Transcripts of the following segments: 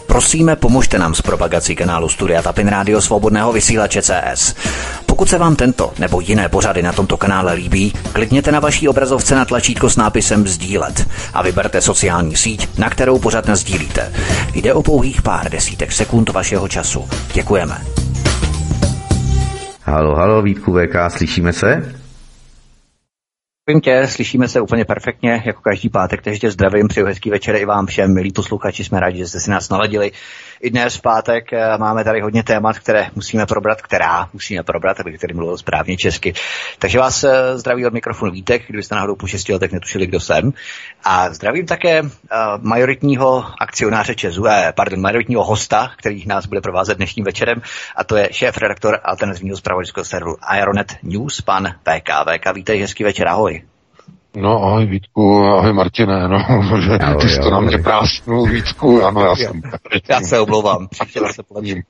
Prosíme, pomožte nám s propagací kanálu Studia Tapin Rádio Svobodného vysílače CS. Pokud se vám tento nebo jiné pořady na tomto kanále líbí, klikněte na vaší obrazovce na tlačítko s nápisem sdílet a vyberte sociální síť, na kterou pořad nasdílíte. Jde o pouhých pár desítek sekund vašeho času. Děkujeme. Halo, Vítku VK, slyšíme se? Slyšíme se úplně perfektně, jako každý pátek, takže tě zdravím, přeju hezký večer i vám všem, milí posluchači, jsme rádi, že jste si nás naladili. I dnes v pátek máme tady hodně témat, které musíme probrat, abych tady mluvil správně česky. Takže vás zdraví od mikrofonu Vítek, kdybyste náhodou po 6 letech netušili, kdo jsem. A zdravím také majoritního akcionáře majoritního hosta, který nás bude provázet dnešním večerem, a to je šéf-redaktor alternativního zpravodajského serveru Ironet News, pan VK. VK, vítej, hezký večer, ahoj. No, ahoj Vítku, ahoj Martine, že ty jsi to na mě prásnul, Vítku, ano, já jsem. Já se omlouvám, příště se polepším.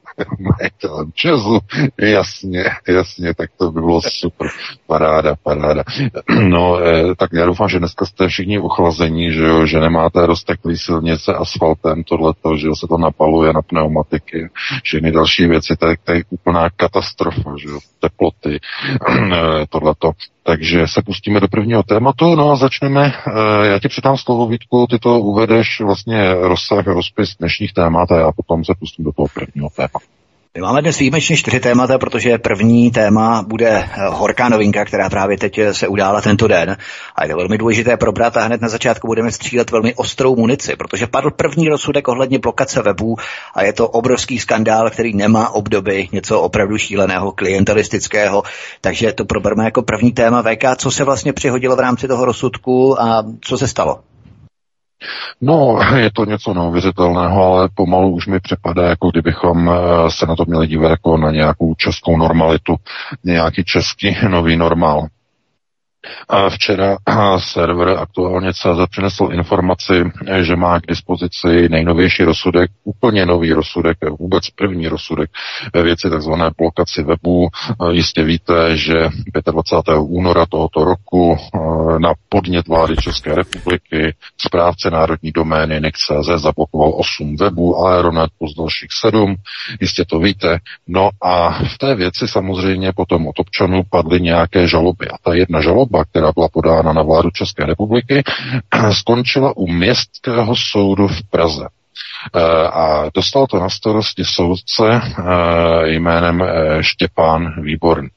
Česu, jasně, tak to by bylo super, paráda. No, tak já doufám, že dneska jste všichni ochlazení, že nemáte rozteklý silnice asfaltem, tohleto, že se to napaluje na pneumatiky, všechny další věci, to je úplná katastrofa, že jo, teploty, tohleto. Takže se pustíme do prvního tématu, no a začneme. Já ti předám slovo, Vítku, ty to uvedeš vlastně rozsah, rozpis dnešních témat a já potom se pustím do toho prvního tématu. My máme dnes výjimečně 4 témata, protože první téma bude horká novinka, která právě teď se udála tento den. A je to velmi důležité probrat a hned na začátku budeme střílet velmi ostrou munici, protože padl první rozsudek ohledně blokace webů a je to obrovský skandál, který nemá obdoby, něco opravdu šíleného, klientelistického. Takže to probereme jako první téma. VK, co se vlastně přihodilo v rámci toho rozsudku a co se stalo? No, je to něco neuvěřitelného, ale pomalu už mi připadá, jako kdybychom se na to měli dívat jako na nějakou českou normalitu, nějaký český nový normál. Včera server Aktuálně.cz přinesl informaci, že má k dispozici nejnovější rozsudek, úplně nový rozsudek, vůbec první rozsudek ve věci tzv. Blokaci webů. Jistě víte, že 25. února tohoto roku na podnět vlády České republiky správce národní domény NIC.cz zablokoval 8 webů, Aeronet plus dalších 7. Jistě to víte. No a v té věci samozřejmě potom od občanů padly nějaké žaloby. A ta jedna žaloba, která byla podána na vládu České republiky, skončila u Městského soudu v Praze. A dostal to na starosti soudce jménem Štěpán Výborný.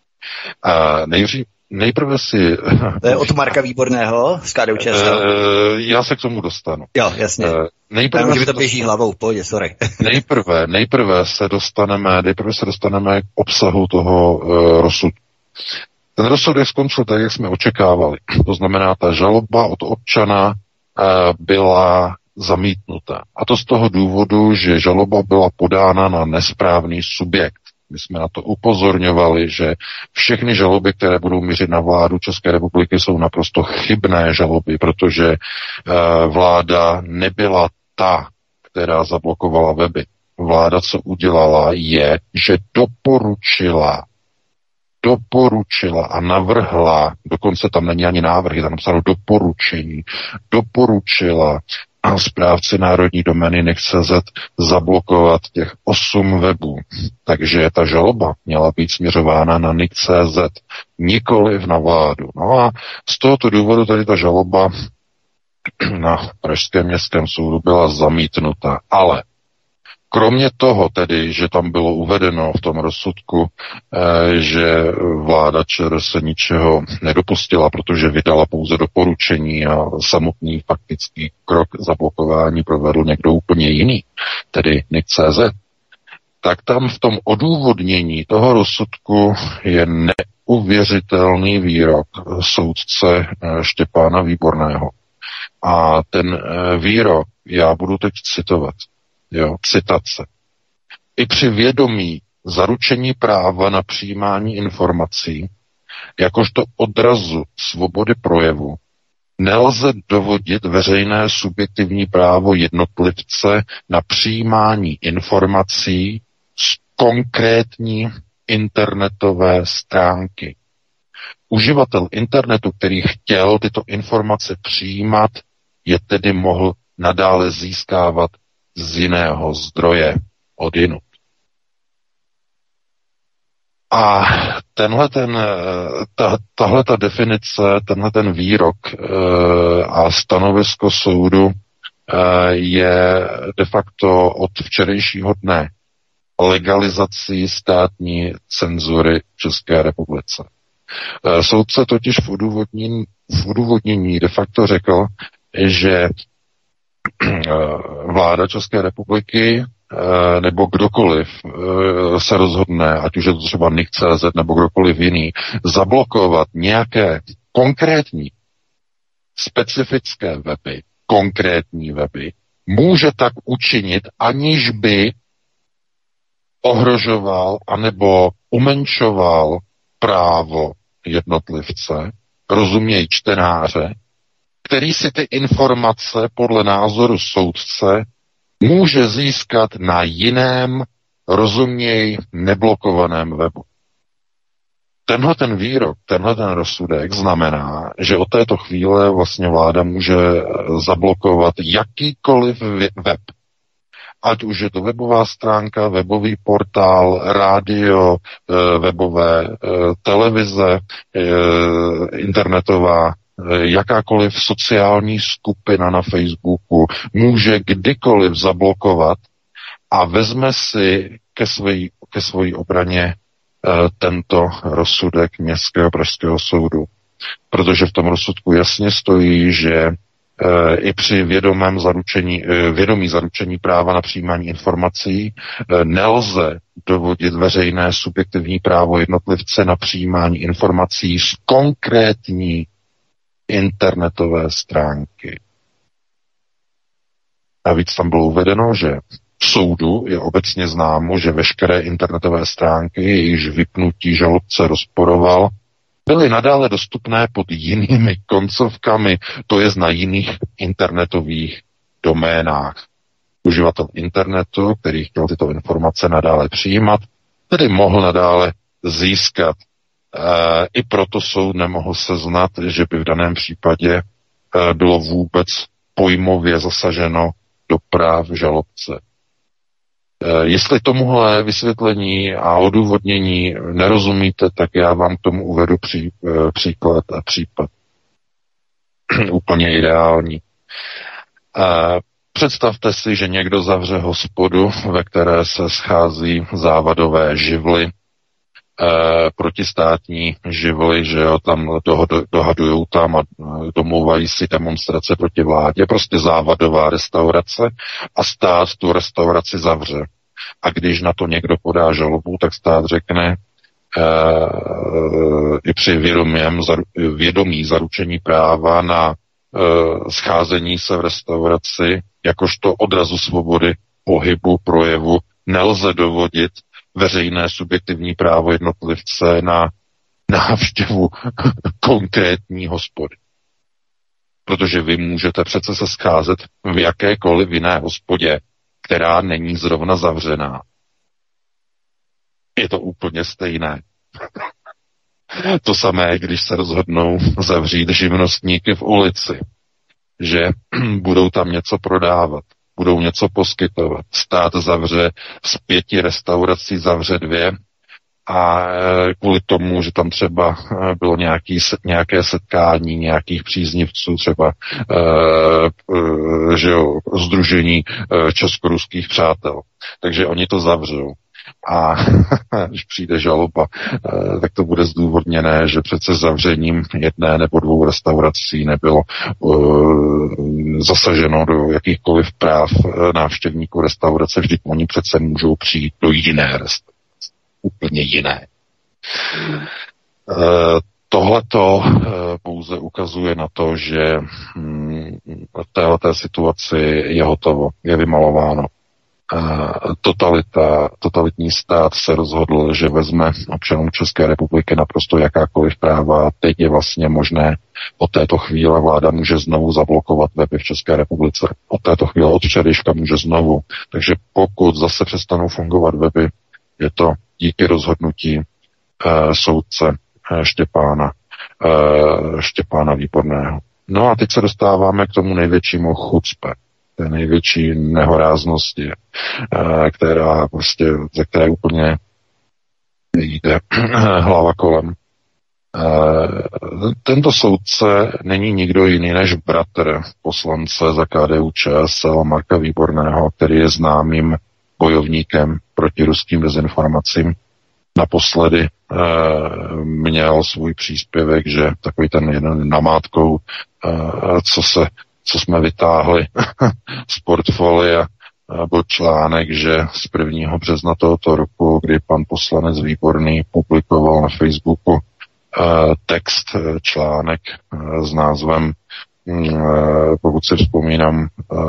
Nejprve si... To je od Marka Výborného z KDU-ČSL. Já se k tomu dostanu. Jo, jasně. Nejprve že to běží hlavou, pojď, sorry. nejprve se dostaneme k obsahu toho rozsudku. Ten rozsudek skončil tak, jak jsme očekávali. To znamená, ta žaloba od občana byla zamítnuta. A to z toho důvodu, že žaloba byla podána na nesprávný subjekt. My jsme na to upozorňovali, že všechny žaloby, které budou mířit na vládu České republiky, jsou naprosto chybné žaloby, protože vláda nebyla ta, která zablokovala weby. Vláda, co udělala, je, že doporučila a navrhla, dokonce tam není ani návrh, je tam napsáno doporučila a správci národní domény NIC.cz zablokovat těch 8 webů. Takže ta žaloba měla být směřována na NIC.cz, nikoliv na vládu. No a z tohoto důvodu tady ta žaloba na Pražském městském soudu byla zamítnuta. Ale kromě toho tedy, že tam bylo uvedeno v tom rozsudku, že vláda ČR se ničeho nedopustila, protože vydala pouze doporučení a samotný faktický krok zablokování provedl někdo úplně jiný, tedy NIC.cz, tak tam v tom odůvodnění toho rozsudku je neuvěřitelný výrok soudce Štěpána Výborného. A ten výrok já budu teď citovat. Citace. I při vědomí zaručení práva na přijímání informací, jakožto odrazu svobody projevu, nelze dovodit veřejné subjektivní právo jednotlivce na přijímání informací z konkrétní internetové stránky. Uživatel internetu, který chtěl tyto informace přijímat, je tedy mohl nadále získávat z jiného zdroje, odjinud. A tahle ta definice, tenhle ten výrok a stanovisko soudu je de facto od včerejšího dne legalizací státní cenzury v České republice. Soudce totiž v odůvodnění de facto řekl, že vláda České republiky nebo kdokoliv se rozhodne, ať už je to třeba NIK.cz nebo kdokoliv jiný, zablokovat nějaké konkrétní specifické weby, konkrétní weby, může tak učinit, aniž by ohrožoval anebo umenšoval právo jednotlivce, rozuměj čtenáře, který si ty informace podle názoru soudce může získat na jiném, rozuměj neblokovaném webu. Tenhle ten výrok, tenhle ten rozsudek znamená, že od této chvíle vlastně vláda může zablokovat jakýkoliv web. Ať už je to webová stránka, webový portál, rádio, webové televize, internetová, jakákoliv sociální skupina na Facebooku může kdykoliv zablokovat a vezme si ke své obraně tento rozsudek Městského pražského soudu. Protože v tom rozsudku jasně stojí, že i při vědomí zaručení práva na přijímání informací nelze dovodit veřejné subjektivní právo jednotlivce na přijímání informací z konkrétní internetové stránky. Navíc tam bylo uvedeno, že v soudu je obecně známo, že veškeré internetové stránky, jejichž vypnutí žalobce rozporoval, byly nadále dostupné pod jinými koncovkami, to je na jiných internetových doménách. Uživatel internetu, který chtěl tyto informace nadále přijímat, tedy mohl nadále získat. I proto soud nemohl seznat, že by v daném případě bylo vůbec pojmově zasaženo do práv žalobce. Jestli tomuhle vysvětlení a odůvodnění nerozumíte, tak já vám k tomu uvedu příklad a případ. Úplně ideální. Představte si, že někdo zavře hospodu, ve které se schází závadové živly, protistátní živly, že jo, tam dohadujou tam a domlouvají si demonstrace proti vládě, prostě závadová restaurace a stát tu restauraci zavře. A když na to někdo podá žalobu, tak stát řekne i při vědomí zaručení práva na scházení se v restauraci, jakožto odrazu svobody pohybu, projevu, nelze dovodit veřejné subjektivní právo jednotlivce na návštěvu konkrétní hospody. Protože vy můžete přece se scházet v jakékoliv jiné hospodě, která není zrovna zavřená. Je to úplně stejné. To samé, když se rozhodnou zavřít živnostníky v ulici, že budou tam něco prodávat, budou něco poskytovat. Stát zavře z 5 restaurací, zavře 2 a kvůli tomu, že tam třeba bylo nějaké setkání nějakých příznivců, třeba že jo, sdružení česko-ruských přátel. Takže oni to zavřou. A když přijde žaloba, tak to bude zdůvodněné, že přece zavřením 1 nebo 2 restaurací nebylo zasaženo do jakýchkoliv práv návštěvníků restaurace. Vždyť oni přece můžou přijít do jiné restaurace. Úplně jiné. Tohleto pouze ukazuje na to, že v této situaci je hotovo, je vymalováno. Totalitní stát se rozhodl, že vezme občanům České republiky naprosto jakákoliv práva. Teď je vlastně možné, od této chvíle vláda může znovu zablokovat weby v České republice. Od této chvíle, od včerejška může znovu. Takže pokud zase přestanou fungovat weby, je to díky rozhodnutí soudce Štěpána Výborného. No a teď se dostáváme k tomu největšímu chucpe. té největší nehoráznosti, která prostě, ze které úplně jde hlava kolem. Tento soudce není nikdo jiný než bratr poslance za KDU-ČSL Marka Výborného, který je známým bojovníkem proti ruským dezinformacím. Naposledy měl svůj příspěvek, že takový ten jeden namátkou, co jsme vytáhli z portfolia, byl článek, že z 1. března tohoto roku, kdy pan poslanec Výborný publikoval na Facebooku text, článek s názvem, pokud si vzpomínám,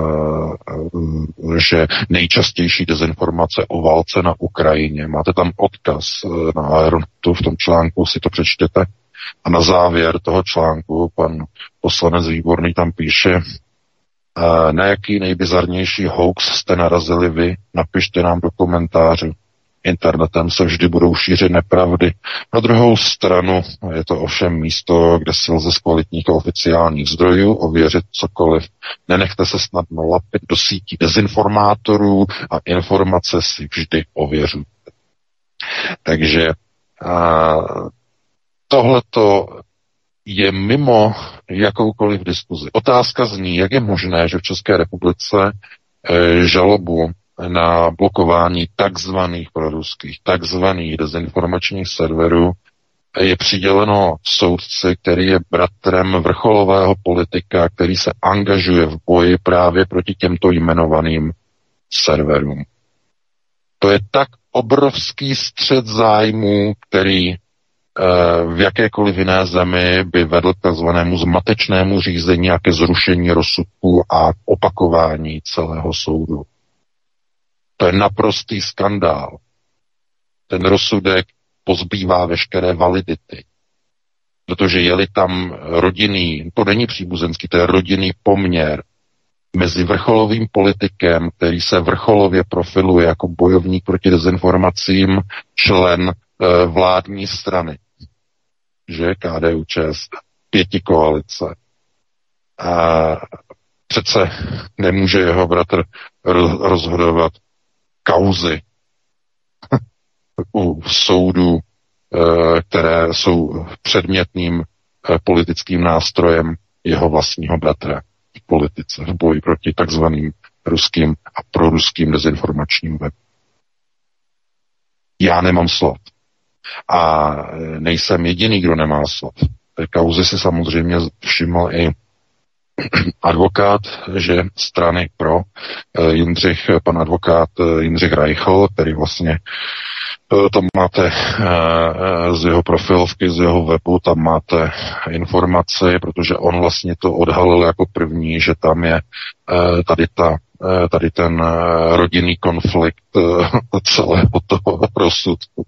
že nejčastější dezinformace o válce na Ukrajině. Máte tam odkaz na Aeronetu, v tom článku si to přečtete. A na závěr toho článku pan poslanec Výborný tam píše, na jaký nejbizarnější hoax jste narazili vy, napište nám do komentářů. Internetem se vždy budou šířit nepravdy. Na druhou stranu je to ovšem místo, kde si lze z kvalitních a oficiálních zdrojů ověřit cokoliv. Nenechte se snadno lapit do sítí dezinformátorů a informace si vždy ověřujte. Takže tohleto je mimo jakoukoliv diskuzi. Otázka zní, jak je možné, že v České republice žalobu na blokování takzvaných proruských, takzvaných dezinformačních serverů je přiděleno soudci, který je bratrem vrcholového politika, který se angažuje v boji právě proti těmto jmenovaným serverům. To je tak obrovský střet zájmů, který v jakékoliv jiné zemi by vedl k takzvanému zmatečnému řízení a ke zrušení rozsudku a opakování celého soudu. To je naprostý skandál. Ten rozsudek pozbývá veškeré validity. Protože je-li tam rodinný, to není příbuzenský, to je rodinný poměr mezi vrcholovým politikem, který se vrcholově profiluje jako bojovník proti dezinformacím, člen vládní strany, že KDU-ČSL, pětikoalice. A přece nemůže jeho bratr rozhodovat kauzy u soudů, které jsou předmětným politickým nástrojem jeho vlastního bratra v politice, v boji proti takzvaným ruským a proruským dezinformačním webům. Já nemám slov. A nejsem jediný, kdo nemá slov. Té kauzy si samozřejmě všiml i advokát, že strany pro pan advokát Jindřich Reichl, který vlastně tam máte z jeho profilovky, z jeho webu, tam máte informace, protože on vlastně to odhalil jako první, že tam je tady ten rodinný konflikt celého toho rozsudku.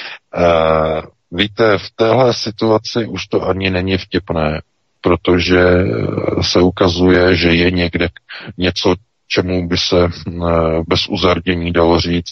Víte, v téhle situaci už to ani není vtipné, protože se ukazuje, že je někde něco, čemu by se bez uzardění dalo říct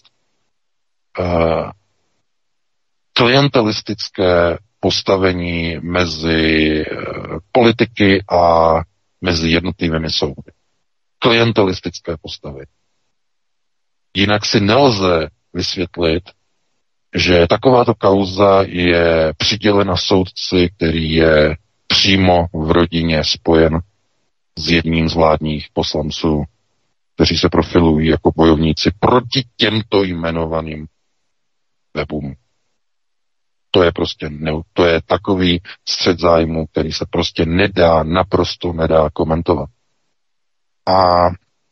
klientelistické postavení mezi politiky a mezi jednotlivými soudy. Klientelistické postavení. Jinak si nelze vysvětlit, že takováto kauza je přidělena soudci, který je přímo v rodině spojen s jedním z vládních poslanců, kteří se profilují jako bojovníci proti těmto jmenovaným webům. To je prostě to je takový střet zájmu, který se prostě naprosto nedá komentovat. A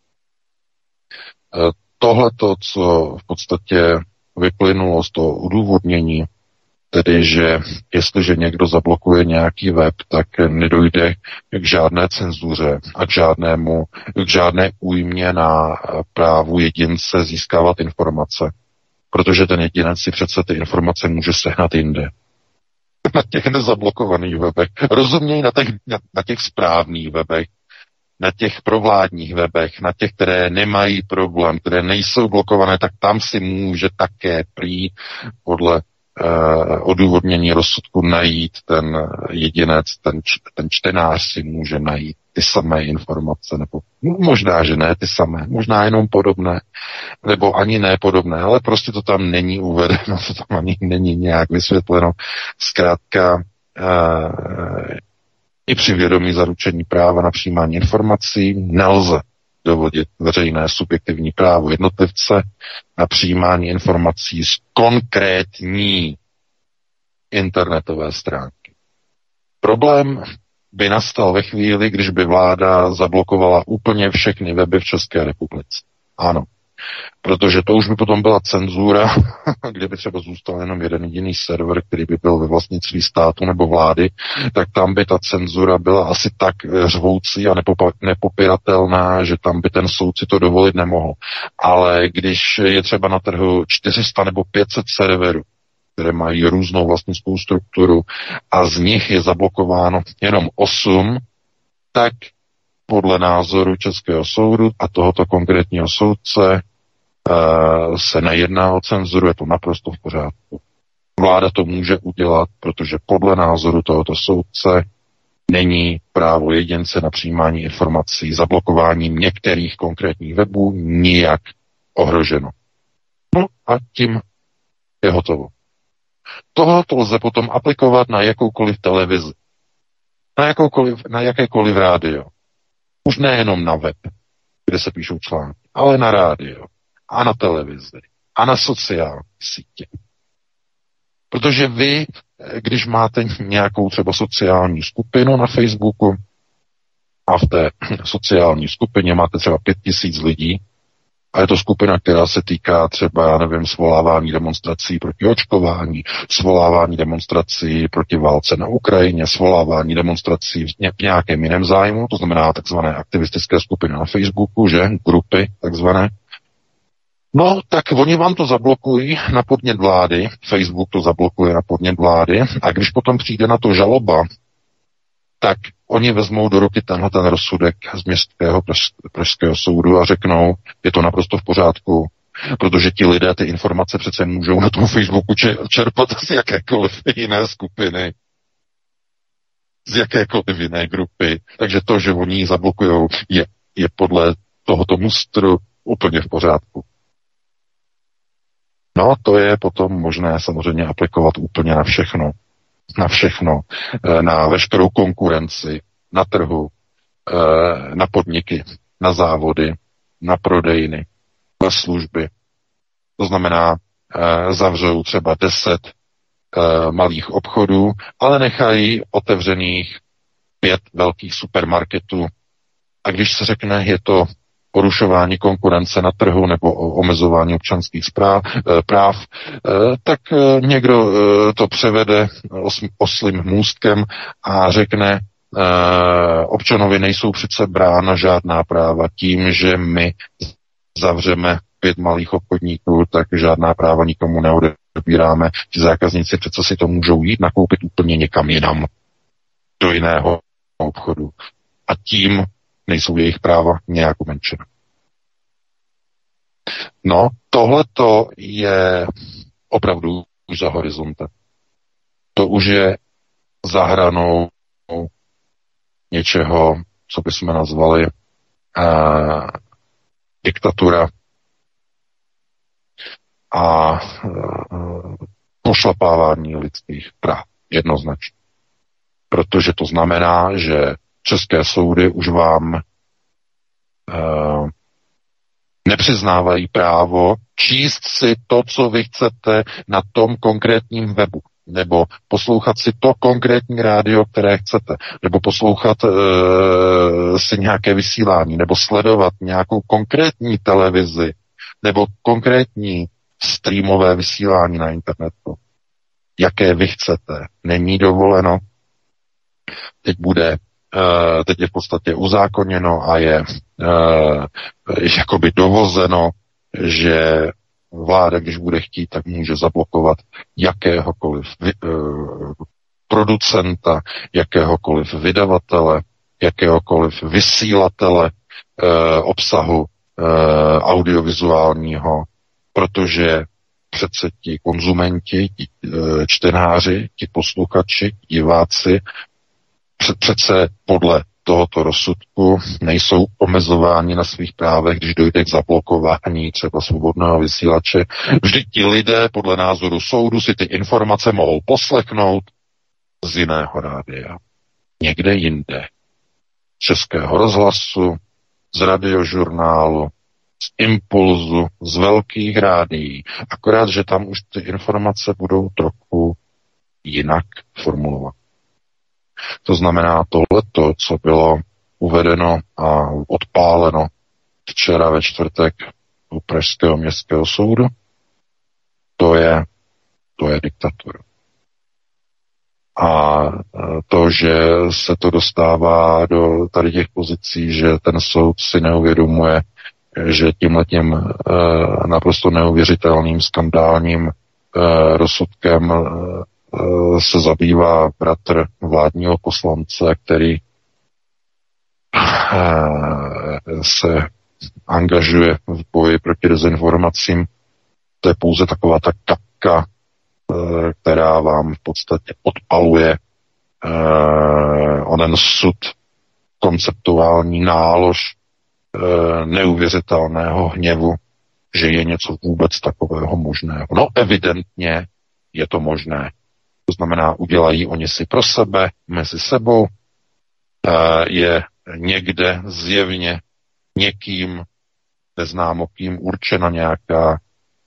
tohleto, co v podstatě vyplynulo z toho udůvodnění, tedy, že jestliže někdo zablokuje nějaký web, tak nedojde k žádné cenzuře a k žádné újmě na právu jedince získávat informace. Protože ten jedinec si přece ty informace může sehnat jinde. Na těch nezablokovaných webech. Rozuměj na těch správných webech, na těch provládních webech, na těch, které nemají problém, které nejsou blokované, tak tam si může také prý podle odůvodnění rozsudku najít ten jedinec, ten čtenář si může najít ty samé informace, nebo možná, že ne ty samé, možná jenom podobné, nebo ani ne podobné, ale prostě to tam není uvedeno, to tam ani není nějak vysvětleno. Zkrátka i při vědomí zaručení práva na přijímání informací nelze dovodit veřejné subjektivní právo jednotlivce na přijímání informací z konkrétní internetové stránky. Problém by nastal ve chvíli, když by vláda zablokovala úplně všechny weby v České republice. Ano, protože to už by potom byla cenzura, kdyby třeba zůstal jenom jeden jediný server, který by byl ve vlastnictví státu nebo vlády, tak tam by ta cenzura byla asi tak řvoucí a nepopiratelná, že tam by ten soud si to dovolit nemohl. Ale když je třeba na trhu 400 nebo 500 serverů, které mají různou vlastnickou strukturu a z nich je zablokováno jenom 8, tak podle názoru Českého soudu a tohoto konkrétního soudce se nejedná o cenzuru, je to naprosto v pořádku. Vláda to může udělat, protože podle názoru tohoto soudce není právo jedince na přijímání informací zablokováním některých konkrétních webů nijak ohroženo. No a tím je hotovo. Tohoto lze potom aplikovat na jakoukoliv televizi, na jakékoliv rádio. Už nejenom na web, kde se píšou články, ale na rádio a na televizi a na sociální sítě. Protože vy, když máte nějakou třeba sociální skupinu na Facebooku a v té sociální skupině máte třeba 5000 lidí, a je to skupina, která se týká třeba, já nevím, svolávání demonstrací proti očkování, svolávání demonstrací proti válce na Ukrajině, svolávání demonstrací v nějakém jiném zájmu, to znamená takzvané aktivistické skupiny na Facebooku, že? Grupy takzvané. No, tak oni vám to zablokují na podnět vlády, Facebook to zablokuje na podnět vlády a když potom přijde na to žaloba, tak oni vezmou do ruky ten rozsudek z městského pražského soudu a řeknou, je to naprosto v pořádku, protože ti lidé ty informace přece můžou na tom Facebooku čerpat z jakékoliv jiné skupiny, z jakékoliv jiné grupy. Takže to, že oni ji zablokujou, je podle tohoto mustru úplně v pořádku. No, to je potom možné samozřejmě aplikovat úplně na všechno. Na všechno, na veškerou konkurenci, na trhu, na podniky, na závody, na prodejny, na služby. To znamená, zavřou třeba 10 malých obchodů, ale nechají otevřených 5 velkých supermarketů. A když se řekne, je to porušování konkurence na trhu nebo omezování občanských práv, tak někdo to převede oslím můstkem a řekne, občanovi nejsou přece brána žádná práva tím, že my zavřeme 5 malých obchodníků, tak žádná práva nikomu neodebíráme. Ti zákazníci přece si to můžou jít nakoupit úplně někam jinam, do jiného obchodu. A tím nejsou jejich práva nějak umenšena. No, tohleto je opravdu už za horizontem. To už je za hranou něčeho, co bychom nazvali diktatura a pošlapávání lidských práv. Jednoznačně. Protože to znamená, že české soudy už vám nepřiznávají právo číst si to, co vy chcete na tom konkrétním webu, nebo poslouchat si to konkrétní rádio, které chcete, nebo poslouchat si nějaké vysílání, nebo sledovat nějakou konkrétní televizi, nebo konkrétní streamové vysílání na internetu. Jaké vy chcete. Není dovoleno. Teď je v podstatě uzákoněno a je jakoby dovozeno, že vláda, když bude chtít, tak může zablokovat jakéhokoliv producenta, jakéhokoliv vydavatele, jakéhokoliv vysílatele obsahu audiovizuálního, protože přece ti konzumenti, ti čtenáři, ti posluchači, diváci přece podle tohoto rozsudku nejsou omezováni na svých právech, když dojde k zablokování třeba svobodného vysílače. Vždyť ti lidé podle názoru soudu si ty informace mohou poslechnout z jiného rádia. Někde jinde. Z Českého rozhlasu, z radiožurnálu, z Impulzu, z velkých rádií. Akorát, že tam už ty informace budou trochu jinak formulovat. To znamená tohleto, co bylo uvedeno a odpáleno včera ve čtvrtek u Pražského městského soudu, to je diktatura. A to, že se to dostává do tady těch pozicí, že ten soud si neuvědomuje, že tímhletím naprosto neuvěřitelným skandálním rozsudkem se zabývá bratr vládního poslance, který se angažuje v boji proti dezinformacím. To je pouze taková ta kapka, která vám v podstatě odpaluje onen sud, konceptuální nálož neuvěřitelného hněvu, že je něco vůbec takového možného. No evidentně je to možné. To znamená, udělají oni si pro sebe, mezi sebou, je někde zjevně někým neznámo kým určena nějaká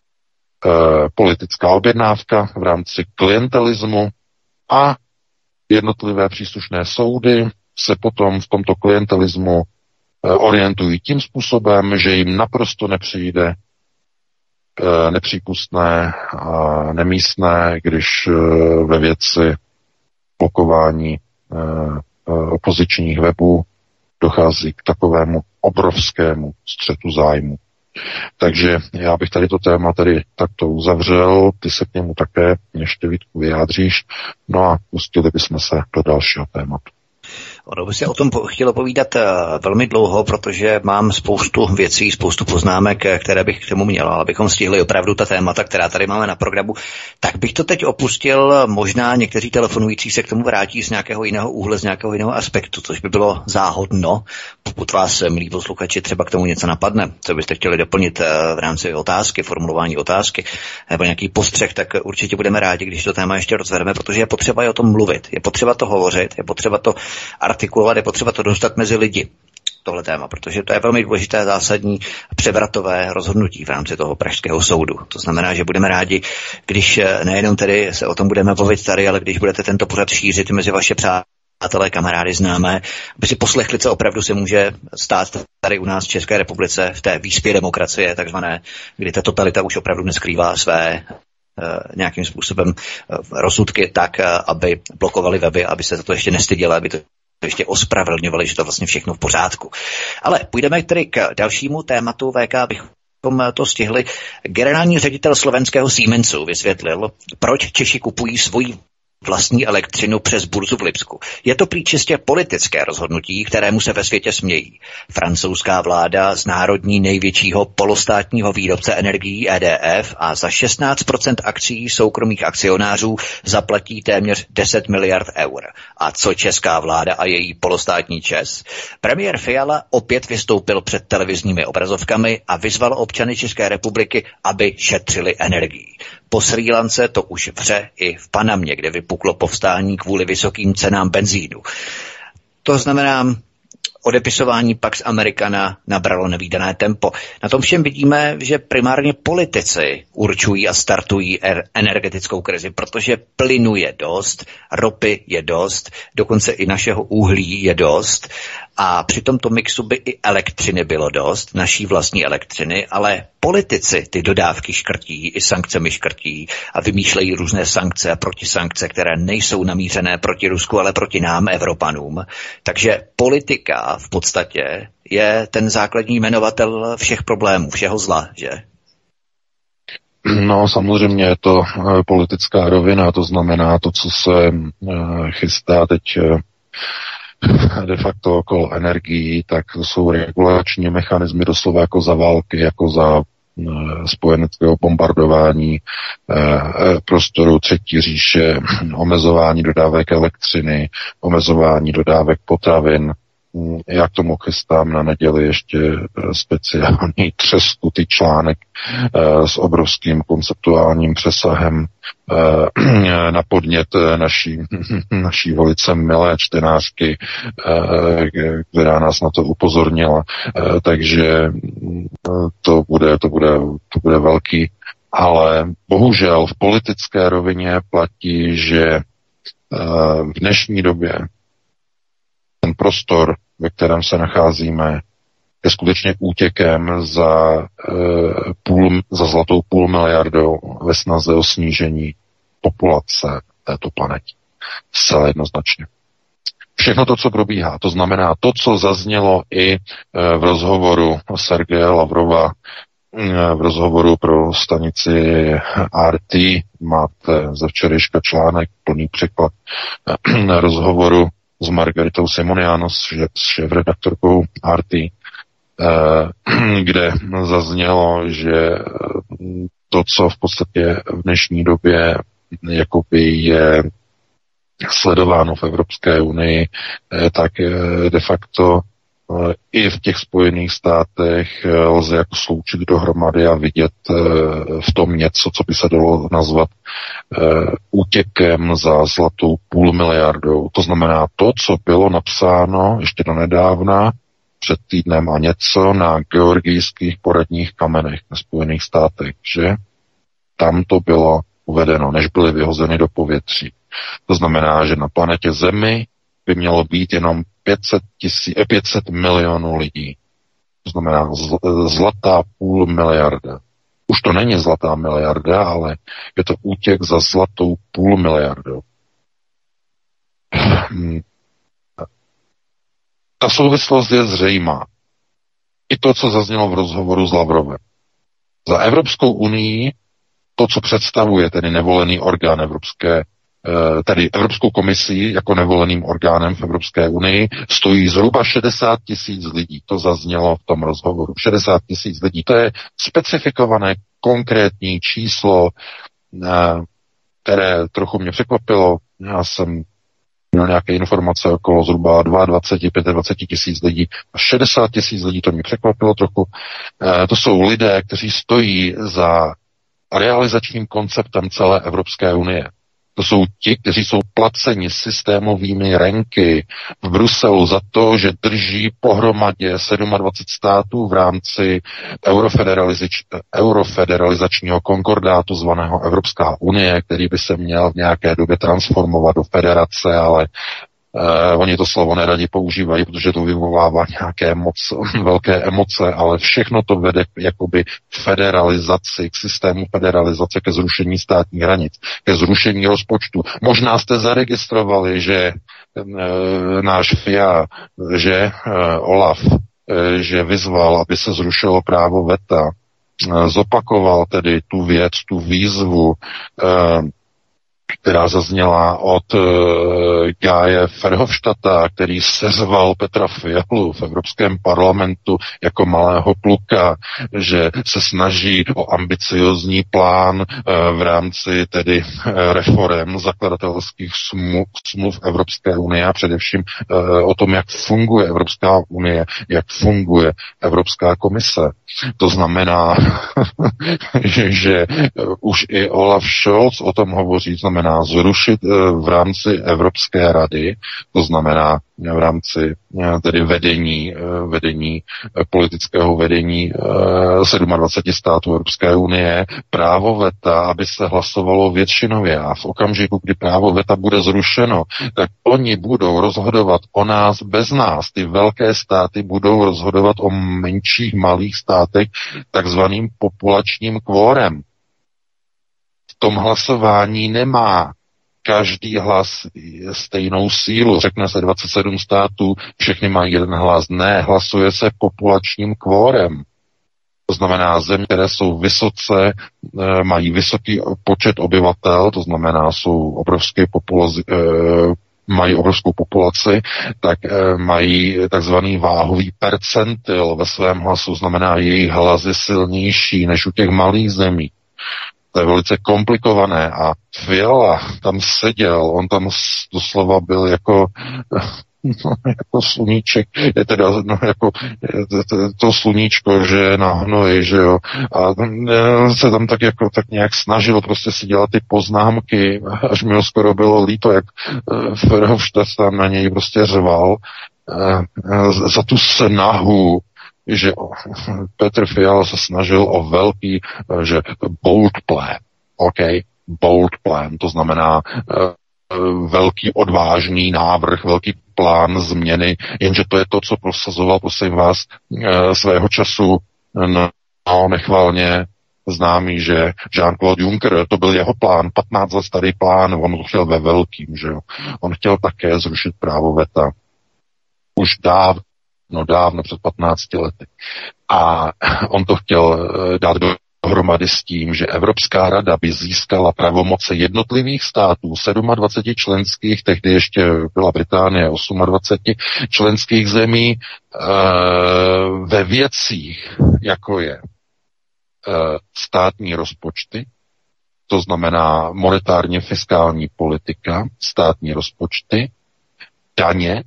politická objednávka v rámci klientelismu a jednotlivé příslušné soudy se potom v tomto klientelismu orientují tím způsobem, že jim naprosto nepřijde nepřípustné a nemístné, když ve věci blokování opozičních webů dochází k takovému obrovskému střetu zájmu. Takže já bych tady to téma tady takto uzavřel, ty se k němu také ještě Vítku vyjádříš, no a pustili bychom se do dalšího tématu. Ono by se o tom chtělo povídat velmi dlouho, protože mám spoustu věcí, spoustu poznámek, které bych k tomu měl, abychom stihli opravdu ta témata, která tady máme na programu. Tak bych to teď opustil, možná někteří telefonující se k tomu vrátí z nějakého jiného úhle, z nějakého jiného aspektu, což by bylo záhodno, pokud vás, milí posluchači, třeba k tomu něco napadne, co byste chtěli doplnit v rámci otázky, formulování otázky, nebo nějaký postřeh, tak určitě budeme rádi, když to téma ještě rozvedeme, protože je potřeba i o tom mluvit, je potřeba to hovořit, je potřeba to artikulovat, je potřeba to dostat mezi lidi, tohle téma, protože to je velmi důležité, zásadní převratové rozhodnutí v rámci toho Pražského soudu. To znamená, že budeme rádi, když nejenom tedy se o tom budeme bavit tady, ale když budete tento pořad šířit mezi vaše přátelé, kamarády, známé, aby si poslechli, co opravdu se může stát tady u nás v České republice v té výspě demokracie, takzvané, kdy ta totalita už opravdu neskrývá své nějakým způsobem rozsudky tak, aby blokovali weby, aby se za to ještě nestyděli, aby to ještě ospravedlňovali, že to vlastně všechno v pořádku. Ale půjdeme tedy k dalšímu tématu VK, abychom to stihli. Generální ředitel slovenského Siemensu vysvětlil, proč Češi kupují svoji vlastní elektřinu přes burzu v Lipsku. Je to prý čistě politické rozhodnutí, kterému se ve světě smějí. Francouzská vláda znárodní největšího polostátního výrobce energií EDF a za 16% akcií soukromých akcionářů zaplatí téměř 10 miliard eur. A co česká vláda a její polostátní ČEZ? Premiér Fiala opět vystoupil před televizními obrazovkami a vyzval občany České republiky, aby šetřili energii. Po Srí Lance to už vře i v Panamě, kde vypuklo povstání kvůli vysokým cenám benzínu. To znamená, odepisování Pax Americana nabralo nevídané tempo. Na tom všem vidíme, že primárně politici určují a startují energetickou krizi, protože plynu je dost, ropy je dost, dokonce i našeho uhlí je dost a při tomto mixu by i elektřiny bylo dost, naší vlastní elektřiny, ale politici ty dodávky škrtí, i sankcemi škrtí a vymýšlejí různé sankce a protisankce, které nejsou namířené proti Rusku, ale proti nám, Evropanům. Takže politika v podstatě je ten základní jmenovatel všech problémů, všeho zla, že? No, samozřejmě je to politická rovina, to znamená to, co se chystá teď de facto okolo energií, tak to jsou regulační mechanismy doslova jako za války, jako za spojeneckého bombardování prostoru Třetí říše, omezování dodávek elektřiny, omezování dodávek potravin, já k tomu chystám na neděli ještě speciální třeskutý článek s obrovským konceptuálním přesahem na podnět naší velice milé čtenářky, která nás na to upozornila. Takže to bude velký. Ale bohužel v politické rovině platí, že v dnešní době ten prostor, ve kterém se nacházíme, je skutečně útěkem za zlatou půl miliardou ve snaze o snížení populace této planety. Zcela jednoznačně. Všechno to, co probíhá, to znamená to, co zaznělo i v rozhovoru Sergeje Lavrova, v rozhovoru pro stanici RT, máte ze včerejška článek, plný překlad rozhovoru s Margaritou Simoniano, s šéfredaktorkou RT, kde zaznělo, že to, co v podstatě v dnešní době jakoby je sledováno v Evropské unii, tak de facto i v těch Spojených státech lze jako sloučit dohromady a vidět v tom něco, co by se dalo nazvat útěkem za zlatou půl miliardou. To znamená to, co bylo napsáno ještě donedávna, před týdnem a něco, na georgijských poradních kamenech ve Spojených státech, že tam to bylo uvedeno, než byly vyhozeny do povětří. To znamená, že na planetě Zemi by mělo být jenom 500 milionů lidí. To znamená zlatá půl miliarda. Už to není zlatá miliarda, ale je to útěk za zlatou půl miliardu. Ta souvislost je zřejmá. I to, co zaznělo v rozhovoru s Lavrovem. Za Evropskou unii to, co představuje tedy nevolený orgán tedy Evropskou komisí jako nevoleným orgánem v Evropské unii, stojí zhruba 60 000 lidí. To zaznělo v tom rozhovoru. 60 000 lidí. To je specifikované konkrétní číslo, které trochu mě překvapilo. Já jsem měl nějaké informace okolo zhruba 22-25 tisíc lidí a 60 000 lidí, to mě překvapilo trochu. To jsou lidé, kteří stojí za realizačním konceptem celé Evropské unie. To jsou ti, kteří jsou placeni systémovými renky v Bruselu za to, že drží pohromadě 27 států v rámci eurofederalizačního konkordátu zvaného Evropská unie, který by se měl v nějaké době transformovat do federace, ale oni to slovo neradi používají, protože to vyvolává nějaké velké emoce, ale všechno to vede jakoby federalizaci, k systému federalizace, ke zrušení státních hranic, ke zrušení rozpočtu. Možná jste zaregistrovali, že náš FIA, že Olaf, že vyzval, aby se zrušilo právo veta, zopakoval tedy tu věc, tu výzvu, která zazněla od Gáje Verhofstadta, který sezval Petra Fialu v Evropském parlamentu jako malého kluka, že se snaží o ambiciozní plán v rámci tedy reforem zakladatelských smluv Evropské unie a především o tom, jak funguje Evropská unie, jak funguje Evropská komise. To znamená, že už i Olaf Scholz o tom hovoří, znamená zrušit v rámci Evropské rady, to znamená v rámci tedy vedení politického vedení 27 států Evropské unie právo veta, aby se hlasovalo většinově. A v okamžiku, kdy právo veta bude zrušeno, tak oni budou rozhodovat o nás bez nás. Ty velké státy budou rozhodovat o menších malých státech takzvaným populačním kvórem. V tom hlasování nemá každý hlas stejnou sílu. Řekne se 27 států, všechny mají jeden hlas. Ne, hlasuje se populačním kvórem. To znamená země, které jsou vysoce, mají vysoký počet obyvatel, to znamená, jsou mají obrovskou populaci, tak mají takzvaný váhový percentil ve svém hlasu, znamená, jejich hlas je silnější než u těch malých zemí. To je velice komplikované a Fiala tam seděl, on tam doslova byl jako jako sluníček, je teda jako to sluníčko, že je na hnoji, že jo. A se tam tak nějak snažil prostě si dělat ty poznámky, až mi ho skoro bylo líto, jak Verhofstadt tam na něj prostě řval za tu snahu, že Petr Fiala se snažil o velký, že bold plan, bold plan, to znamená velký odvážný návrh, velký plán změny, jenže to je to, co prosazoval, prosím vás, svého času nechvalně známý, že Jean-Claude Juncker, to byl jeho plán, 15 let starý plán, on chtěl ve velkým, že jo. On chtěl také zrušit právo veta. Už dávno před 15 lety. A on to chtěl dát dohromady s tím, že Evropská rada by získala pravomoce jednotlivých států, 27 členských, tehdy ještě byla Británie, 28 členských zemí, ve věcích, jako je státní rozpočty, to znamená monetárně fiskální politika, státní rozpočty, daně,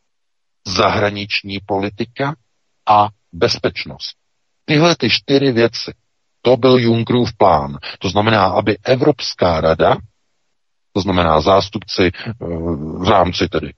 zahraniční politika a bezpečnost. Tyhle ty 4 věci, to byl Junckerův plán. To znamená, aby Evropská rada, to znamená zástupci v rámci tedy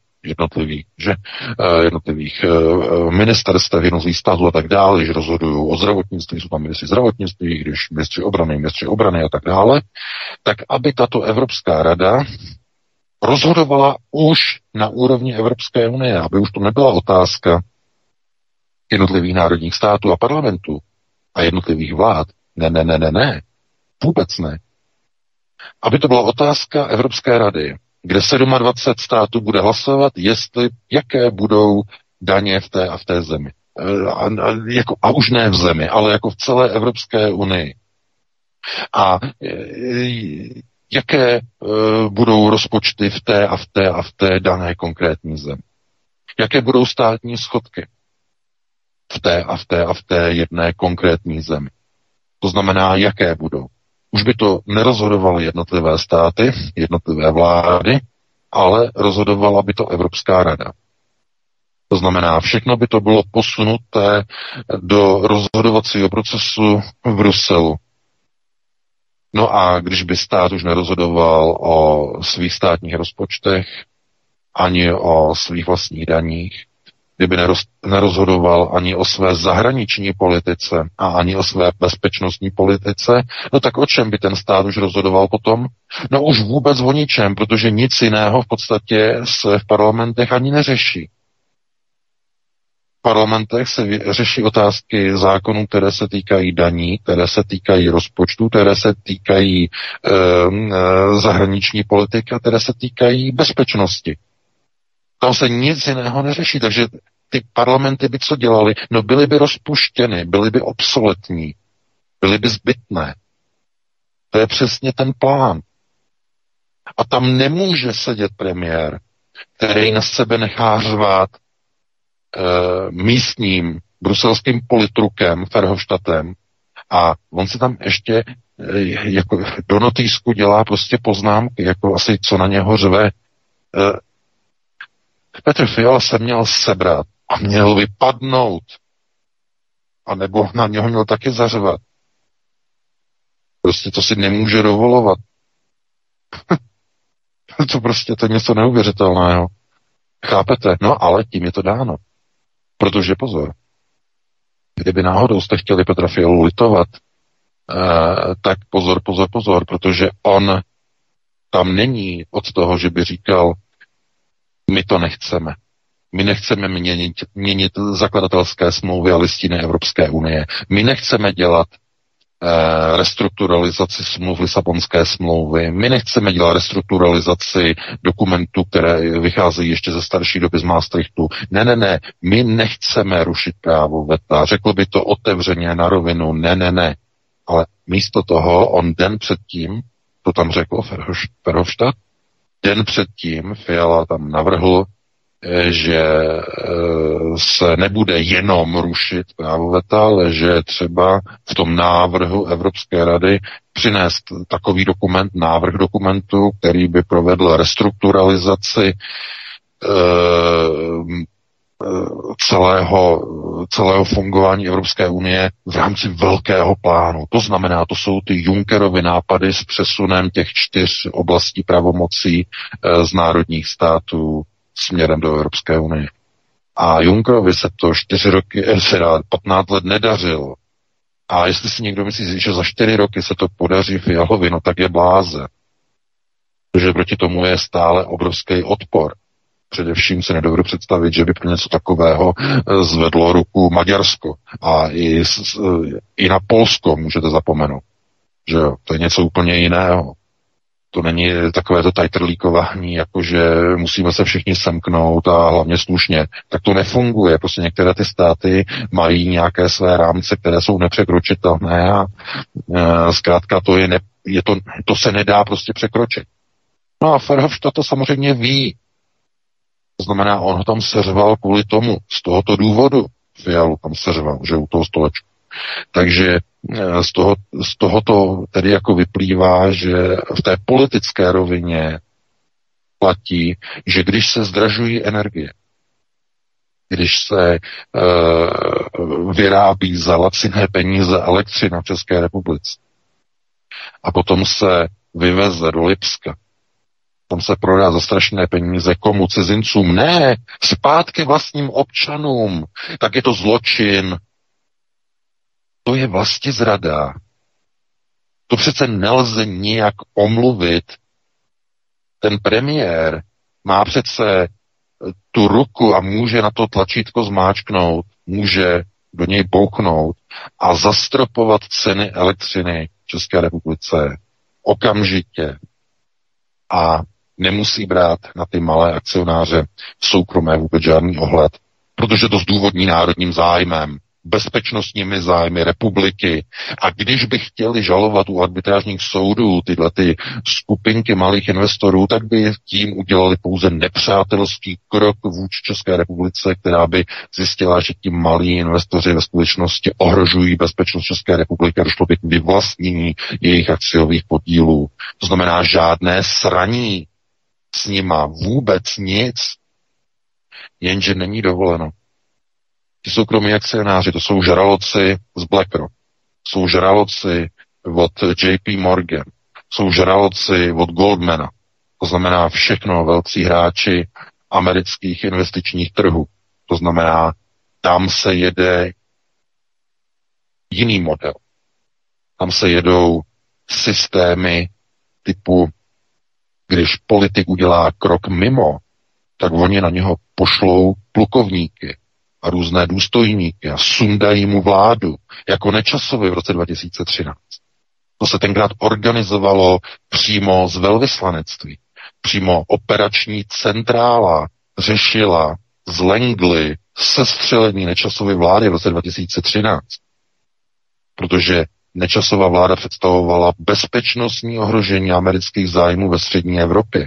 jednotlivých ministerstev, jednotlivých států a tak dále, když rozhodují o zdravotnictví, jsou tam ministři zdravotnictví, když ministři obrany a tak dále, tak aby tato Evropská rada rozhodovala už na úrovni Evropské unie, aby už to nebyla otázka jednotlivých národních států a parlamentů a jednotlivých vlád. Ne. Vůbec ne. Aby to byla otázka Evropské rady, kde 27 států bude hlasovat, jaké budou daně v té a v té zemi. A už ne v zemi, ale jako v celé Evropské unii. A jaké budou rozpočty v té a v té dané konkrétní zemi. Jaké budou státní schodky v té a v té jedné konkrétní zemi. To znamená, jaké budou. Už by to nerozhodovaly jednotlivé státy, jednotlivé vlády, ale rozhodovala by to Evropská rada. To znamená, všechno by to bylo posunuté do rozhodovacího procesu v Bruselu. No a když by stát už nerozhodoval o svých státních rozpočtech, ani o svých vlastních daních, kdyby nerozhodoval ani o své zahraniční politice a ani o své bezpečnostní politice, no tak o čem by ten stát už rozhodoval potom? No už vůbec o ničem, protože nic jiného v podstatě se v parlamentech ani neřeší. V parlamentech se řeší otázky zákonů, které se týkají daní, které se týkají rozpočtu, které se týkají zahraniční politiky, které se týkají bezpečnosti. Tam se nic jiného neřeší, takže ty parlamenty by co dělali? No byly by rozpuštěny, byly by obsoletní, byly by zbytné. To je přesně ten plán. A tam nemůže sedět premiér, který na sebe nechá řvát místním bruselským politrukem Verhofstadtem a on si tam ještě jako do notýsku dělá prostě poznámky, jako asi co na něho řve. Petr Fiala se měl sebrat a měl vypadnout. A nebo na něho měl taky zařvat. Prostě to si nemůže dovolovat. To je něco neuvěřitelného. Chápete? No ale tím je to dáno. Protože pozor, kdyby náhodou jste chtěli Petra Fialu litovat, tak pozor, protože on tam není od toho, že by říkal, my to nechceme. My nechceme měnit zakladatelské smlouvy a listiny Evropské unie. My nechceme dělat restrukturalizaci smluv Lisabonské smlouvy. My nechceme dělat restrukturalizaci dokumentů, které vycházejí ještě ze starší doby z Maastrichtu. Ne. My nechceme rušit právo veta. Řekl by to otevřeně na rovinu. Ne. Ale místo toho on den předtím, to tam řekl Verhofstadt, den předtím Fiala tam navrhl, že se nebude jenom rušit právo veta, ale že třeba v tom návrhu Evropské rady přinést takový dokument, návrh dokumentu, který by provedl restrukturalizaci celého fungování Evropské unie v rámci velkého plánu. To znamená, to jsou ty Junckerovy nápady s přesunem těch 4 oblastí pravomocí z národních států směrem do Evropské unie. A Junckerovi se to 15 let nedařilo. A jestli si někdo myslí, že za 4 roky se to podaří Fialovi, no tak je blázen. Protože proti tomu je stále obrovský odpor. Především se nedovedu představit, že by pro něco takového zvedlo ruku Maďarsko. A i na Polsko můžete zapomenout. Že jo, to je něco úplně jiného. To není takovéto tajtrlíkování, jakože musíme se všichni semknout a hlavně slušně. Tak to nefunguje. Prostě některé ty státy mají nějaké své rámce, které jsou nepřekročitelné a zkrátka to se nedá prostě překročit. No a Verhofstadt to samozřejmě ví. To znamená, on ho tam seřval kvůli tomu, z tohoto důvodu Fialu tam seřval, že u toho stolečku. Takže z tohoto tedy jako vyplývá, že v té politické rovině platí, že když se zdražují energie, když se vyrábí za laciné peníze elektřina v České republice a potom se vyveze do Lipska, tam se prodá za strašné peníze komu? Cizincům? Ne, zpátky vlastním občanům. Tak je to zločin. To je vlastizrada. To přece nelze nijak omluvit. Ten premiér má přece tu ruku a může na to tlačítko zmáčknout, může do něj bouchnout a zastropovat ceny elektřiny v České republice okamžitě. A nemusí brát na ty malé akcionáře soukromé vůbec žádný ohled, protože to zdůvodní národním zájmem, bezpečnostními zájmy republiky. A když by chtěli žalovat u arbitrážních soudů tyhle ty skupinky malých investorů, tak by tím udělali pouze nepřátelský krok vůči České republice, která by zjistila, že ti malí investoři ve skutečnosti ohrožují bezpečnost České republiky a došlo by k vyvlastnění jejich akciových podílů. To znamená žádné sraní s nima, vůbec nic. Jenže není dovoleno. Ti soukromí akcionáři, to jsou žraloci z BlackRock, jsou žraloci od JP Morgan, jsou žraloci od Goldmana, to znamená všechno velcí hráči amerických investičních trhů. To znamená, tam se jede jiný model. Tam se jedou systémy typu, když politik udělá krok mimo, tak oni na něho pošlou plukovníky a různé důstojníky a sundají mu vládu, jako Nečasovi v roce 2013. To se tenkrát organizovalo přímo z velvyslanectví. Přímo operační centrála řešila z Langley sestřelení Nečasovy vlády v roce 2013. Protože Nečasova vláda představovala bezpečnostní ohrožení amerických zájmů ve střední Evropě.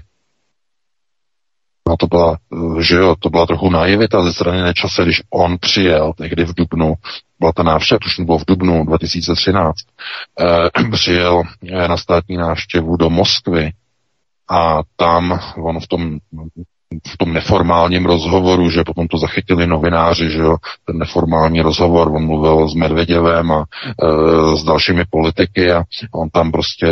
No to byla, že jo, to byla trochu naivita ze strany Nečase, když on přijel tehdy v dubnu, byla ta návštěva, už bylo v dubnu 2013, přijel na státní návštěvu do Moskvy a tam on v tom neformálním rozhovoru, že potom to zachytili novináři, že jo, ten neformální rozhovor, on mluvil s Medveděvem a s dalšími politiky a on tam prostě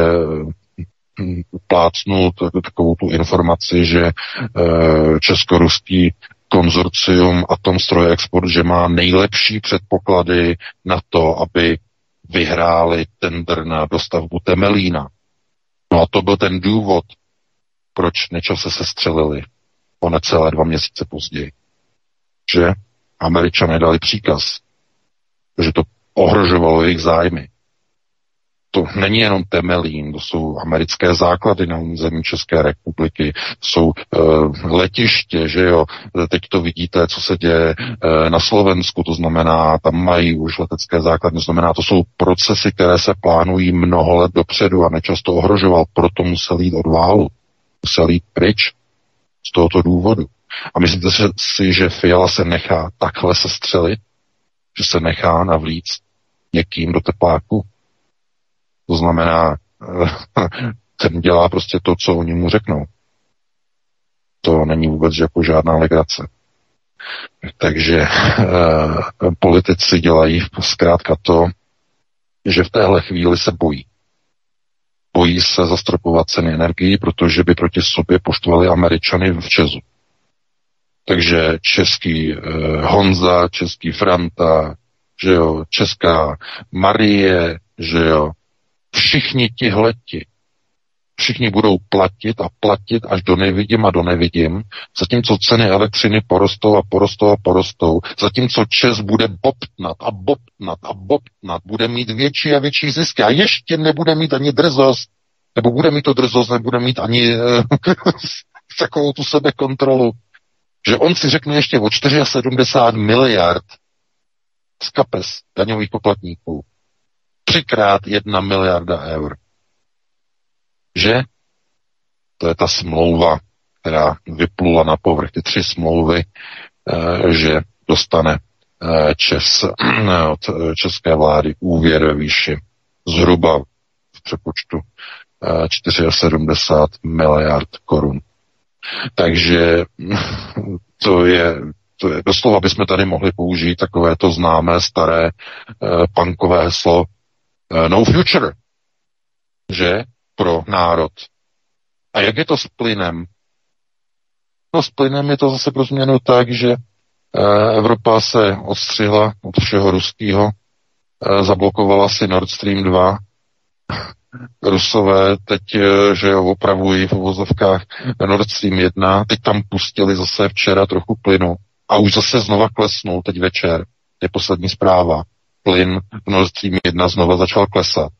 plácnul takovou tu informaci, že česko-ruský konzorcium Atomstrojexport, že má nejlepší předpoklady na to, aby vyhráli tendr na dostavbu Temelína. No a to byl ten důvod, proč Nečase se střelili o necelé 2 měsíce později. Že Američané dali příkaz, že to ohrožovalo jejich zájmy. To není jenom Temelín, to jsou americké základy na území České republiky, jsou letiště, že jo, teď to vidíte, co se děje na Slovensku, to znamená, tam mají už letecké základy, to znamená, to jsou procesy, které se plánují mnoho let dopředu a Nečas ohrožoval, proto musel jít od válu, musel jít pryč z tohoto důvodu. A myslíte si, že Fiala se nechá takhle sestřelit, že se nechá navlíct někým do tepláku? To znamená, ten dělá prostě to, co oni mu řeknou. To není vůbec jako žádná legrace. Takže politici dělají zkrátka to, že v téhle chvíli se bojí. Bojí se zastropovat ceny energií, protože by proti sobě poštvali Američany v Česu. Takže český Honza, český Franta, že jo, česká Marie, že jo, všichni tihleti, všichni budou platit a platit až do nevidím a do nevidím, zatímco ceny elektřiny porostou a porostou a porostou, zatímco ČEZ bude bobtnat a bobtnat a bobtnat, bude mít větší a větší zisky a ještě nebude mít ani drzost, nebo bude mít to drzost, nebude mít ani takovou tu sebekontrolu, že on si řekne ještě o 74 miliard z kapes daňových poplatníků. 3x1 miliarda eur. Že? To je ta smlouva, která vyplula na povrch. Ty 3 smlouvy, že dostane od české vlády úvěr ve výši zhruba v přepočtu 74 miliard korun. Takže to je doslova bychom tady mohli použít takové to známé staré punkové heslo no future, že? Pro národ. A jak je to s plynem? No s plynem je to zase pro změnu tak, že Evropa se odstřihla od všeho ruského, zablokovala si Nord Stream 2, Rusové teď, že jo, opravují v uvozovkách Nord Stream 1, teď tam pustili zase včera trochu plynu a už zase znova klesnul teď večer. Je poslední zpráva. Plyn v Nord Stream 1 znova začal klesat.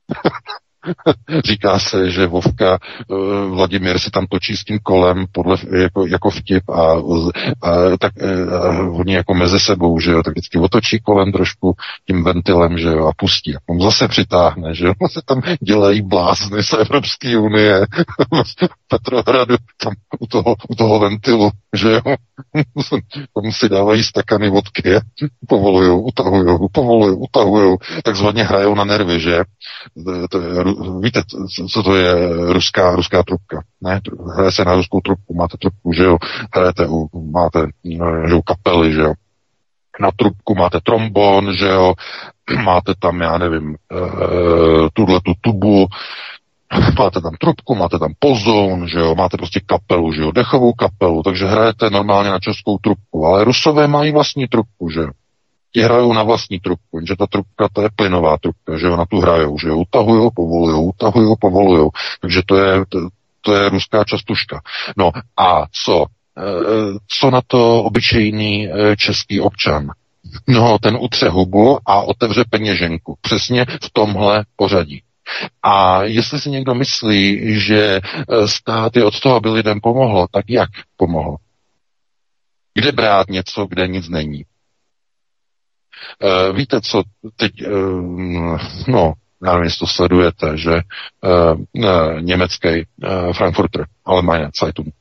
Říká se, že Vovka Vladimír si tam točí s tím kolem podle, jako vtip a oni jako mezi sebou, že jo, tak vždycky otočí kolem trošku tím ventilem, že jo, a pustí. A on zase přitáhne, že jo, se tam dělají blázny z Evropské unie v Petrohradu, tam u toho ventilu, že jo, tam si dávají stakany vodky, povolujou, utahujou, takzvaně hrajou na nervy, že? Víte, co to je ruská trubka, ne? Hraje se na ruskou trubku, máte trubku, že jo, máte, že jo, kapely, že jo, na trubku máte trombon, že jo, máte tam, já nevím, tuhletu tubu, máte tam trubku, máte tam pozoun, že jo, máte prostě kapelu, že jo, dechovou kapelu, takže hrajete normálně na českou trubku, ale Rusové mají vlastní trubku, že jo. Ti hrajou na vlastní trubku, jenže ta trubka, to je plynová trubka, že jo, na tu hrajou, že jo, utahujou, povolujou, takže to je ruská častuška. No a co na to obyčejný český občan? No, ten utře hubu a otevře peněženku. Přesně v tomhle pořadí. A jestli si někdo myslí, že stát je od toho, aby lidem pomohlo, tak jak pomohlo? Kde brát něco, kde nic není? Víte, co teď, já nevím, jestli to sledujete, že německý Frankfurter Allgemeine Zeitung,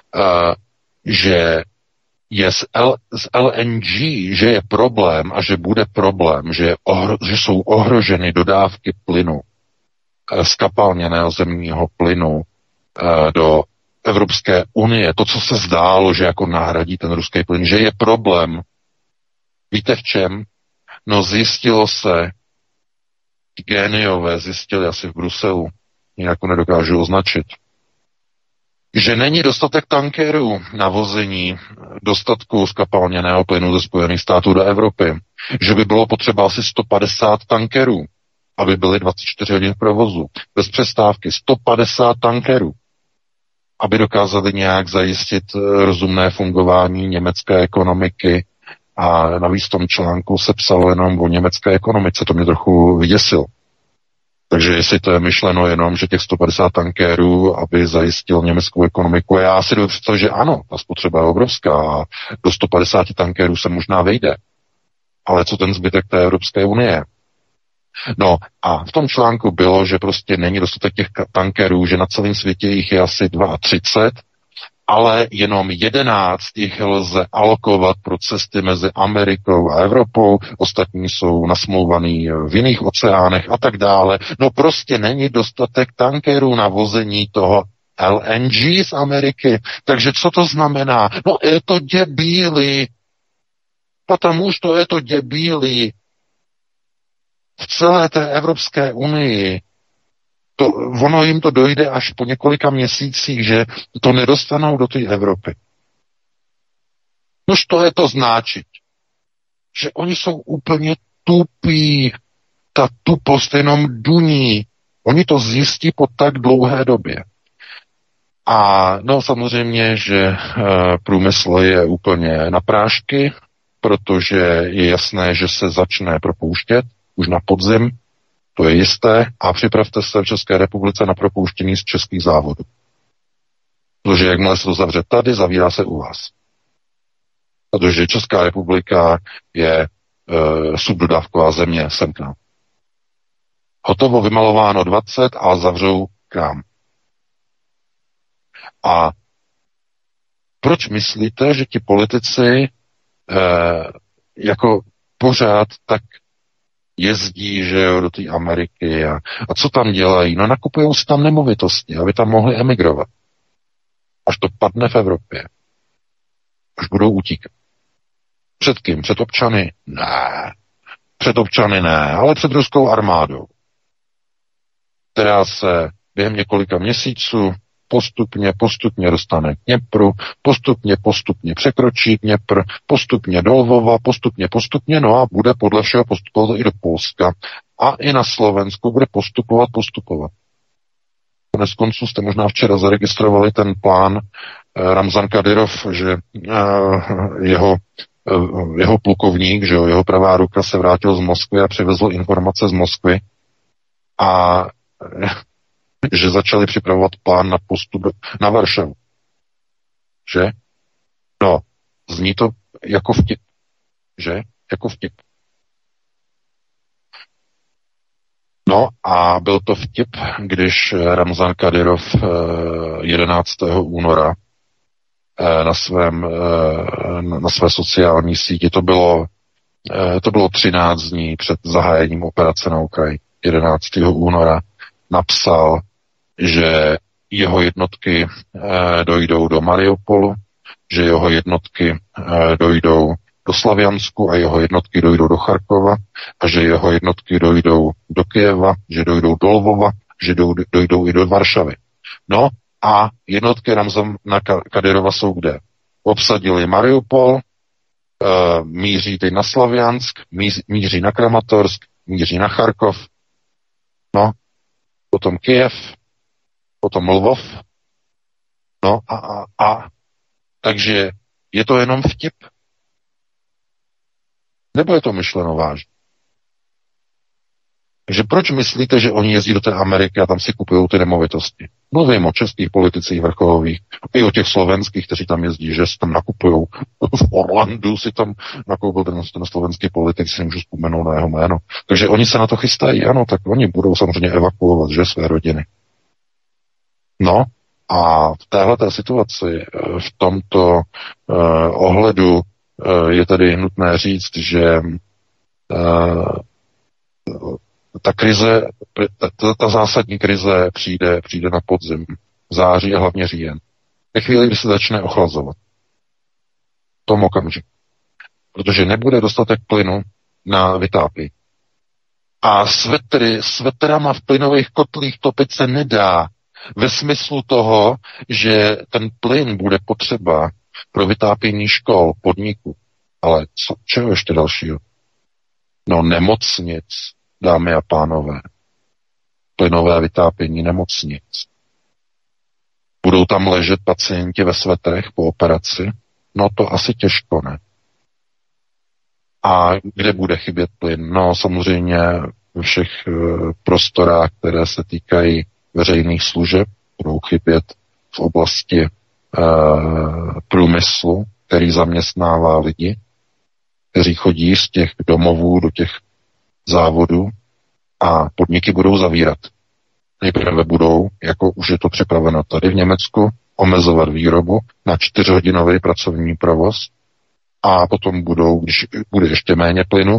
že je z LNG, že je problém a že bude problém, že jsou ohroženy dodávky plynu, zkapalněného zemního plynu do Evropské unie, to, co se zdálo, že jako nahradí ten ruský plyn, že je problém. Víte v čem? No zjistilo se, géniové zjistili asi v Bruselu, jinak to nedokážu označit, že není dostatek tankerů na vození dostatku zkapalněného plynu ze Spojených států do Evropy. Že by bylo potřeba asi 150 tankerů, aby byly 24 hodin v provozu. Bez přestávky 150 tankerů, aby dokázali nějak zajistit rozumné fungování německé ekonomiky. A navíc v tom článku se psalo jenom o německé ekonomice, to mě trochu vyděsilo. Takže jestli to je myšleno jenom, že těch 150 tankérů, aby zajistil německou ekonomiku, já si dovedu představit, že ano, ta spotřeba je obrovská a do 150 tankérů se možná vejde. Ale co ten zbytek té Evropské unie? No a v tom článku bylo, že prostě není dostatek těch tankérů, že na celém světě jich je asi 32, ale jenom 11 jich lze alokovat pro cesty mezi Amerikou a Evropou, ostatní jsou nasmlouvaný v jiných oceánech a tak dále. No prostě není dostatek tankerů na vození toho LNG z Ameriky. Takže co to znamená? No, je to debíli. Потому что je to debíli. V celé té Evropské unii ono jim to dojde až po několika měsících, že to nedostanou do té Evropy. Nož to je to značit, že oni jsou úplně tupí. Ta tupost jenom duní. Oni to zjistí po tak dlouhé době. A no samozřejmě, že průmysl je úplně na prášky, protože je jasné, že se začne propouštět už na podzim, to je jisté, a připravte se v České republice na propouštění z českých závodů. Protože jakmile se to zavře tady, zavírá se u vás. Protože Česká republika je subdodávková země sem k nám. Hotovo, vymalováno 20 a zavřou k nám. A proč myslíte, že ti politici jako pořád tak jezdí, že jo, do té Ameriky a co tam dělají? No nakupují si tam nemovitosti, aby tam mohli emigrovat. Až to padne v Evropě. Až budou utíkat. Před kým? Před občany? Ne. Před občany ne, ale před ruskou armádou, která se během několika měsíců postupně dostane k Dněpru, postupně překročí Dněpr, postupně do Lvova, postupně, no a bude podle všeho postupovat i do Polska a i na Slovensku bude postupovat. Konec konců jste možná včera zaregistrovali ten plán Ramzan Kadyrov, že jeho plukovník, že jo, jeho pravá ruka se vrátil z Moskvy a přivezl informace z Moskvy a že začali připravovat plán na postup na Varšavu. Že? No, zní to jako vtip. Že? Jako vtip. No a byl to vtip, když Ramzan Kadyrov 11. února na své sociální síti, to bylo 13 dní před zahájením operace na Ukrajině, 11. února, napsal, že jeho jednotky dojdou do Mariupolu, že jeho jednotky dojdou do Slaviansku a jeho jednotky dojdou do Charkova a že jeho jednotky dojdou do Kyjeva, že dojdou do Lvova, že dojdou i do Varšavy. No a jednotky Ramzana Kadyrova jsou kde? Obsadili Mariupol, míří teď na Slaviansk, míří na Kramatorsk, míří na Charkov, no, potom Kyjev, potom Lvov, no a takže je to jenom vtip? Nebo je to myšleno vážně? Takže proč myslíte, že oni jezdí do té Ameriky a tam si kupují ty nemovitosti? Mluvím o českých politicích vrcholových, i o těch slovenských, kteří tam jezdí, že si tam nakupují. V Orlandu si tam nakoupil ten slovenský politik, si nemůžu vzpomenout na jeho jméno. Takže oni se na to chystají, ano, tak oni budou samozřejmě evakuovat, že, své rodiny. No a v téhleté situaci, v tomto ohledu je tedy nutné říct, že ta krize, ta zásadní krize přijde na podzim, září a hlavně říjen. Ve chvíli, kdy se začne ochlazovat. V tom okamžiku. Protože nebude dostatek plynu na vytápění. A svetrama v plynových kotlích topit se nedá. Ve smyslu toho, že ten plyn bude potřeba pro vytápění škol, podniků. Ale čeho ještě dalšího? No nemocnic, dámy a pánové. Plynové vytápění nemocnic. Budou tam ležet pacienti ve svetrech po operaci? No to asi těžko, ne? A kde bude chybět plyn? No samozřejmě ve všech prostorách, které se týkají veřejných služeb, budou chybět v oblasti průmyslu, který zaměstnává lidi, kteří chodí z těch domovů do těch závodů a podniky budou zavírat. Nejprve budou, jako už je to připraveno tady v Německu, omezovat výrobu na 4hodinový pracovní provoz a potom budou, když bude ještě méně plynu,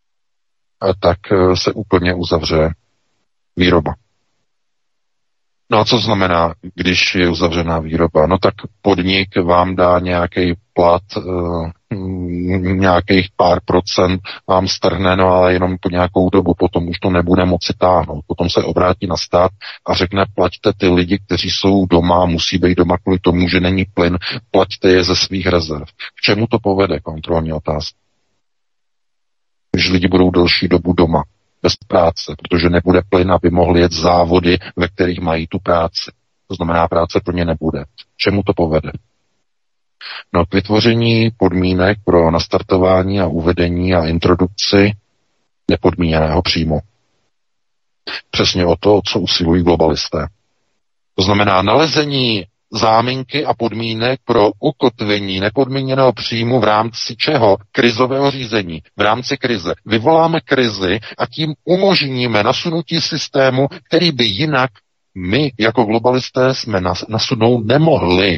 tak se úplně uzavře výroba. No a co znamená, když je uzavřená výroba? No tak podnik vám dá nějaký plat, nějakých pár procent vám strhne, no ale jenom po nějakou dobu, potom už to nebude moci táhnout. Potom se obrátí na stát a řekne, plaťte ty lidi, kteří jsou doma, musí být doma kvůli tomu, že není plyn, plaťte je ze svých rezerv. K čemu to povede, kontrolní otázka? Když lidi budou delší dobu doma, bez práce, protože nebude plyn, aby mohli jet závody, ve kterých mají tu práci. To znamená, práce pro ně nebude. Čemu to povede? No, k vytvoření podmínek pro nastartování a uvedení a introdukci nepodmíněného příjmu. Přesně o to, co usilují globalisté. To znamená nalezení záminky a podmínek pro ukotvení nepodmíněného příjmu v rámci čeho? Krizového řízení. V rámci krize. Vyvoláme krizi a tím umožníme nasunutí systému, který by jinak my jako globalisté jsme nasunout nemohli.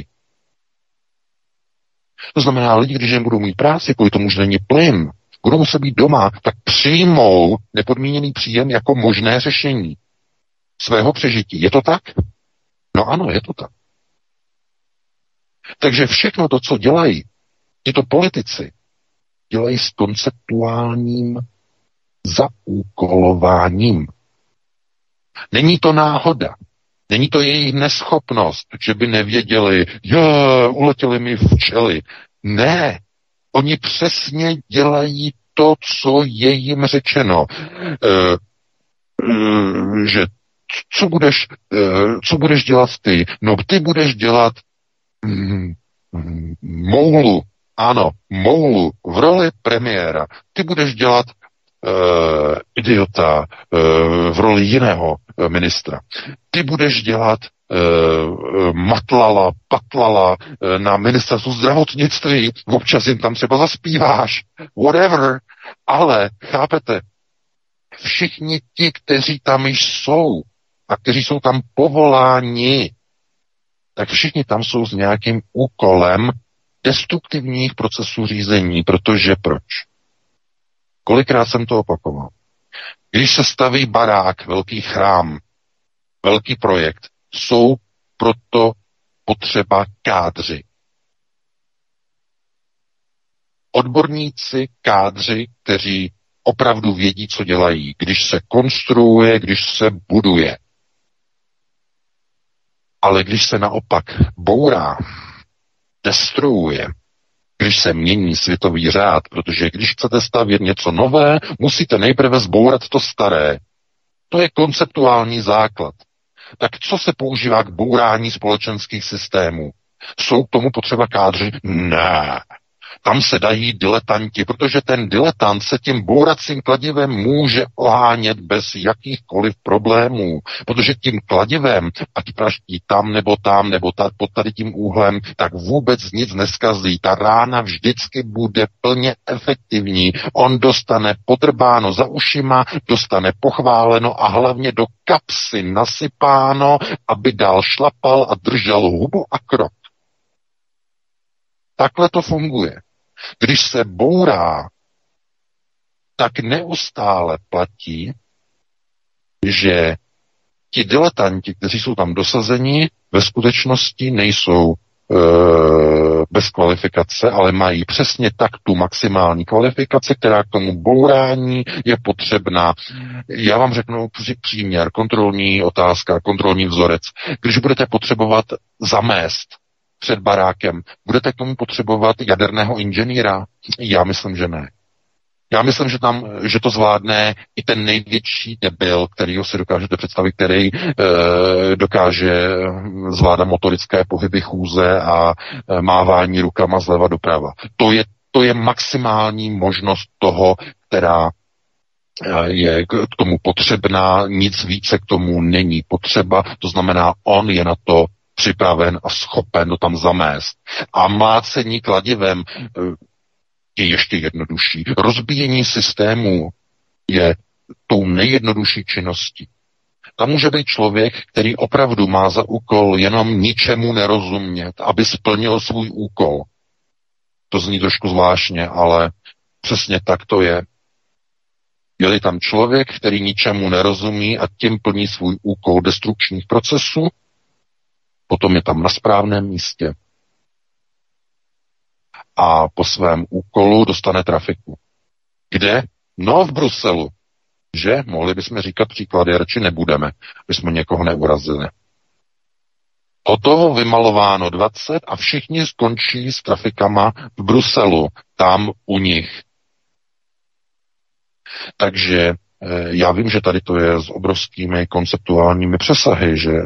To znamená, lidi, když jim budou mít práci, kvůli tomu, že není plyn, budou muset být doma, tak přijmou nepodmíněný příjem jako možné řešení svého přežití. Je to tak? No ano, je to tak. Takže všechno to, co dělají tyto politici, dělají s konceptuálním zaúkolováním. Není to náhoda. Není to jejich neschopnost, že by nevěděli, uletěli mi včely. Ne, oni přesně dělají to, co je jim řečeno. Že co budeš dělat ty? No ty budeš dělat moulu. Ano, moulu v roli premiéra. Ty budeš dělat idiota v roli jiného ministra. Ty budeš dělat patlala na ministerstvu zdravotnictví, občas jim tam třeba zaspíváš, whatever, ale chápete, všichni ti, kteří tam jsou a kteří jsou tam povoláni, tak všichni tam jsou s nějakým úkolem destruktivních procesů řízení, protože proč? Kolikrát jsem to opakoval. Když se staví barák, velký chrám, velký projekt, jsou proto potřeba kádři. Odborníci, kádři, kteří opravdu vědí, co dělají, když se konstruuje, když se buduje. Ale když se naopak bourá, destruuje, když se mění světový řád, protože když chcete stavět něco nové, musíte nejprve zbourat to staré. To je konceptuální základ. Tak co se používá k bourání společenských systémů? Jsou k tomu potřeba kádři? Ne. Tam se dají diletanti, protože ten diletant se tím bouracím kladivem může ohánět bez jakýchkoliv problémů. Protože tím kladivem, ať praští tam nebo pod tady tím úhlem, tak vůbec nic neskazí. Ta rána vždycky bude plně efektivní. On dostane podrbáno za ušima, dostane pochváleno a hlavně do kapsy nasypáno, aby dál šlapal a držel hubu a krok. Takhle to funguje. Když se bourá, tak neustále platí, že ti diletanti, kteří jsou tam dosazeni, ve skutečnosti nejsou bez kvalifikace, ale mají přesně tak tu maximální kvalifikaci, která k tomu bourání je potřebná. Já vám řeknu příměr, kontrolní otázka, kontrolní vzorec. Když budete potřebovat zamést před barákem, budete k tomu potřebovat jaderného inženýra? Já myslím, že ne. Já myslím, že to zvládne i ten největší debil, kterýho si dokážete představit, který dokáže zvládat motorické pohyby chůze a mávání rukama zleva doprava. To je maximální možnost toho, která je k tomu potřebná, nic více k tomu není potřeba, to znamená, on je na to připraven a schopen to tam zamést. A mlácení kladivem je ještě jednodušší. Rozbíjení systému je tou nejjednodušší činností. Tam může být člověk, který opravdu má za úkol jenom ničemu nerozumět, aby splnil svůj úkol. To zní trošku zvláštně, ale přesně tak to je. Je-li tam člověk, který ničemu nerozumí a tím plní svůj úkol destrukčních procesů, potom je tam na správném místě a po svém úkolu dostane trafiku. Kde? No v Bruselu. Že? Mohli bychom říkat příklady, radši nebudeme, bychom někoho neurazili. O toho vymalováno 20 a všichni skončí s trafikama v Bruselu, tam u nich. Takže já vím, že tady to je s obrovskými konceptuálními přesahy, že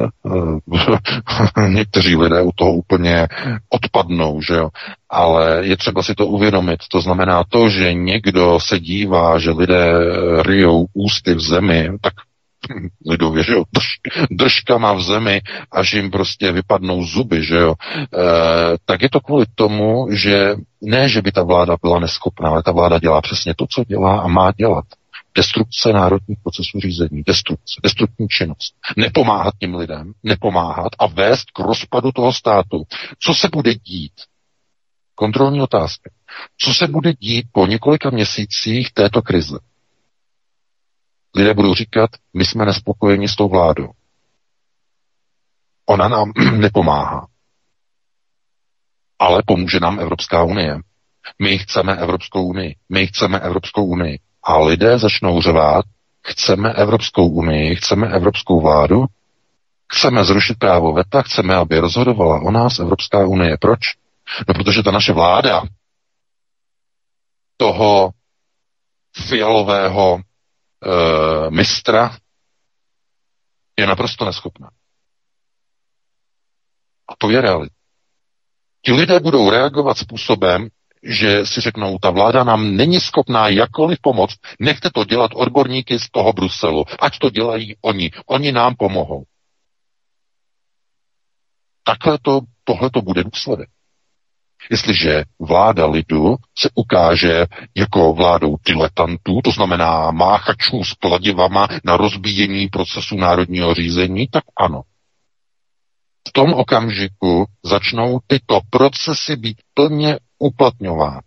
někteří lidé u toho úplně odpadnou, že jo. Ale je třeba si to uvědomit. To znamená to, že někdo se dívá, že lidé ryjou ústy v zemi, tak lidově, že jo, držkama v zemi, až jim prostě vypadnou zuby, že jo, tak je to kvůli tomu, že ne, že by ta vláda byla neschopná, ale ta vláda dělá přesně to, co dělá a má dělat. Destrukce národních procesů řízení, destruktní činnost. Nepomáhat těm lidem, nepomáhat a vést k rozpadu toho státu. Co se bude dít? Kontrolní otázka. Co se bude dít po několika měsících této krize? Lidé budou říkat, my jsme nespokojeni s tou vládou. Ona nám nepomáhá. Ale pomůže nám Evropská unie. My chceme Evropskou unii. My chceme Evropskou unii. A lidé začnou řvát, chceme Evropskou unii, chceme Evropskou vládu, chceme zrušit právo veta, chceme, aby rozhodovala o nás Evropská unie. Proč? No, protože ta naše vláda toho fialového mistra je naprosto neschopná. A to je realita. Ti lidé budou reagovat způsobem, že si řeknou, ta vláda nám není schopná jakkoliv pomoct, nechte to dělat odborníky z toho Bruselu, ať to dělají oni. Oni nám pomohou. Tohle to bude důsledek. Jestliže vláda lidu se ukáže jako vládou diletantů, to znamená máchačů s kladivama na rozbíjení procesu národního řízení, tak ano. V tom okamžiku začnou tyto procesy být plně uplatňovány.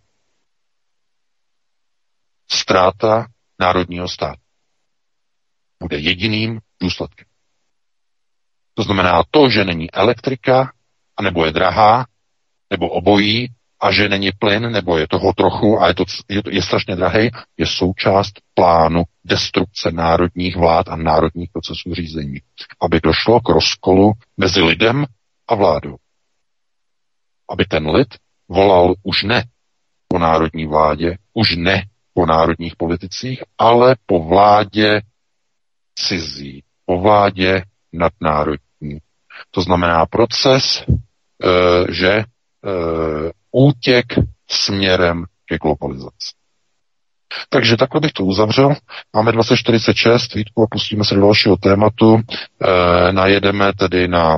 Ztráta národního státu bude jediným důsledkem. To znamená to, že není elektrika, anebo je drahá, nebo obojí, a že není plyn, nebo je toho trochu a je strašně drahý, je součást plánu destrukce národních vlád a národních procesů řízení. Aby došlo k rozkolu mezi lidem a vládou. Aby ten lid volal už ne po národní vládě, už ne po národních politicích, ale po vládě cizí, po vládě nadnárodní. To znamená proces, že útěk směrem ke globalizaci. Takže takhle bych to uzavřel. Máme 2046, Vítku, a pustíme se do dalšího tématu. Najedeme tedy na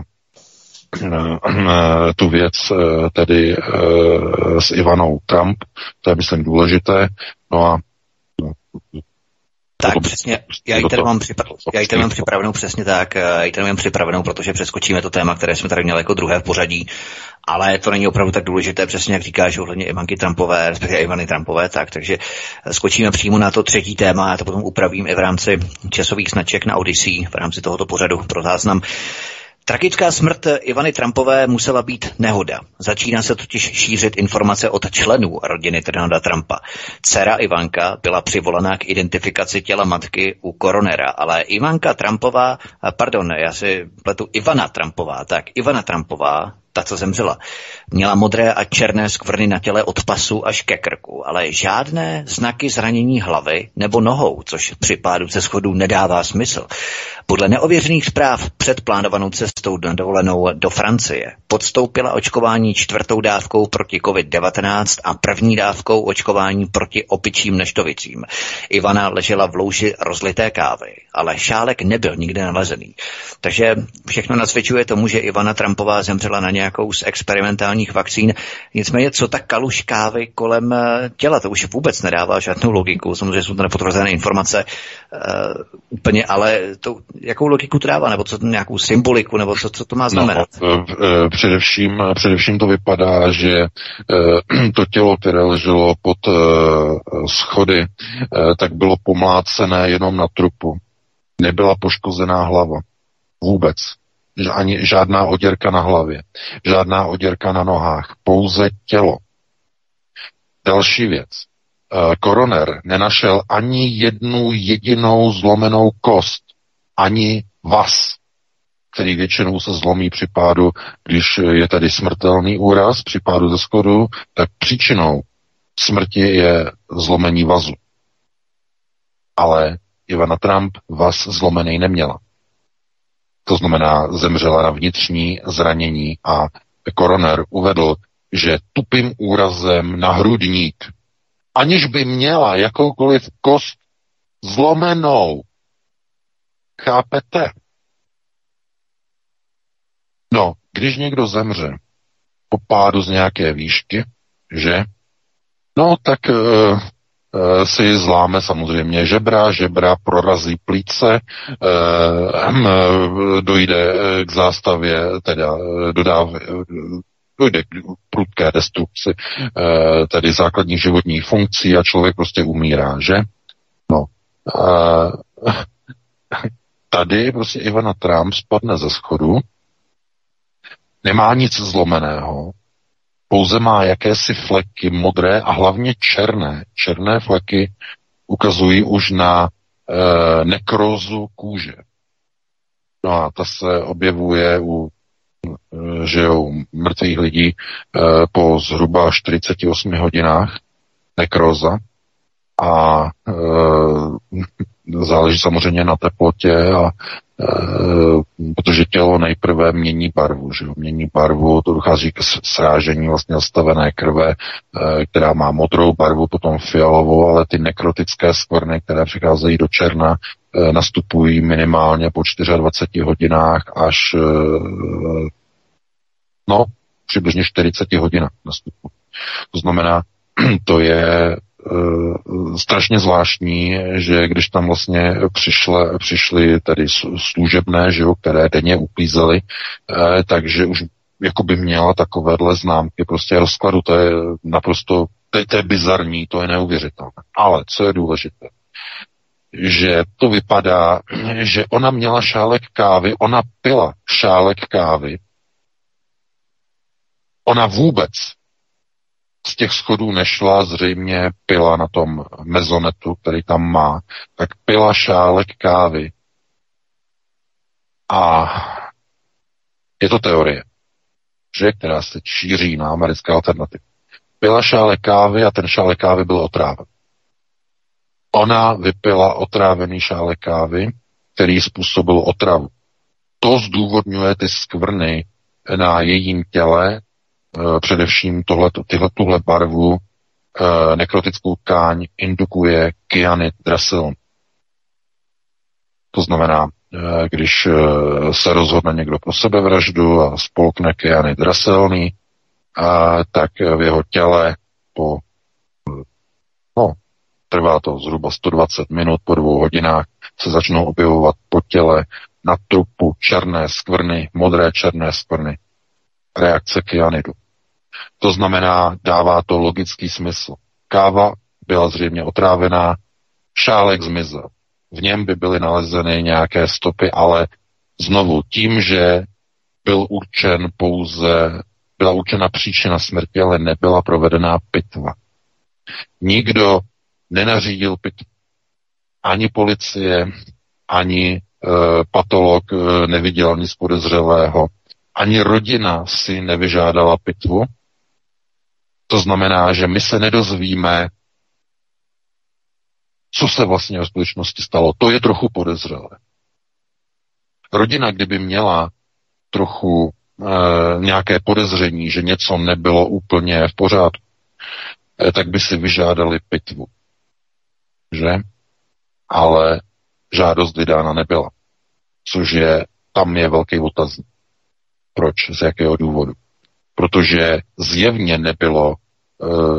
tu věc tedy s Ivanou Trump. To je, myslím, důležité. No a tak přesně, já ji tady mám připravenou přesně tak, já ji tady mám připravenou, protože přeskočíme to téma, které jsme tady měli jako druhé v pořadí, ale to není opravdu tak důležité, přesně jak říkáš, ohledně Ivanky Trumpové, respektive Ivany Trumpové, takže skočíme přímo na to třetí téma, já to potom upravím i v rámci časových značek na Odyssey, v rámci tohoto pořadu pro záznam. Tragická smrt Ivany Trumpové musela být nehoda. Začíná se totiž šířit informace od členů rodiny Donalda Trumpa. Dcera Ivanka byla přivolaná k identifikaci těla matky u koronera, ale Ivana Trumpová, ta, co zemřela, měla modré a černé skvrny na těle od pasu až ke krku, ale žádné znaky zranění hlavy nebo nohou, což při pádu ze schodů nedává smysl. Podle neověřených zpráv před plánovanou cestou na dovolenou do Francie podstoupila očkování 4. dávkou proti COVID-19 a 1. dávkou očkování proti opičím neštovicím. Ivana ležela v louži rozlité kávy, ale šálek nebyl nikde nalezený. Takže všechno nasvědčuje tomu, že Ivana Trumpová zemřela na nějakou z experimentálních vakcín. Nicméně, co ta kaluž kávy kolem těla, to už vůbec nedává žádnou logiku. Samozřejmě jsou to nepotvrzené informace úplně, ale to, jakou logiku to dává, nebo co, nějakou symboliku, nebo co to má znamenat? No, především to vypadá, že to tělo, které leželo pod schody, tak bylo pomlácené jenom na trupu. Nebyla poškozená hlava. Vůbec. Ani žádná oděrka na hlavě, žádná oděrka na nohách, pouze tělo. Další věc. Koroner nenašel ani jednu jedinou zlomenou kost, ani vaz, který většinou se zlomí při pádu, když je tady smrtelný úraz při pádu ze schodu, tak příčinou smrti je zlomení vazu. Ale Ivana Trump vaz zlomený neměla. To znamená, zemřela na vnitřní zranění a koroner uvedl, že tupým úrazem na hrudník, aniž by měla jakoukoliv kost zlomenou. Chápete? No, když někdo zemře po pádu z nějaké výšky, že? No, tak si zláme samozřejmě žebra prorazí plíce, dojde k zástavě, teda dojde k prudké destrukci, tedy základních životních funkcí a člověk prostě umírá, že? No, tady prostě Ivana Trump spadne ze schodu, nemá nic zlomeného, pouze má jakési fleky modré a hlavně černé. Černé fleky ukazují už na nekrózu kůže. No a ta se objevuje u mrtvých lidí po zhruba 48 hodinách nekróza a záleží samozřejmě na teplotě a protože tělo nejprve mění barvu, že jo? Mění barvu, to dochází k srážení vlastně zastavené krve, která má modrou barvu, potom fialovou, ale ty nekrotické skvrny, které přicházejí do černa, nastupují minimálně po 24 hodinách až přibližně 40 hodinách nastupují. To znamená, to je strašně zvláštní, že když tam vlastně přišly tedy služebné, že jo, které denně uklízely, takže už jakoby měla takovéhle známky prostě rozkladu, to je naprosto, to je bizarní, to je neuvěřitelné. Ale co je důležité, že to vypadá, že ona měla šálek kávy, ona pila šálek kávy, ona vůbec z těch schodů nešla, zřejmě pila na tom mezonetu, který tam má, tak pila šálek kávy. A je to teorie, že, která se šíří na americké alternativy. Pila šálek kávy a ten šálek kávy byl otráven. Ona vypila otrávený šálek kávy, který způsobil otravu. To zdůvodňuje ty skvrny na jejím těle, především tuhle barvu, nekrotickou tkáň indukuje kyanid drasilon. To znamená, když se rozhodne někdo pro sebevraždu a spolkne kyanid drasilný, tak v jeho těle trvá to zhruba 120 minut, po 2 hodinách se začnou objevovat po těle na trupu černé skvrny, modré černé skvrny. Reakce kyanidu. To znamená, dává to logický smysl. Káva byla zřejmě otrávená, šálek zmizel. V něm by byly nalezeny nějaké stopy, ale znovu tím, že byla určena příčina smrti, ale nebyla provedená pitva. Nikdo nenařídil pitvu. Ani policie, ani patolog neviděl nic podezřelého. Ani rodina si nevyžádala pitvu. To znamená, že my se nedozvíme, co se vlastně v skutečnosti stalo. To je trochu podezřelé. Rodina, kdyby měla trochu nějaké podezření, že něco nebylo úplně v pořádku, tak by si vyžádali pitvu. Že? Ale žádost vydána nebyla. Což tam je velký otazník. Proč? Z jakého důvodu? Protože zjevně nebylo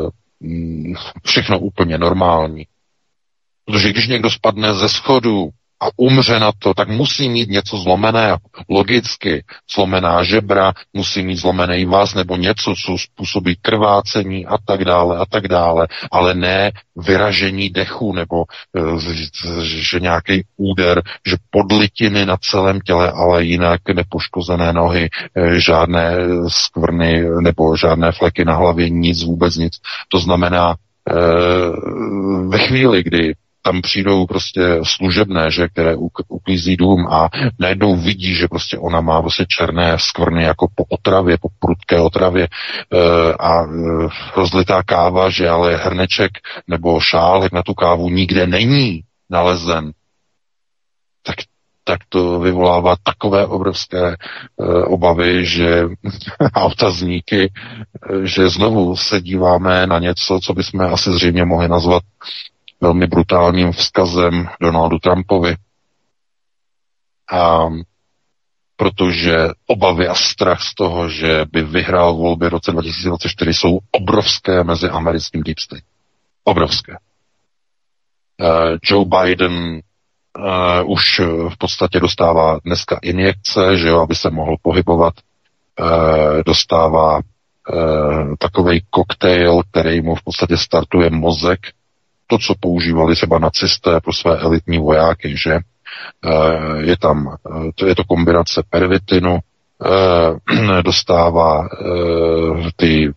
všechno úplně normální. Protože když někdo spadne ze schodu a umře na to, tak musí mít něco zlomené, logicky zlomená žebra, musí mít zlomený vaz nebo něco, co způsobí krvácení a tak dále, ale ne vyražení dechu nebo že nějaký úder, že podlitiny na celém těle, ale jinak nepoškozené nohy, žádné skvrny nebo žádné fleky na hlavě, nic, vůbec nic. To znamená, ve chvíli, kdy tam přijdou prostě služebné, že, které uklízí dům a najednou vidí, že prostě ona má prostě černé skvrny jako po otravě, po prudké otravě a rozlitá káva, že ale hrneček nebo šálek na tu kávu nikde není nalezen, tak to vyvolává takové obrovské obavy, že a otazníky, že znovu se díváme na něco, co bychom asi zřejmě mohli nazvat velmi brutálním vzkazem Donaldu Trumpovi. A protože obavy a strach z toho, že by vyhrál volby v roce 2024, jsou obrovské mezi americkým deep state. Obrovské. Joe Biden už v podstatě dostává dneska injekce, že jo, aby se mohl pohybovat. Dostává takovej koktejl, který mu v podstatě startuje mozek. To, co používali třeba nacisté pro své elitní vojáky, že je to kombinace pervitinu, dostává ty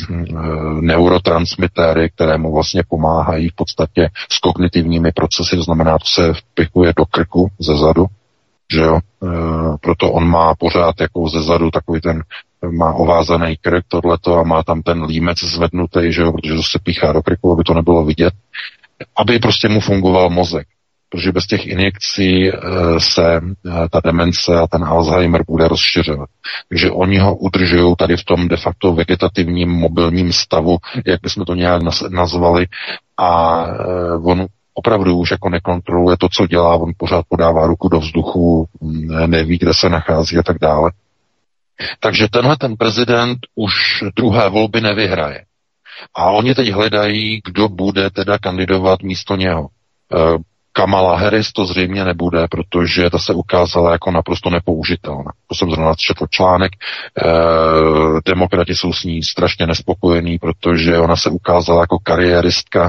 neurotransmitéry, které mu vlastně pomáhají v podstatě s kognitivními procesy, to znamená, to se vpichuje do krku ze zadu, že jo, proto on má pořád jako ze zadu takový ten, má ovázaný krk tohleto a má tam ten límec zvednutý, že jo, protože to se píchá do krku, aby to nebylo vidět, aby prostě mu fungoval mozek. Protože bez těch injekcí se ta demence a ten Alzheimer bude rozšiřovat. Takže oni ho udržují tady v tom de facto vegetativním mobilním stavu, jak bychom to nějak nazvali, a on opravdu už jako nekontroluje to, co dělá, on pořád podává ruku do vzduchu, neví, kde se nachází a tak dále. Takže tenhle ten prezident už druhé volby nevyhraje. A oni teď hledají, kdo bude teda kandidovat místo něho. Kamala Harris to zřejmě nebude, protože ta se ukázala jako naprosto nepoužitelná. To jsem zrovna četl článek. Demokrati jsou s ní strašně nespokojení, protože ona se ukázala jako kariéristka,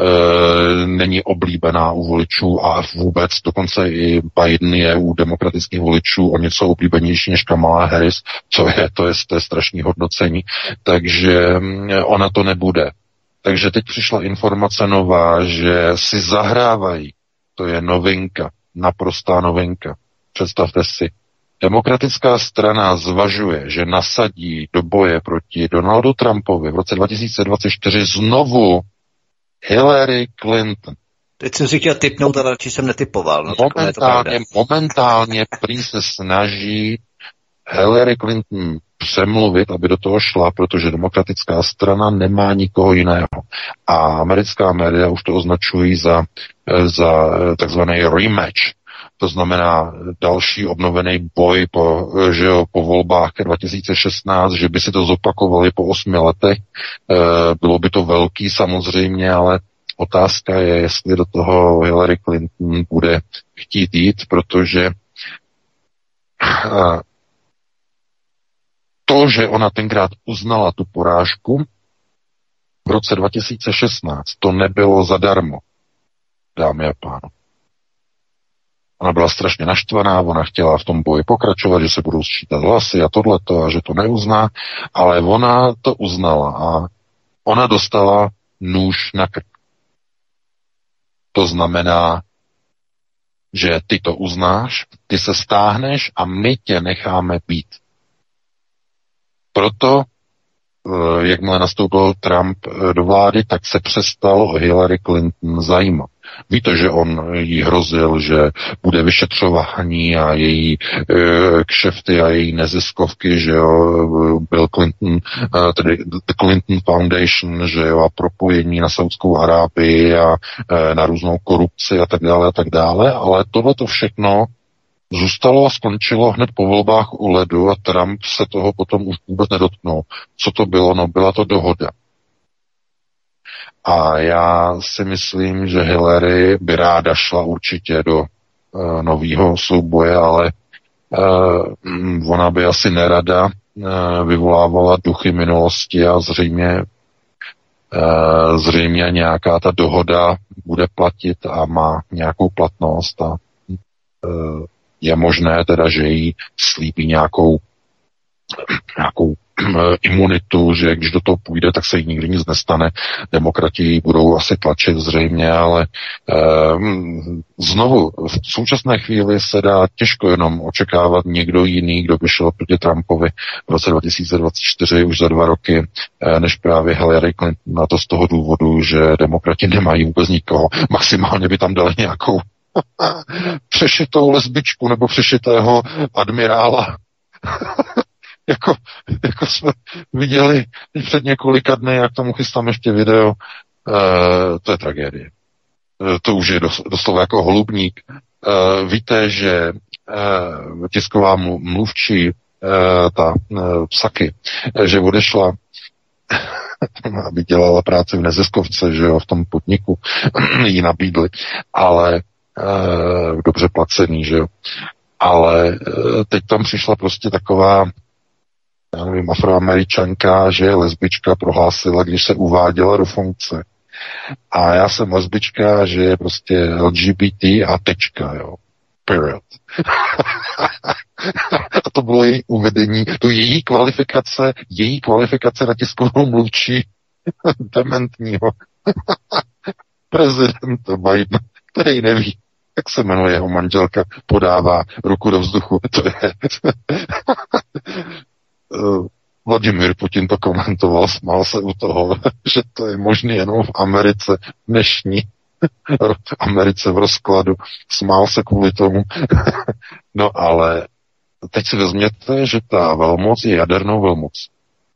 není oblíbená u voličů a vůbec dokonce i Biden je u demokratických voličů o něco oblíbenější než Kamala Harris, to je strašný hodnocení. Takže ona to nebude. Takže teď přišla informace nová, že si zahrávají. To je novinka, naprostá novinka. Představte si, demokratická strana zvažuje, že nasadí do boje proti Donaldu Trumpovi v roce 2024 znovu Hillary Clinton. Teď jsem si chtěl tipnout, ale radši jsem netipoval. No, momentálně prý se snaží Hillary Clinton přemluvit, aby do toho šla, protože demokratická strana nemá nikoho jiného. A americká média už to označují za takzvaný rematch. To znamená další obnovený boj po volbách 2016, že by si to zopakovali po 8 letech. Bylo by to velký samozřejmě, ale otázka je, jestli do toho Hillary Clinton bude chtít jít, protože to, že ona tenkrát uznala tu porážku v roce 2016, to nebylo zadarmo, dámy a pánové. Ona byla strašně naštvaná, ona chtěla v tom boji pokračovat, že se budou sčítat hlasy a tohleto a že to neuzná, ale ona to uznala a ona dostala nůž na krk. To znamená, že ty to uznáš, ty se stáhneš a my tě necháme být. Proto, jakmile nastoupil Trump do vlády, tak se přestalo o Hillary Clinton zajímat. Víte, že on jí hrozil, že bude vyšetřování a její kšefty a její neziskovky, že jo, Bill Clinton, tedy The Clinton Foundation, že jo, a propojení na Saudskou Arábii a na různou korupci a tak dále, ale tohleto všechno zůstalo a skončilo hned po volbách u ledu a Trump se toho potom už vůbec nedotknul. Co to bylo? No, byla to dohoda. A já si myslím, že Hillary by ráda šla určitě do nového souboje, ale ona by asi nerada vyvolávala duchy minulosti a zřejmě nějaká ta dohoda bude platit a má nějakou platnost a je možné teda, že jí slíbí nějakou imunitu, že když do toho půjde, tak se jí nikdy nic nestane. Demokrati budou asi tlačit zřejmě, ale znovu, v současné chvíli se dá těžko jenom očekávat někdo jiný, kdo by šel proti Trumpovi v roce 2024, už za 2 roky, než právě Hillary Clinton, na to z toho důvodu, že demokrati nemají vůbec nikoho. Maximálně by tam dali nějakou přešitou lesbičku nebo přešitého admirála. jako jsme viděli před několika dny, jak tomu chystám ještě video, to je tragédie. To už je doslova jako holubník. Víte, že tisková mluvčí, ta Psaki, že odešla, aby dělala práci v neziskovce, že jo, v tom podniku jí nabídli, ale dobře placený, že jo. Ale teď tam přišla prostě taková, já nevím, Afroameričanka, že je lesbička, prohlásila, když se uváděla do funkce. A já jsem lesbička, že je prostě LGBT a tečka, jo. Period. A to bylo její uvedení, to její kvalifikace na tiskovou mluvčí dementního prezidenta Bidena, který neví, jak se jmenuje jeho manželka, podává ruku do vzduchu. To je Vladimír Putin to komentoval, smál se u toho, že to je možné jenom v Americe dnešní, v Americe v rozkladu, smál se kvůli tomu. No ale teď si vezměte, že ta velmoc je jadernou velmoc.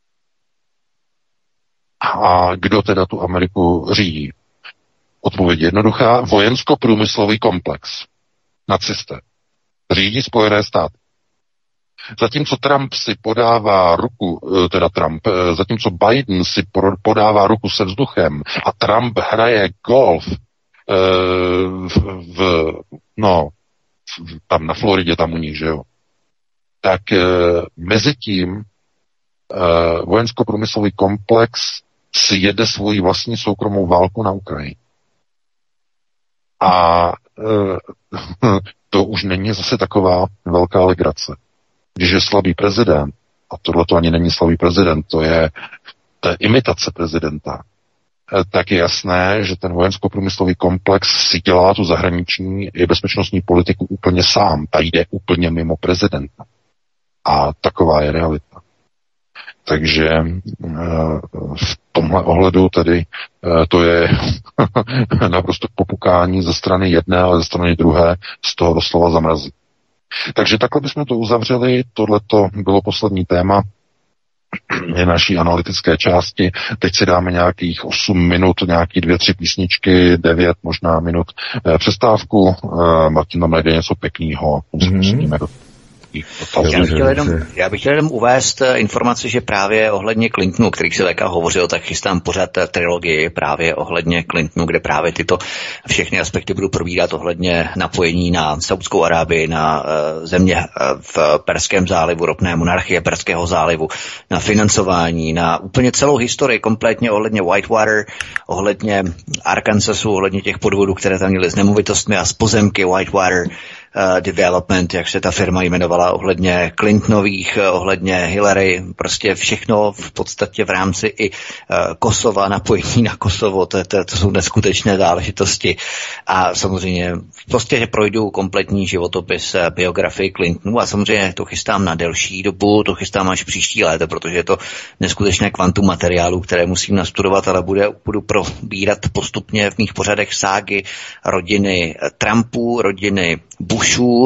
A kdo teda tu Ameriku řídí? Odpověď je jednoduchá, vojensko-průmyslový komplex. Nacisté. Řídí Spojené státy. Zatímco Trump si podává ruku, zatímco Biden si podává ruku se vzduchem a Trump hraje golf tam na Floridě, tam u nich, že jo, tak mezi tím vojensko-průmyslový komplex si jede svoji vlastní soukromou válku na Ukrajině. A to už není zase taková velká legrace. Když je slabý prezident, a tohle to ani není slabý prezident, to je imitace prezidenta, tak je jasné, že ten vojensko-průmyslový komplex si dělá tu zahraniční i bezpečnostní politiku úplně sám. Ta jde úplně mimo prezidenta. A taková je realita. Takže v tomhle ohledu tedy to je naprosto popukání ze strany jedné, ale ze strany druhé z toho doslova zamrazí. Takže takhle bychom to uzavřeli. Tohleto bylo poslední téma naší analytické části. Teď si dáme nějakých 8 minut, nějaký 2-3 písničky, 9 možná minut přestávku. Martin tam najde něco pěkného. Já bych chtěl jenom uvést informaci, že právě ohledně Clintonu, kterých se VK hovořil, tak chystám pořád trilogii právě ohledně Clintonu, kde právě tyto všechny aspekty budu probírat ohledně napojení na Saudskou Arábii, na země v Perském zálivu, ropné monarchie Perského zálivu, na financování, na úplně celou historii, kompletně ohledně Whitewater, ohledně Arkansasu, ohledně těch podvodů, které tam měly s nemovitostmi a s pozemky Whitewater Development, jak se ta firma jmenovala, ohledně Clintonových, ohledně Hillary, prostě všechno v podstatě v rámci i Kosova, napojení na Kosovo, to jsou neskutečné záležitosti. A samozřejmě prostě, že projdu kompletní životopis, biografii Clintonu a samozřejmě to chystám na delší dobu, to chystám až příští léto, protože je to neskutečné kvantum materiálu, které musím nastudovat, ale budu probírat postupně v mých pořadech ságy rodiny Trumpů, rodiny Bushů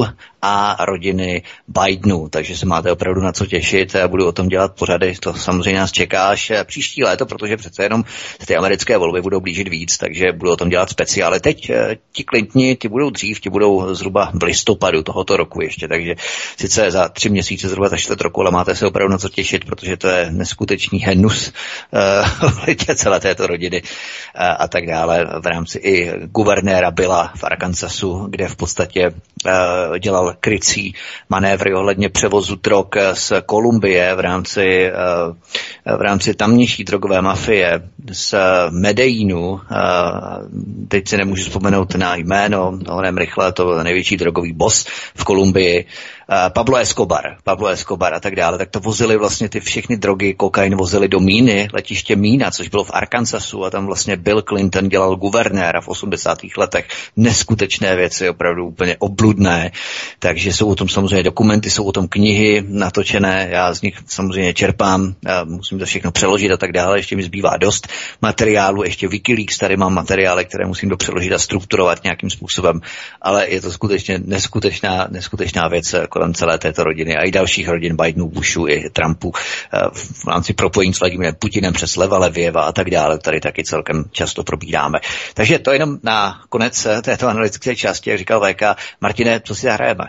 a rodiny Bidenů, takže se máte opravdu na co těšit. Budu o tom dělat pořady, to samozřejmě nás čeká až příští léto, protože přece jenom ty americké volby budou blížit víc, takže budu o tom dělat speciály. Teď ti Clintoni, ty budou dřív, ti budou zhruba v listopadu tohoto roku ještě, takže sice za 3 měsíce, zhruba za 4 roku, ale máte se opravdu na co těšit, protože to je neskutečný hnus celé této rodiny a tak dále. V rámci i guvernéra Billa v Arkansasu, kde v podstatě dělal krycí manévry ohledně převozu drog z Kolumbie v rámci tamnější drogové mafie z Medellínu. Teď si nemůžu vzpomenout na jméno, honem rychle, to byl největší drogový boss v Kolumbii. Pablo Escobar a tak dále, tak to vozili vlastně ty všechny drogy, kokain vozili do Míny, letiště Mína, což bylo v Arkansasu a tam vlastně Bill Clinton dělal guvernéra v 80. letech. Neskutečné věci, opravdu úplně obludné, takže jsou o tom samozřejmě dokumenty, jsou o tom knihy natočené, já z nich samozřejmě čerpám, musím to všechno přeložit a tak dále, ještě mi zbývá dost materiálu, ještě Wikileaks, tady mám materiály, které musím dopřeložit a strukturovat nějakým způsobem, ale je to skutečně neskutečná věc kolem celé této rodiny a i dalších rodin Bidenů, Bushů i Trumpu v rámci propojení s Vladimirem Putinem přes Leva Levěva a tak dále, tady taky celkem často probíráme. Takže to jenom na konec této analytické části, jak říkal VK. Martine, co si zahrajeme?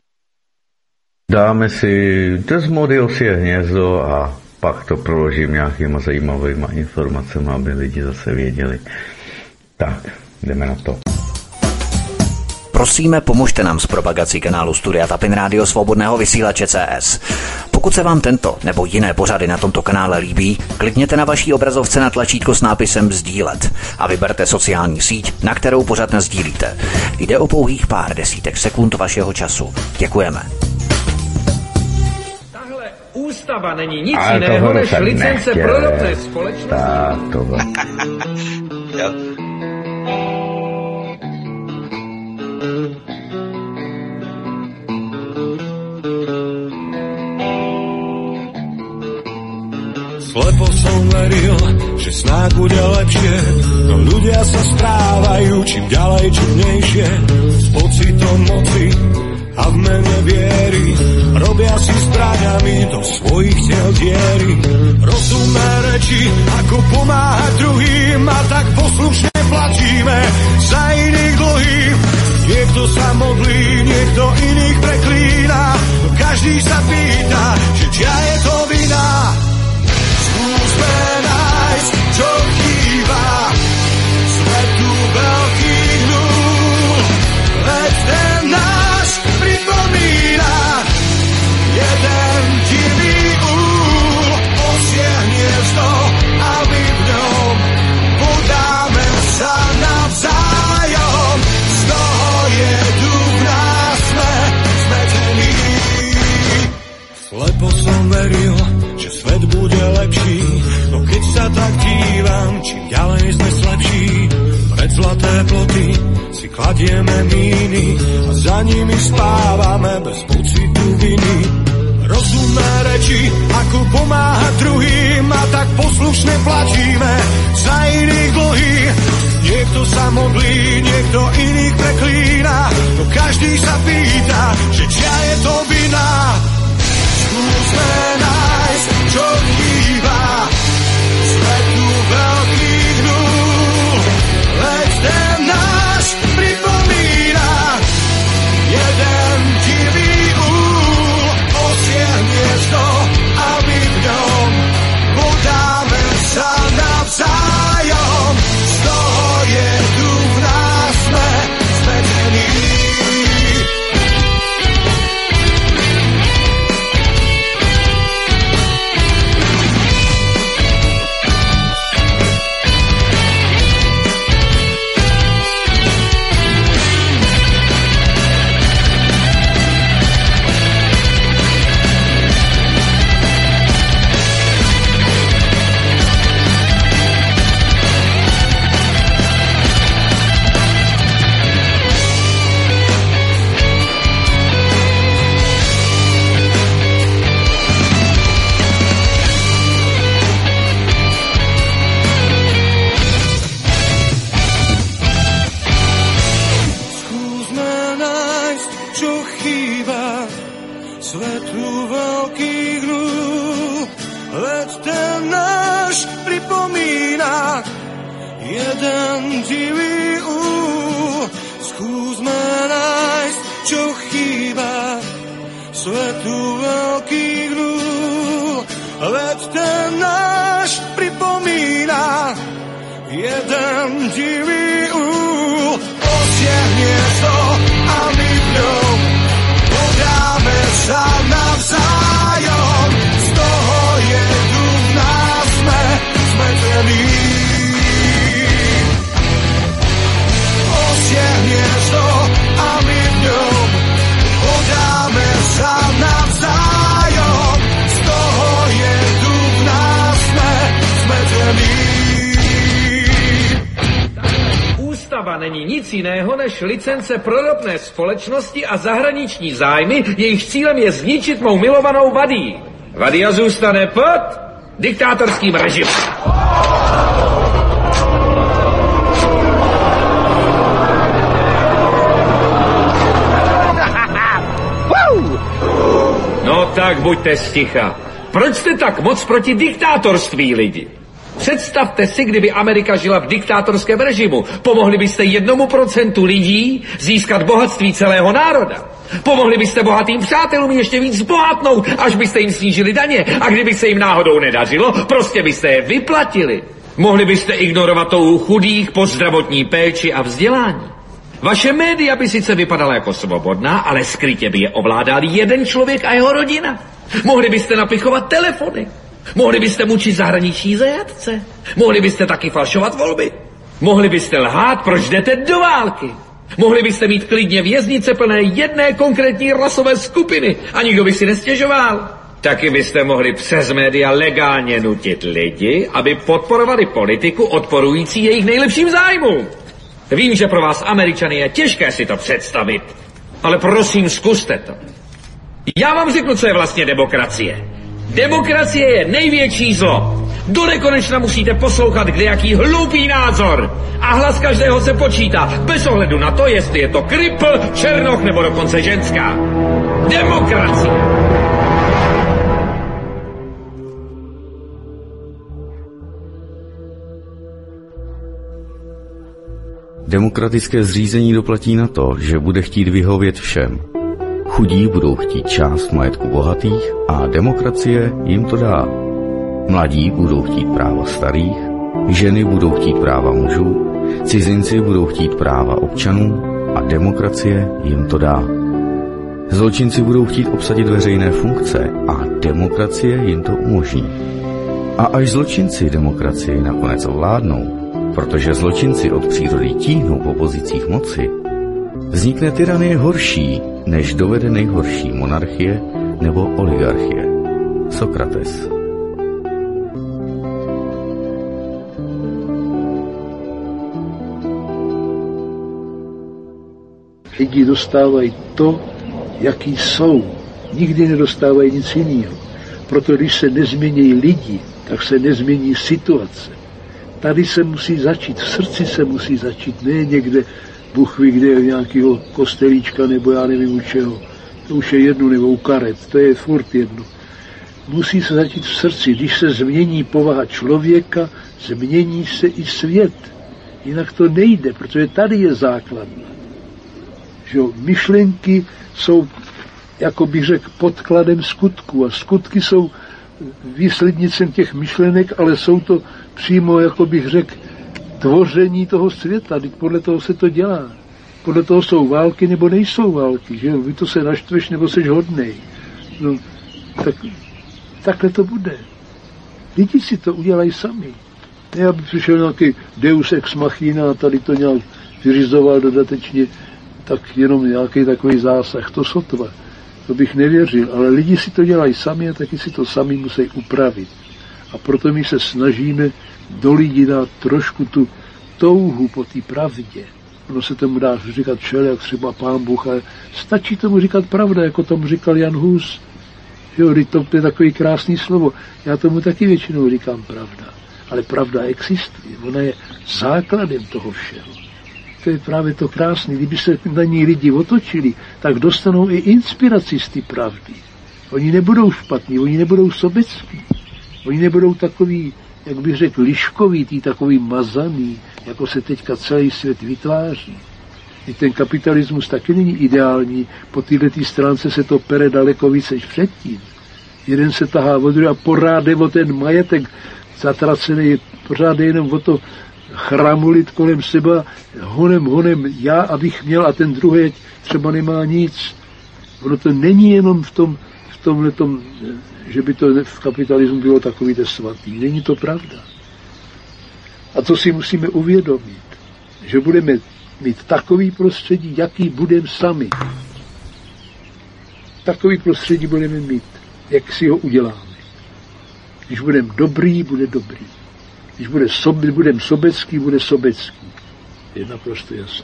Dáme si Desmody Ossie hnězdo a pak to proložím nějakýma zajímavýma informacemi, aby lidi zase věděli. Tak, jdeme na to. Prosíme, pomožte nám s propagací kanálu Studia Tapin Rádio Svobodného vysílače CS. Pokud se vám tento nebo jiné pořady na tomto kanále líbí, klikněte na vaší obrazovce na tlačítko s nápisem sdílet a vyberte sociální síť, na kterou pořad nasdílíte. Jde o pouhých pár desítek sekund vašeho času. Děkujeme. Tahle ústava není nic jiného než licence pro ropné společnosti. Slepo som veril, že snáď bude lepšie, no ľudia sa správajú čím ďalej čudnejšie, s pocitom moci a v mene viery robia si zbraňami do svojich tiel diery. Rozumné reči, ako pomáhať druhým, a tak poslušne platíme za iných dlhý. Niekto sa modlí, niekto iných preklína, no každý sa pýta, že čia je to vina. Skúsme nájsť, čo chýba, svetu veľkých nul, veď ten náš pripomína jeden divý úl, ossie hniezdo a my v ňom podáme sa navzájom, z toho je duch nás sme zmetení. Slepo som veril, že svet bude lepší, no keď sa tak dívam, čím ďalej sme slabší. Pred zlaté ploty si kladieme míny a za nimi spávame bez pocitu viny. Rozumné reči, ako pomáhať druhým, a tak poslušne platíme za iných dlhý. Niekto sa modlí, niekto iných preklína, no každý sa pýta, že čia je to vina. Skúsme nájsť, čo chýba, svetu veľkých nul, veď ten náš pripomína jeden divý úl, ossie hniezdo a my v ňom podáme sa navzájom, z toho je tu v nás sme zmetení. svetu veľkých nôh. Veď ten náš pripomína jeden divý úl. Skúsme nájsť, čo chýba svetu veľkých nôh. Veď ten náš pripomína jeden divý úl. Osiahne to a my v ňom podáme sa navzájom. Z toho jedu v nás sme zmetení. Osiahne to a my v ňom podáme sa navzájom. Z toho jedu v nás sme zmetení. Ústava není nic jiného než licence pro ropné společnosti a zahraniční zájmy, jejich cílem je zničit mou milovanou Vadii. Vadia zůstane pod diktátorským režimem. No tak buďte sticha. Proč jste tak moc proti diktátorství, lidi? Představte si, kdyby Amerika žila v diktátorském režimu. Pomohli byste 1% lidí získat bohatství celého národa. Pomohli byste bohatým přátelům ještě víc zbohatnout, až byste jim snížili daně. A kdyby se jim náhodou nedařilo, prostě byste je vyplatili. Mohli byste ignorovat touhu chudých po zdravotní péči a vzdělání. Vaše média by sice vypadala jako svobodná, ale skrytě by je ovládal jeden člověk a jeho rodina. Mohli byste napichovat telefony. Mohli byste mučit zahraniční zajatce. Mohli byste taky falšovat volby. Mohli byste lhát, proč jdete do války. Mohli byste mít klidně věznice plné jedné konkrétní rasové skupiny a nikdo by si nestěžoval. Taky byste mohli přes média legálně nutit lidi, aby podporovali politiku odporující jejich nejlepším zájmům. Vím, že pro vás Američany je těžké si to představit, ale prosím, zkuste to. Já vám řeknu, co je vlastně demokracie. Demokracie je největší zlo. Do nekonečna musíte poslouchat kdejaký hloupý názor. A hlas každého se počítá, bez ohledu na to, jestli je to kripl, černoch nebo dokonce ženská. Demokracie. Demokratické zřízení doplatí na to, že bude chtít vyhovět všem. Chudí budou chtít část majetku bohatých a demokracie jim to dá. Mladí budou chtít práva starých, ženy budou chtít práva mužů, cizinci budou chtít práva občanů a demokracie jim to dá. Zločinci budou chtít obsadit veřejné funkce a demokracie jim to umožní. A až zločinci demokracii nakonec ovládnou, protože zločinci od přírody tíhnou po pozicích moci, vznikne tyranie horší, než dovede nejhorší monarchie nebo oligarchie. Sokrates. Lidi dostávají to, jaký jsou. Nikdy nedostávají nic jiného. Proto když se nezmění lidi, tak se nezmění situace. Tady se musí začít, v srdci se musí začít, ne někde Bůh ví, kde nějakého kostelíčka nebo já nevím u čeho. To už je jedno, nebo u karet, to je furt jedno. Musí se začít v srdci. Když se změní povaha člověka, změní se i svět. Jinak to nejde, protože tady je základna. Že myšlenky jsou, jako bych řekl, podkladem skutku a skutky jsou výslednicem těch myšlenek, ale jsou to přímo, jako bych řekl, tvoření toho světa. Podle toho se to dělá. Podle toho jsou války nebo nejsou války. Že? Vy to se naštveš nebo seš hodnej. No, takhle to bude. Lidi si to udělají sami. Ne, aby přišel nějaký deus ex machina a tady to nějak vyřizoval dodatečně, tak jenom nějaký takový zásah. To sotva. To bych nevěřil. Ale lidi si to dělají sami a taky si to sami musí upravit. A proto my se snažíme do lidí dát trošku tu touhu po té pravdě. Ono se tomu dá říkat všelijak, třeba Pán Bůh, ale stačí tomu říkat pravda, jako tomu říkal Jan Hus. Jo, to je takový krásný slovo. Já tomu taky většinou říkám pravda. Ale pravda existuje. Ona je základem toho všeho. To je právě to krásné. Kdyby se na ní lidi otočili, tak dostanou i inspiraci z té pravdy. Oni nebudou špatní, oni nebudou sobecký. Oni nebudou takový, jak bych řekl, liškovitý, takový mazaný, jako se teďka celý svět vytváří. I ten kapitalismus taky není ideální, po této stránce se to pere daleko víc než předtím. Jeden se tahá od druhé a pořád jde o ten majetek zatracený, pořád jde jenom o to chramulit kolem seba, honem, já abych měl a ten druhý třeba nemá nic. Ono to není jenom v tomhletom, že by to v kapitalismu bylo takový svatý. Není to pravda. A to si musíme uvědomit, že budeme mít takový prostředí, jaký budeme sami. Takový prostředí budeme mít, jak si ho uděláme. Když budeme dobrý, bude dobrý. Když budeme sobecký, bude sobecký. Je naprosto jasné.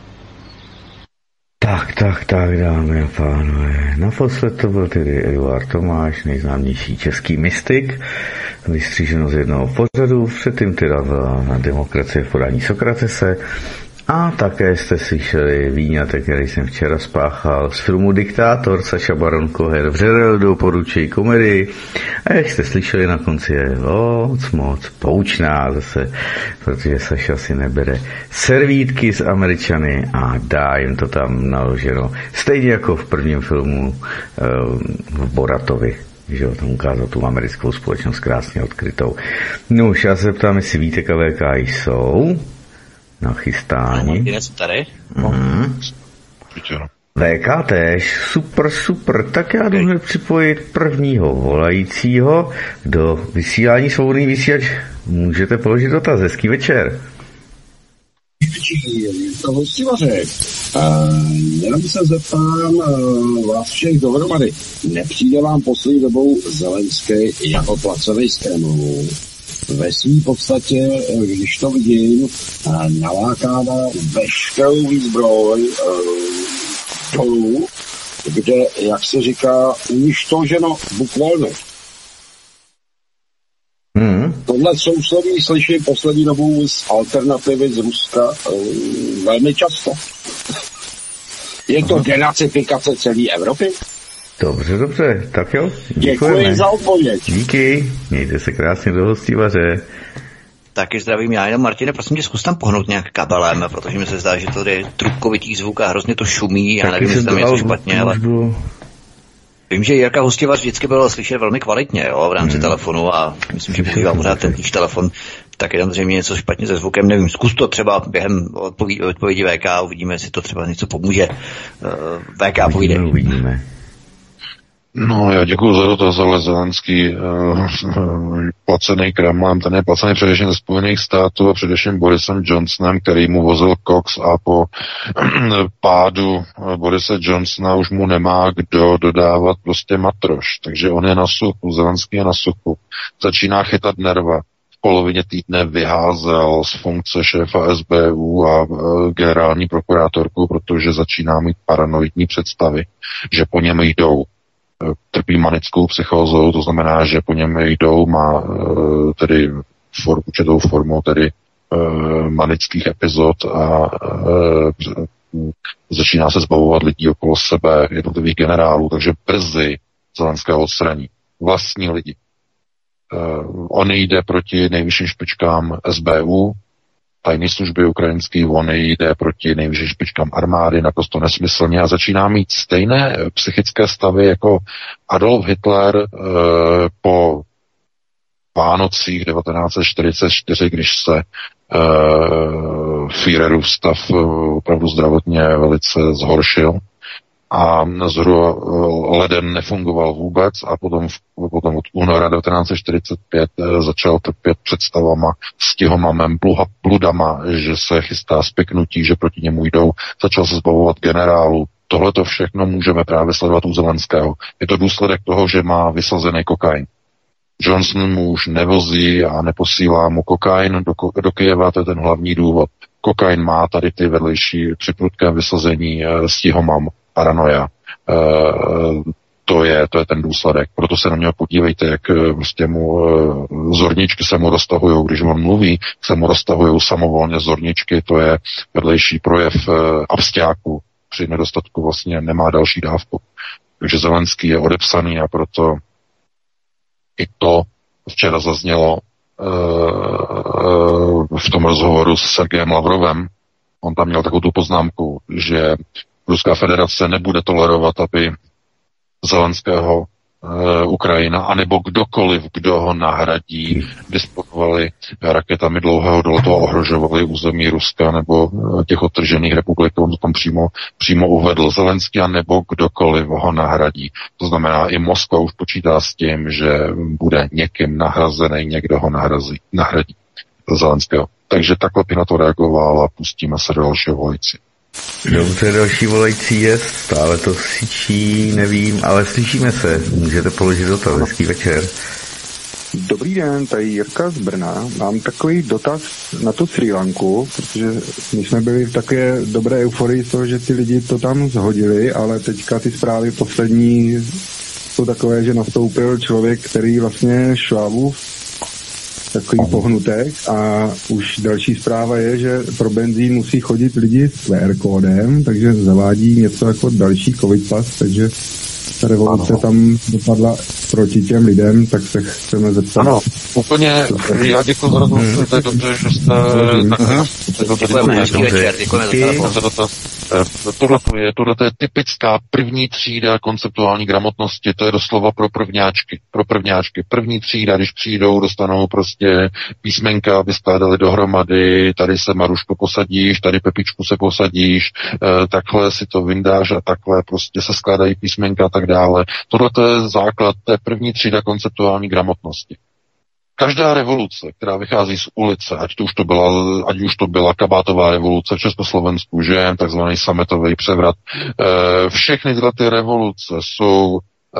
Tak, dámy a pánové. Naposled to byl tedy Eduard Tomáš, nejznámější český mystik, vystříženo z jednoho pořadu, předtím teda na Demokracie v podání Sokratese. A také jste slyšeli výňatek, který jsem včera spáchal z filmu Diktátor, Saša Baron Cohen, vřele doporučuji komedii. A jak jste slyšeli, na konci je moc poučná zase, protože Saša si nebere servítky z Američany a dá jim to tam naloženo. Stejně jako v prvním filmu v Boratovi, že ho tam ukázal tu americkou společnost krásně odkrytou. No už já se ptám, jestli víte, VK jsou nachystáni. Tady? VK též, super, tak já jdu hned připojit prvního volajícího do vysílání Svobodný vysílač. Můžete položit dotaz, hezký večer. To hostivaře. Jenom se zeptám vás všech dohromady. Nepřijde vám poslední dobou Zelenský jako placený z Kremlu? Ve své podstatě, když to vidím, nalákává veškerou výzbroj dolů, kde, jak se říká, uništoženo bukvalně. Tohle sousloví slyším poslední dobou z alternativy z Ruska velmi často. Je to denacifikace celé Evropy? Dobře, tak jo. Děkuji za odpověď. Díky, mějte se krásně do hostivaře. Taky zdravím já, jenom Martine, prosím tě, zkus tam pohnout nějak kabelem, protože mi se zdá, že to je trubkovitý zvuk a hrozně to šumí, já nevím, jestli tam je něco špatně, ale vím, že Jirka Hostivař vždycky bylo slyšet velmi kvalitně, jo, v rámci telefonu a myslím, že používá pořád ten týž telefon, tak je tam zřejmě něco špatně se zvukem, nevím, zkus to třeba během odpovědi VK, uvidíme, jestli to třeba něco pomůže. VK, uvidíme. No, já děkuju za dotaz, ale Zelenský placený Kremlem, ten je placený především ze Spojených států a především Borisem Johnsonem, který mu vozil koks a po pádu Borise Johnsona už mu nemá kdo dodávat prostě matroš. Takže on je na suchu, Zelenský je na suchu. Začíná chytat nerva. V polovině týdne vyházel z funkce šéfa SBU a generální prokurátorku, protože začíná mít paranoidní představy, že po něm jdou. Trpí manickou psychózou, to znamená, že po něm jdou, má tedy určitou formu tedy manických epizod a začíná se zbavovat lidí okolo sebe, jednotlivých generálů, takže brzy Zelenského odstraní. Vlastní lidi. On jde proti nejvyšším špičkám SBU, tajné služby ukrajinský, on jde proti nejvyšším špičkám armády, naprosto nesmyslně a začíná mít stejné psychické stavy jako Adolf Hitler po Vánocích 1944, když se Führerův stav opravdu zdravotně velice zhoršil a zhruba leden nefungoval vůbec a potom od února 1945 začal trpět představama, stihomamem, bludama, že se chystá spiknutí, že proti němu jdou, začal se zbavovat generálů. Tohle to všechno můžeme právě sledovat u Zelenského. Je to důsledek toho, že má vysazený kokain. Johnson mu už nevozí a neposílá mu kokain do Kyjeva, to je ten hlavní důvod. Kokain má tady ty vedlejší při prudkém vysazení stihomam, paranoia. To je ten důsledek. Proto se na něho podívejte, jak prostě mu zorničky se mu roztahují. Když on mluví, se mu roztahují samovolně zorničky. To je vedlejší projev absťáku. Při nedostatku vlastně nemá další dávku. Takže Zelenský je odepsaný a proto i to včera zaznělo v tom rozhovoru s Sergejem Lavrovem. On tam měl takovou tu poznámku, že Ruská federace nebude tolerovat, aby Zelenského Ukrajina, anebo kdokoliv, kdo ho nahradí, disponovali raketami dlouhého doletu a ohrožovali území Ruska nebo těch odtržených republik. On to tam přímo uvedl Zelenský, anebo kdokoliv ho nahradí. To znamená, i Moskva už počítá s tím, že bude někým nahrazený, někdo ho nahradí Zelenského. Takže takhle bych na to reagoval a pustíme se do dalšího volající. Dobře, další volající je, stále to syčí, nevím, ale slyšíme se. Můžete položit dotaz, hezký večer. Dobrý den, tady Jirka z Brna. Mám takový dotaz na tu Srí Lanku, protože my jsme byli v takové dobré euforii z toho, že ty lidi to tam zhodili, ale teďka ty zprávy poslední jsou takové, že nastoupil člověk, který vlastně Švábův takový pohnutek a už další zpráva je, že pro benzín musí chodit lidi s QR kódem, takže zavádí něco jako další covid pas, takže ta revoluce tam dopadla proti těm lidem, tak se chceme zeptat. Ano, úplně, já děkuji za rozhovor, to je dobře, že jste tohle je typická první třída konceptuální gramotnosti, to je doslova pro prvňáčky. První třída, když přijdou, dostanou prostě písmenka, aby skládali dohromady, tady se Maruško posadíš, tady Pepičku se posadíš, takhle si to vyndáš a takhle prostě se skládají písmenka a tak dále. Tohle je základ té první třída konceptuální gramotnosti. Každá revoluce, která vychází z ulice, ať už to byla kabátová revoluce v Československu, že takzvaný sametový převrat, všechny tyhle ty revoluce jsou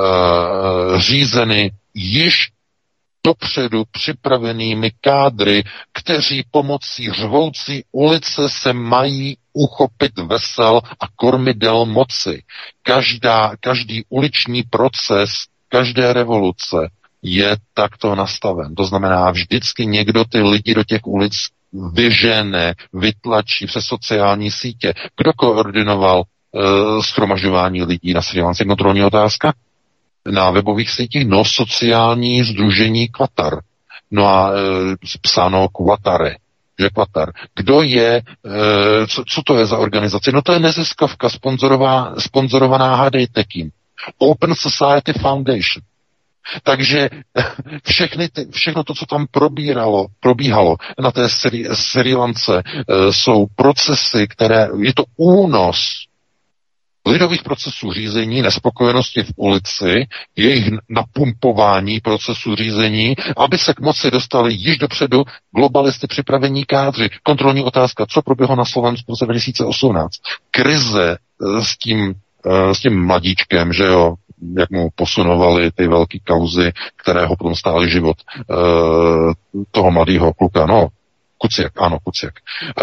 řízeny již dopředu připravenými kádry, kteří pomocí řvoucí ulice se mají uchopit vesel a kormidel moci. Každý uliční proces každé revoluce je takto nastaven. To znamená, vždycky někdo ty lidi do těch ulic vyžene, vytlačí přes sociální sítě. Kdo koordinoval shromažďování lidí na Srí Lance? Kontrolní otázka? Na webových sítích? No, sociální sdružení Kvatar. No a psáno Kvatare. Že Kvatar. Kdo je, co to je za organizace? No to je neziskovka sponzorovaná, hádejte kým. Open Society Foundation. Takže všechno to, co tam probíhalo na té Srí Lance, jsou procesy, je to únos lidových procesů řízení, nespokojenosti v ulici, jejich napumpování procesu řízení, aby se k moci dostali již dopředu globalisty připravení kádři. Kontrolní otázka, co proběhlo na Slovensku v roce 2018. Krize s tím mladíčkem, že jo, jak mu posunovali ty velké kauzy, které ho potom stály život. Toho mladého kluka, no, Kuciak.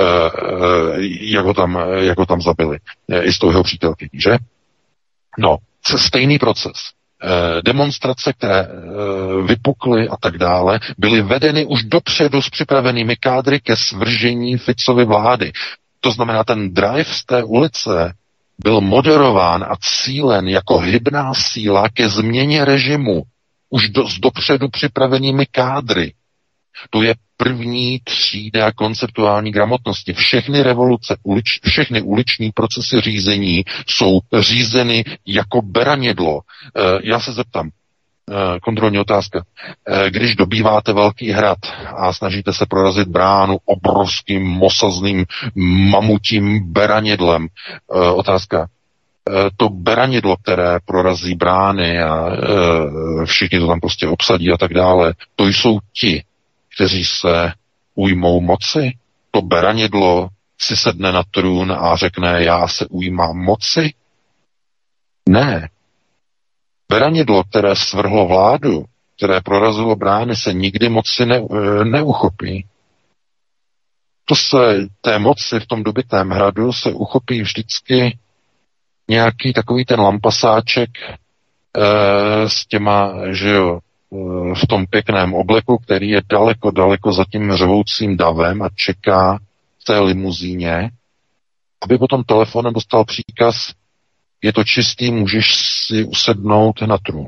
Jak ho tam zabili. I s tou jeho přítelkyní, že? No, stejný proces. Demonstrace, které vypukly a tak dále, byly vedeny už dopředu s připravenými kádry ke svržení Ficovy vlády. To znamená, ten drive z té ulice byl moderován a cílen jako hybná síla ke změně režimu už s dopředu připravenými kádry. To je první třída konceptuální gramotnosti. Všechny revoluce, všechny uliční procesy řízení jsou řízeny jako beranidlo. Já se zeptám, kontrolní otázka. Když dobýváte velký hrad a snažíte se prorazit bránu obrovským mosazným mamutím beranidlem, otázka. To beranidlo, které prorazí brány a všichni to tam prostě obsadí a tak dále, to jsou ti, kteří se ujmou moci. To beranidlo si sedne na trůn a řekne, já se ujímám moci? Ne. Beranidlo, které svrhlo vládu, které prorazilo brány, se nikdy moci neuchopí. Té moci v tom dobytém hradu se uchopí vždycky nějaký takový ten lampasáček s těma, že jo, v tom pěkném obleku, který je daleko za tím řvoucím davem a čeká v té limuzíně, aby potom telefonem dostal příkaz je to čistý, můžeš si usednout na trůn.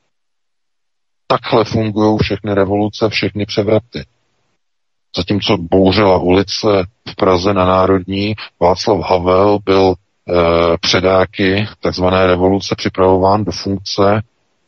Takhle fungují všechny revoluce, všechny převraty. Zatímco bouřila ulice v Praze na Národní, Václav Havel byl předáky takzvané revoluce připravován do funkce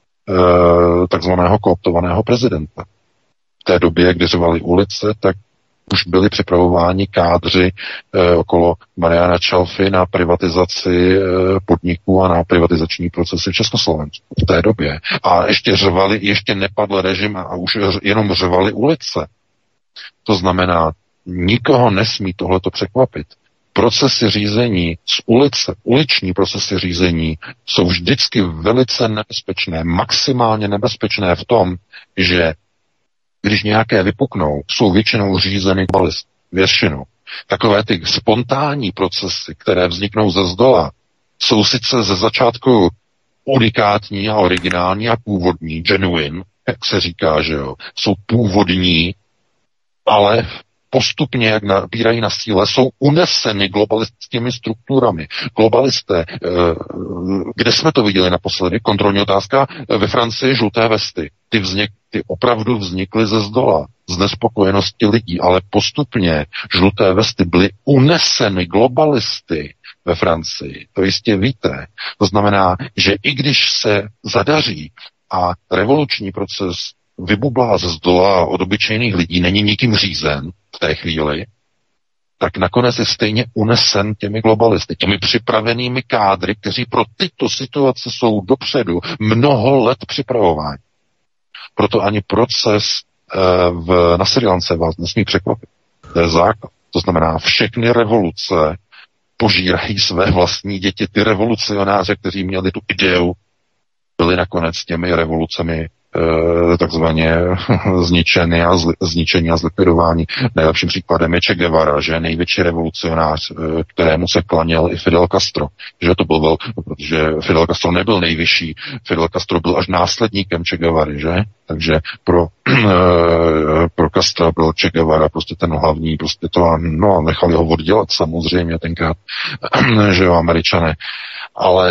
takzvaného kooptovaného prezidenta. V té době, kdy řvali ulice, tak už byli připravováni kádři okolo Mariana Čalfy na privatizaci podniků a na privatizační procesy v Československu v té době. A ještě řvali, ještě nepadl režim a už jenom řvali ulice. To znamená, nikoho nesmí tohleto překvapit. Procesy řízení z ulice, uliční procesy řízení jsou vždycky velice nebezpečné, maximálně nebezpečné v tom, že když nějaké vypuknou, jsou většinou řízeny globalisty. Většinou. Takové ty spontánní procesy, které vzniknou ze zdola, jsou sice ze začátku unikátní a originální a původní, genuine, jak se říká, že jo, jsou původní, ale postupně, jak nabírají na síle, jsou uneseny globalistickými strukturami. Globalisté, kde jsme to viděli naposledy, kontrolní otázka, ve Francii žluté vesty. Ty opravdu vznikly ze zdola, z nespokojenosti lidí, ale postupně žluté vesty byly uneseny globalisty ve Francii. To jistě víte. To znamená, že i když se zadaří a revoluční proces vybublá ze zdola od obyčejných lidí, není nikým řízen v té chvíli, tak nakonec je stejně unesen těmi globalisty, těmi připravenými kádry, kteří pro tyto situace jsou dopředu mnoho let připravováni. Proto ani proces na Srí Lance vás nesmí překvapit. To je základ. To znamená, všechny revoluce požírají své vlastní děti. Ty revolucionáře, kteří měli tu ideu, byli nakonec těmi revolucemi takzvaně zničení a zlikvidování. Nejlepším příkladem je Che Guevara, že největší revolucionář, kterému se klaněl i Fidel Castro. Že to byl, protože Fidel Castro nebyl nejvyšší, Fidel Castro byl až následníkem Che Guevary, že? Takže pro Castra byl Che Guevara prostě ten hlavní, prostě to, no, nechali ho oddělat samozřejmě tenkrát, že jo, Američané. Ale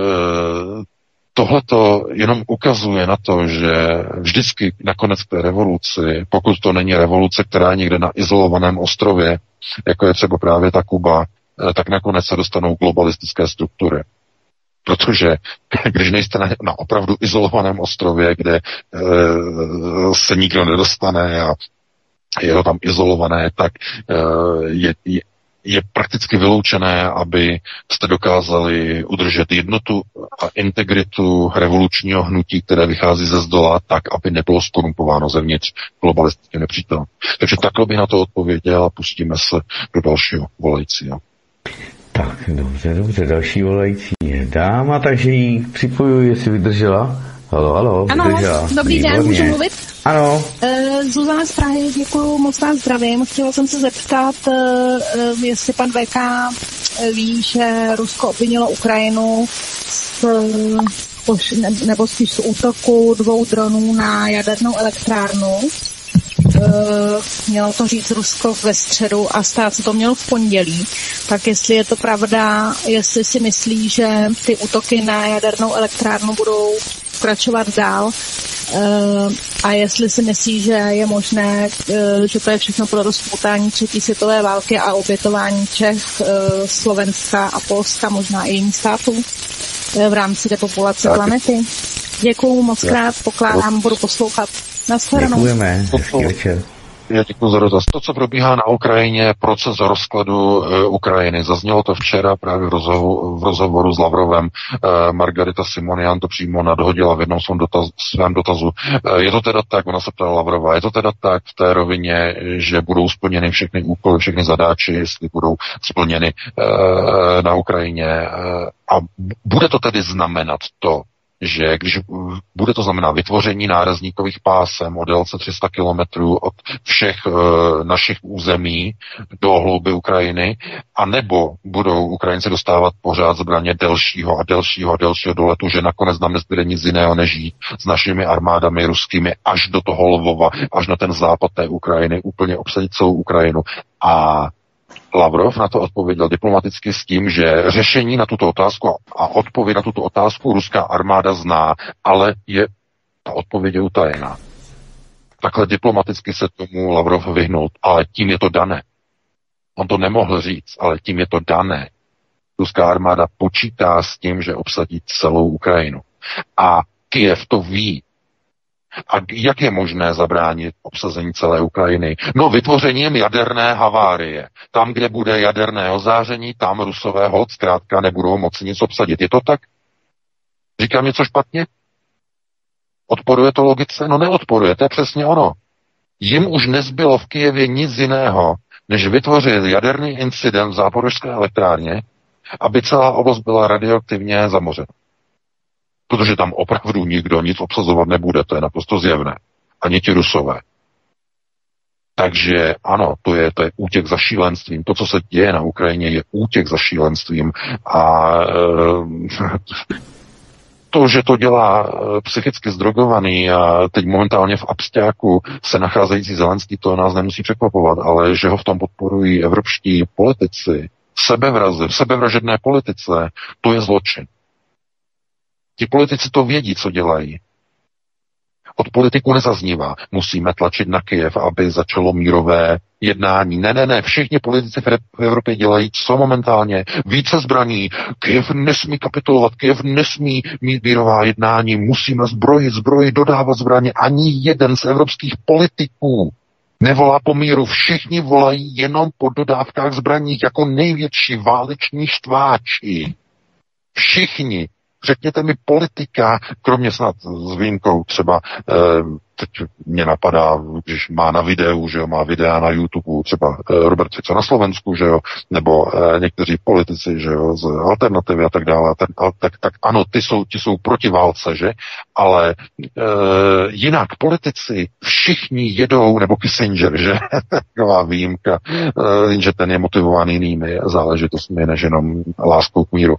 tohleto jenom ukazuje na to, že vždycky nakonec k té revoluci, pokud to není revoluce, která je někde na izolovaném ostrově, jako je třeba právě ta Kuba, tak nakonec se dostanou globalistické struktury. Protože když nejste na opravdu izolovaném ostrově, kde se nikdo nedostane a je to tam izolované, tak je prakticky vyloučené, aby jste dokázali udržet jednotu a integritu revolučního hnutí, které vychází ze zdola, tak, aby nebylo skorumpováno zevnitř globalistickým nepřítelem. Takže takhle bych na to odpověděl a pustíme se do dalšího volajícího. Tak, dobře, další volající je dáma, takže ji připojuji, jestli vydržela. Halo, ano, vydržela. Dobrý den, můžu mluvit? Ano. Zuzana z Prahy, děkuju, moc vás zdravím. Chtěla jsem se zeptat, jestli pan VK ví, že Rusko obvinilo Ukrajinu nebo spíš z útoku 2 dronů na jadernou elektrárnu. Mělo to říct Rusko ve středu a stát se to mělo v pondělí. Tak jestli je to pravda, jestli si myslí, že ty útoky na jadernou elektrárnu budou pokračovat dál a jestli si myslí, že je možné, že to je všechno pro rozpoutání 3. světové války a obětování Čech, Slovenska a Polska, možná i jiných států v rámci depopulace planety. Děkuju moc krát, pokládám, budu poslouchat. Nashledanou. Děkujeme, hezký večer. Já děkuji za dotaz. To, co probíhá na Ukrajině, proces rozkladu Ukrajiny. Zaznělo to včera právě v rozhovoru s Lavrovem. Margarita Simonian to přímo nadhodila v jednom svém dotazu. Je to teda tak, ona se ptala Lavrova, je to teda tak v té rovině, že budou splněny všechny úkoly, všechny zadáči, jestli budou splněny na Ukrajině. A bude to tedy znamenat to, že když bude to znamená vytvoření nárazníkových pásem o délce 300 kilometrů od všech našich území do hlouby Ukrajiny, anebo budou Ukrajinci dostávat pořád zbraně delšího a delšího doletu, že nakonec nám nezbyde nic jiného než jít s našimi armádami ruskými až do toho Lvova, až na ten západ té Ukrajiny, úplně obsadit celou Ukrajinu. A Lavrov na to odpověděl diplomaticky s tím, že řešení na tuto otázku a odpověď na tuto otázku ruská armáda zná, ale ta odpověď je utajená. Takhle diplomaticky se tomu Lavrov vyhnul, ale tím je to dané. On to nemohl říct, ale tím je to dané. Ruská armáda počítá s tím, že obsadí celou Ukrajinu. A Kyjev to ví. A jak je možné zabránit obsazení celé Ukrajiny? No vytvořením jaderné havárie. Tam, kde bude jaderné ozáření, tam Rusové holt zkrátka nebudou moci nic obsadit. Je to tak? Říkám něco špatně? Odporuje to logice? No neodporuje, to je přesně ono. Jim už nezbylo v Kyjevě nic jiného, než vytvořit jaderný incident v Záporožské elektrárně, aby celá oblast byla radioaktivně zamořena. Protože tam opravdu nikdo nic obsazovat nebude, to je naprosto zjevné. Ani ti Rusové. Takže ano, to je útěk za šílenstvím. To, co se děje na Ukrajině, je útěk za šílenstvím. A to, že to dělá psychicky zdrogovaný a teď momentálně v absťáku se nacházející Zelenský, to nás nemusí překvapovat, ale že ho v tom podporují evropští politici, sebevražedné politice, to je zločin. Ti politici to vědí, co dělají. Od politiků nezaznívá. Musíme tlačit na Kyjev, aby začalo mírové jednání. Ne. Všichni politici v Evropě dělají, co momentálně. Více zbraní. Kyjev nesmí kapitulovat. Kyjev nesmí mít mírová jednání. Musíme zbrojit, dodávat zbraně. Ani jeden z evropských politiků nevolá po míru. Všichni volají jenom po dodávkách zbraní jako největší váleční štváči. Všichni. Řekněte mi politika, kromě snad s výjimkou třeba, teď mě napadá, když má na videu, že jo, má videa na YouTube, třeba Robert Fico na Slovensku, že jo, nebo někteří politici, že jo, z Alternativy a tak dále, tak ano, ti jsou proti válce, že, ale jinak politici všichni jedou, nebo Kissinger, že, taková výjimka, že ten je motivován jinými záležitostmi, než jenom láskou k míru.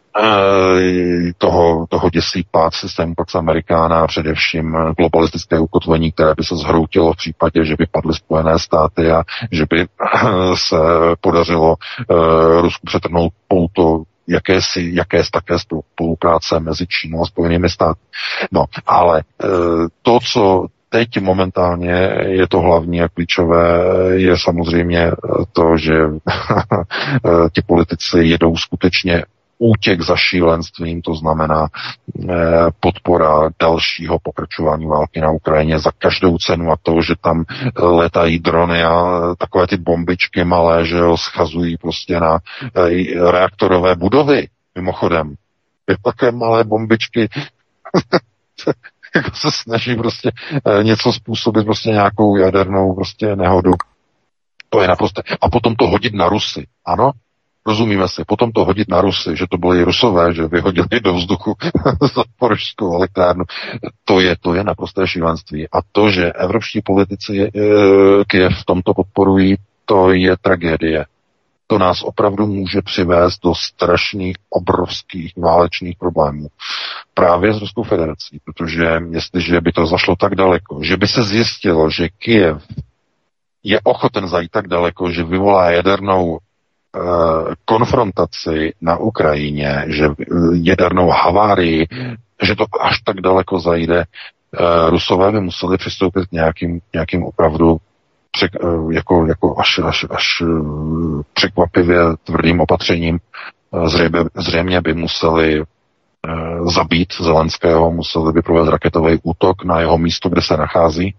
Toho děsí pád systému Pax Americana a především globalistické ukotvení, které by se zhroutilo v případě, že by padly Spojené státy a že by se podařilo Rusku přetrhnout pouto jaké také spolupráce mezi Čínou a Spojenými státy. No, ale to, co teď momentálně je to hlavní a klíčové, je samozřejmě to, že ti politici jedou skutečně útěk za šílenstvím, to znamená podpora dalšího pokračování války na Ukrajině za každou cenu a to, že tam letají drony a takové ty bombičky malé, že jo, schazují prostě na reaktorové budovy, mimochodem. Také malé bombičky jako se snaží prostě něco způsobit, prostě nějakou jadernou prostě nehodu. To je naprosto. A potom to hodit na Rusy, ano? Rozumíme si, potom to hodit na Rusy, že to byli Rusové, že vyhodili do vzduchu Záporožskou elektrárnu. To je naprosté šílenství. A to, že evropští politici Kyjev v tomto podporují, to je tragédie. To nás opravdu může přivést do strašných, obrovských válečných problémů. Právě s Ruskou federací, protože jestliže by to zašlo tak daleko, že by se zjistilo, že Kyjev je ochoten zajít tak daleko, že vyvolá jadernou konfrontaci na Ukrajině, že jadernou havárii, že to až tak daleko zajde, Rusové by museli přistoupit k nějakým opravdu jako až překvapivě tvrdým opatřením. Zřejmě by museli zabít Zelenského, museli by provést raketový útok na jeho místo, kde se nachází,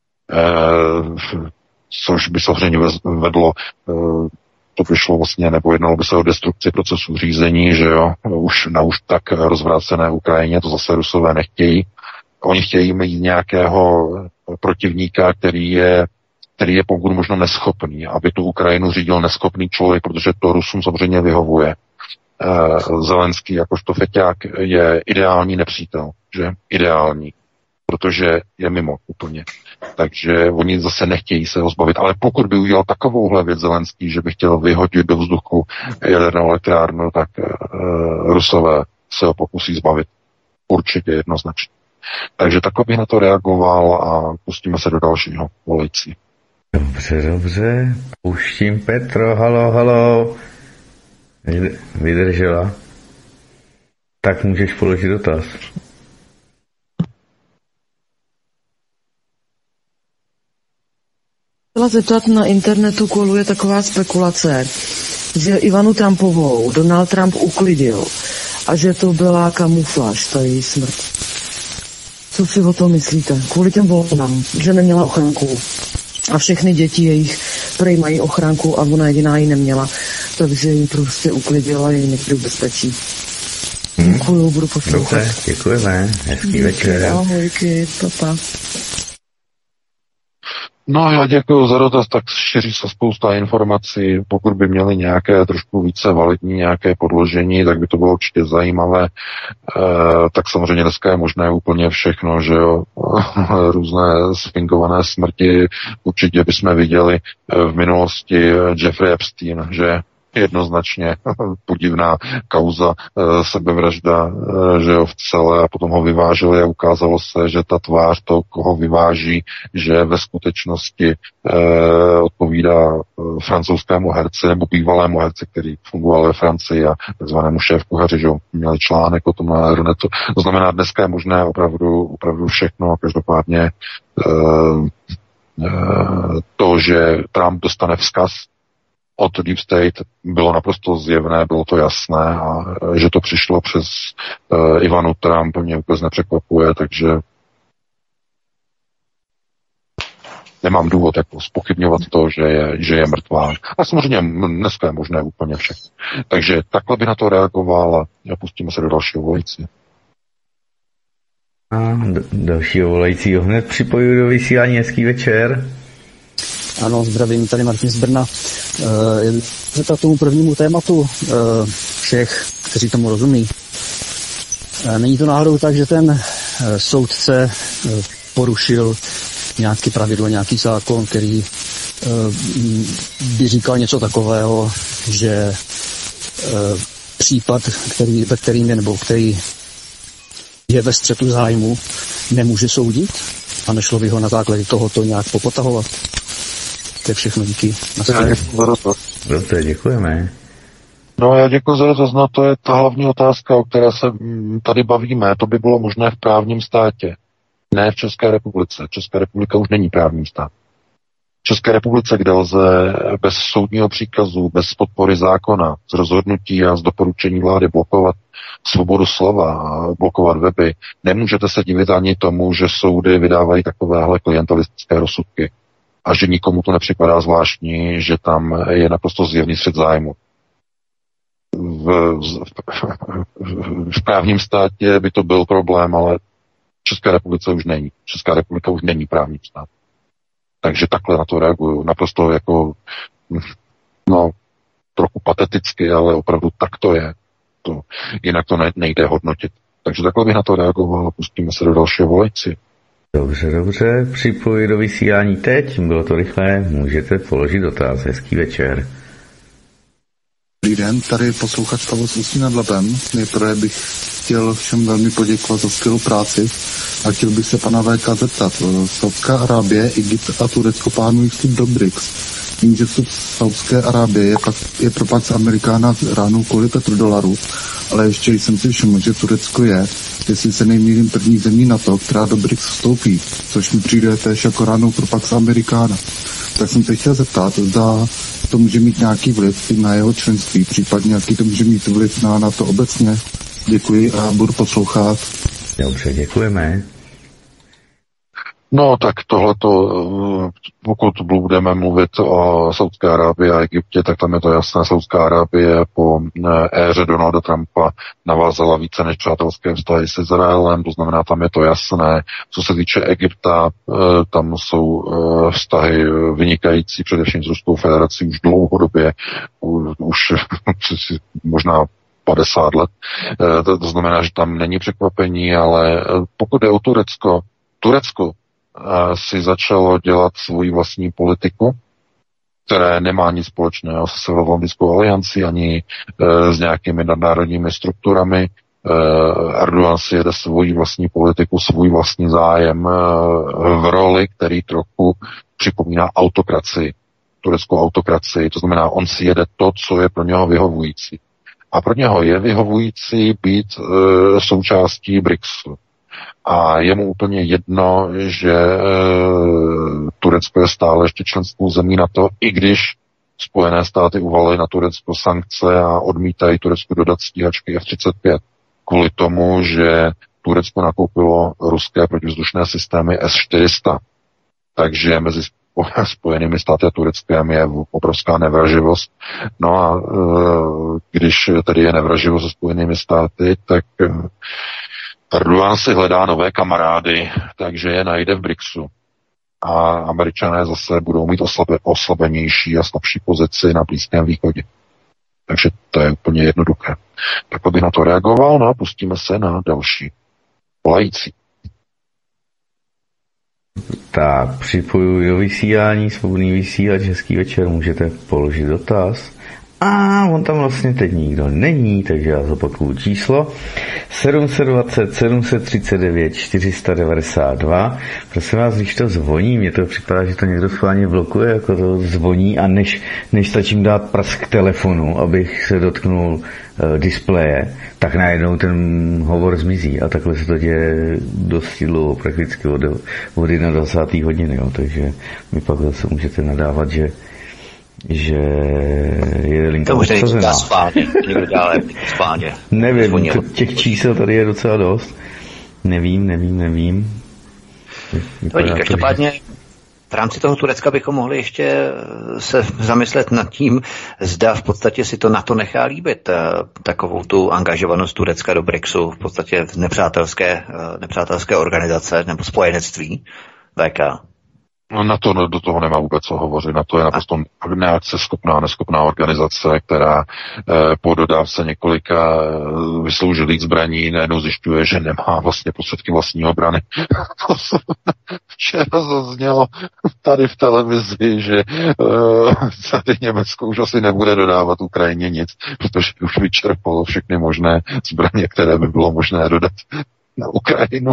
což by samozřejmě vedlo to vyšlo vlastně, nebo jednalo by se o destrukci procesu řízení, že jo, už tak rozvrácené Ukrajině, to zase Rusové nechtějí. Oni chtějí mít nějakého protivníka, který je pokud možno neschopný, aby tu Ukrajinu řídil neschopný člověk, protože to Rusům samozřejmě vyhovuje. Zelenský jakožto feťák je ideální nepřítel, že? Ideální, protože je mimo úplně. Takže oni zase nechtějí se ho zbavit. Ale pokud by udělal takovouhle věc Zelenský, že by chtěl vyhodit do vzduchu jadernou elektrárnu, tak Rusové se ho pokusí zbavit. Určitě jednoznačně. Takže takhle bych na to reagoval a pustíme se do dalšího volající. Dobře. Pouštím Petro, halo. Vydržela. Tak můžeš položit dotaz. Chtěla zeptat, na internetu koluje taková spekulace, že Ivanu Trumpovou Donald Trump uklidil a že to byla kamufláž, ta její smrt. Co si o tom myslíte? Kvůli těm volbám, že neměla ochranku. A všechny děti jejich prej mají ochránku a ona jediná ji neměla. Takže ji prostě uklidila a ji někdy v bezpečí. Děkuju, budu poslouchat. Dobře, děkujeme. Hezký večer. Ahojky, papa. No, já děkuji za dotaz, tak šíří se spousta informací. Pokud by měli nějaké trošku více validní nějaké podložení, tak by to bylo určitě zajímavé. Tak samozřejmě dneska je možné úplně všechno, že jo, různé sfingované smrti. Určitě bychom viděli v minulosti Jeffrey Epstein, že jednoznačně podivná kauza, sebevražda, že jo, v celé, a potom ho vyváželi a ukázalo se, že ta tvář toho, koho vyváží, že ve skutečnosti odpovídá francouzskému herci nebo bývalému herci, který fungoval ve Francii, a takzvanému šéfkuchaři, že jo, měli článek o tom na Aeronetu. To znamená, dneska je možné opravdu všechno, každopádně to, že Trump dostane vzkaz od Deep State, bylo naprosto zjevné, bylo to jasné, a že to přišlo přes Ivanu Trump, mě vůbec nepřekvapuje, takže nemám důvod jako zpochybňovat to, že je mrtvá. A samozřejmě dneska je možné úplně všechno. Takže takhle by na to reagoval a pustíme se do dalšího volající. A dalšího volajícího hned připojuji do vysílání. Hezký večer. Ano, zdravím, tady Martin z Brna. K tomu prvnímu tématu všech, kteří tomu rozumí. Není to náhodou tak, že ten soudce porušil nějaký pravidlo, nějaký zákon, který by říkal něco takového, že případ, který je ve střetu zájmu, nemůže soudit a nešlo by ho na základě tohoto nějak popotahovat. To je všechno, díky. Dobře, děkujeme. No, já děkuji za dotaz. No, to je ta hlavní otázka, o které se tady bavíme. To by bylo možné v právním státě. Ne v České republice. Česká republika už není právním stát. V České republice, kde lze bez soudního příkazu, bez podpory zákona, z rozhodnutí a z doporučení vlády blokovat svobodu slova, blokovat weby, nemůžete se divit ani tomu, že soudy vydávají takovéhle klientelistické rozsudky. A že nikomu to nepřipadá zvláštní, že tam je naprosto zjevný střet zájmu. V právním státě by to byl problém, ale v České republice už není. Česká republika už není právní stát. Takže takhle na to reaguju. Naprosto jako, no, trochu pateticky, ale opravdu tak to je. Jinak to nejde hodnotit. Takže takhle bych na to reagoval a pustíme se do dalšího volající. Dobře, připojuji do vysílání teď, bylo to rychlé, můžete položit dotaz. Hezký večer. Dobrý den, tady posluchač Pavel z Ústí nad Labem. Nejprve bych chtěl všem velmi poděkovat za skvělou práci a chtěl bych se pana VK zeptat. Saudská Arábie, Egypt a Turecko plánují vstup do BRICS. Vím, že vstup Saudské Arábie je propad z Amerikána z ránu kvůli petrodolaru, ale ještě jsem si všiml, že Turecko je, jestli se nejmýlím, první zemí NATO, která do BRICS vstoupí, což mi přijde též jako ránou propad z Amerikána. Tak jsem se chtěl zeptat, zda to může mít nějaký vliv na jeho členství, případně jaký to může mít vliv na NATO obecně. Děkuji a budu poslouchat. Dobře, děkujeme. No, tak tohleto, pokud budeme mluvit o Saudské Arábii a Egyptě, tak tam je to jasné. Saudská Arábie po éře Donalda Trumpa navázala více než přátelské vztahy s Izraelem, to znamená, tam je to jasné. Co se týče Egypta, tam jsou vztahy vynikající, především s Ruskou federací už dlouhodobě, už možná 50 let. To znamená, že tam není překvapení, ale pokud je o Turecko si začalo dělat svoji vlastní politiku, které nemá nic společného s Severoatlantickou aliancí ani s nějakými nadnárodními strukturami. Erdogan si jede svoji vlastní politiku, svůj vlastní zájem v roli, který trochu připomíná autokracii, tureckou autokracii, to znamená, on si jede to, co je pro něho vyhovující. A pro něho je vyhovující být součástí BRICSu. A je mu úplně jedno, že Turecko je stále ještě členskou zemí NATO, i když Spojené státy uvalily na Turecko sankce a odmítají Turecku dodat stíhačky F-35. Kvůli tomu, že Turecko nakoupilo ruské protivzdušné systémy S-400. Takže mezi Spojenými státy a Tureckem je obrovská nevraživost. No a když tedy je nevraživost se Spojenými státy, tak Erdogan si hledá nové kamarády, takže je najde v BRICSu. A Američané zase budou mít oslabenější a slabší pozici na Blízkém východě. Takže to je úplně jednoduché. Tak bych na to reagoval, no a pustíme se na další volající. Tak, připojuji do vysílání, svobodný vysílač, hezký večer, můžete položit dotaz. A on tam vlastně teď nikdo není, takže já zopakuju číslo 720 739 492. Prosím vás, když to zvoní, mně to připadá, že to někdo schválně blokuje, jako to zvoní, a než stačím dát prask k telefonu, abych se dotknul displeje, tak najednou ten hovor zmizí. A takhle se to děje dost dlouho, prakticky od 21. hodiny, jo. Takže mi pak zase můžete nadávat, že je linka obsazená. Někdo dělá schválně. Nevím, těch čísel tady je docela dost. Nevím. Každopádně v rámci toho Turecka bychom mohli ještě se zamyslet nad tím, zda v podstatě si to NATO nechá líbit, takovou tu angažovanost Turecka do BRICSu, v podstatě nepřátelské organizace nebo spojenectví VK. Na to do toho nemá vůbec co hovořit. Na to je naprosto neschopná organizace, která po dodávce několika vysloužilých zbraní najednou zjišťuje, že nemá vlastně prostředky vlastní obrany. Včera zaznělo tady v televizi, že tady Německo už asi nebude dodávat Ukrajině nic, protože už vyčerpalo všechny možné zbraně, které by bylo možné dodat na Ukrajinu.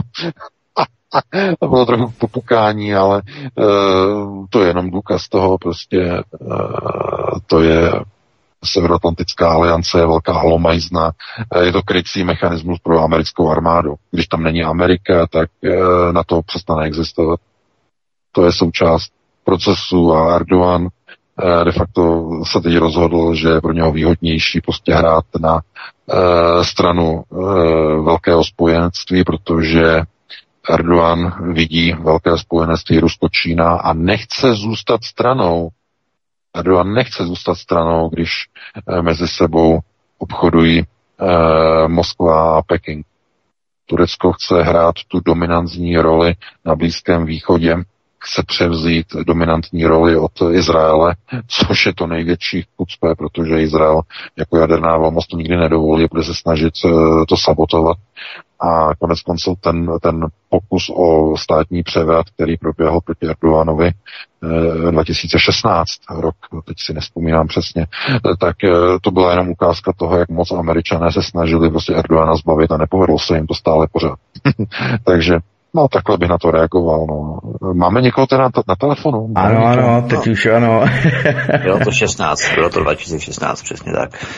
To bylo trochu popukání, ale to je jenom důkaz toho, prostě to je Severoatlantická aliance, je velká halomajzna, je to krycí mechanismus pro americkou armádu. Když tam není Amerika, tak na to přestane existovat. To je součást procesu a Erdogan de facto se teď rozhodl, že je pro něho výhodnější prostě hrát na stranu velkého spojenectví, protože Erdogan vidí velké spojenectví Rusko-Čína a nechce zůstat stranou. Erdogan nechce zůstat stranou, když mezi sebou obchodují Moskva a Peking. Turecko chce hrát tu dominantní roli na Blízkém východě, chce převzít dominantní roli od Izraele, což je to největší chucpe, protože Izrael jako jaderná velmoc to nikdy nedovolí, bude se snažit to sabotovat. A konec konců ten pokus o státní převrat, který proběhl proti Erdoganovi 2016 rok, teď si nespomínám přesně, tak to byla jenom ukázka toho, jak moc Američané se snažili prostě Erdogana zbavit a nepovedlo se jim to stále pořád. Takže no, takhle bych na to reagoval. No. Máme někoho teda na telefonu? Ano, teď už ano. Bylo to 2016, přesně tak.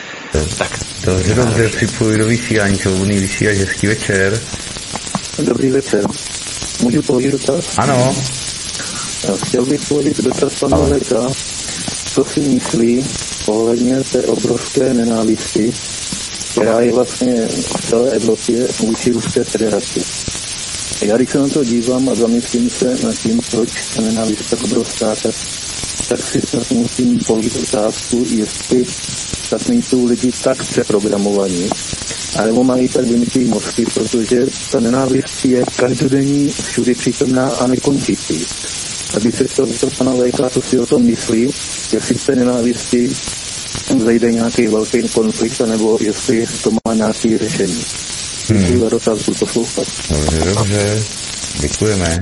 Dobře, připojuji do vysílání, svobodný vysílač, hezký večer. Dobrý večer. Můžu položit dotaz? Ano. Chtěl bych položit dotaz panu Leka, co si myslí ohledně té obrovské nenávisti, která je vlastně v celé Evropě vůči Ruské federaci. Já když se na to dívám a zamyslím se nad tím, proč ta nenávist tak obrovská, tak si snad musím položit otázku, jestli tak nejsou lidi tak přeprogramovaní, anebo mají tak vymyslí mozky, protože ta nenávist je každodenní, všude přítomná a nekončící. Aby se chtěl zeptat pana Léka, co si o tom myslí, jestli z té nenávisti zajde nějaký velký konflikt, nebo jestli to má nějaké řešení. Děkuji dotaz, budu poslouchat. Dobře, děkujeme.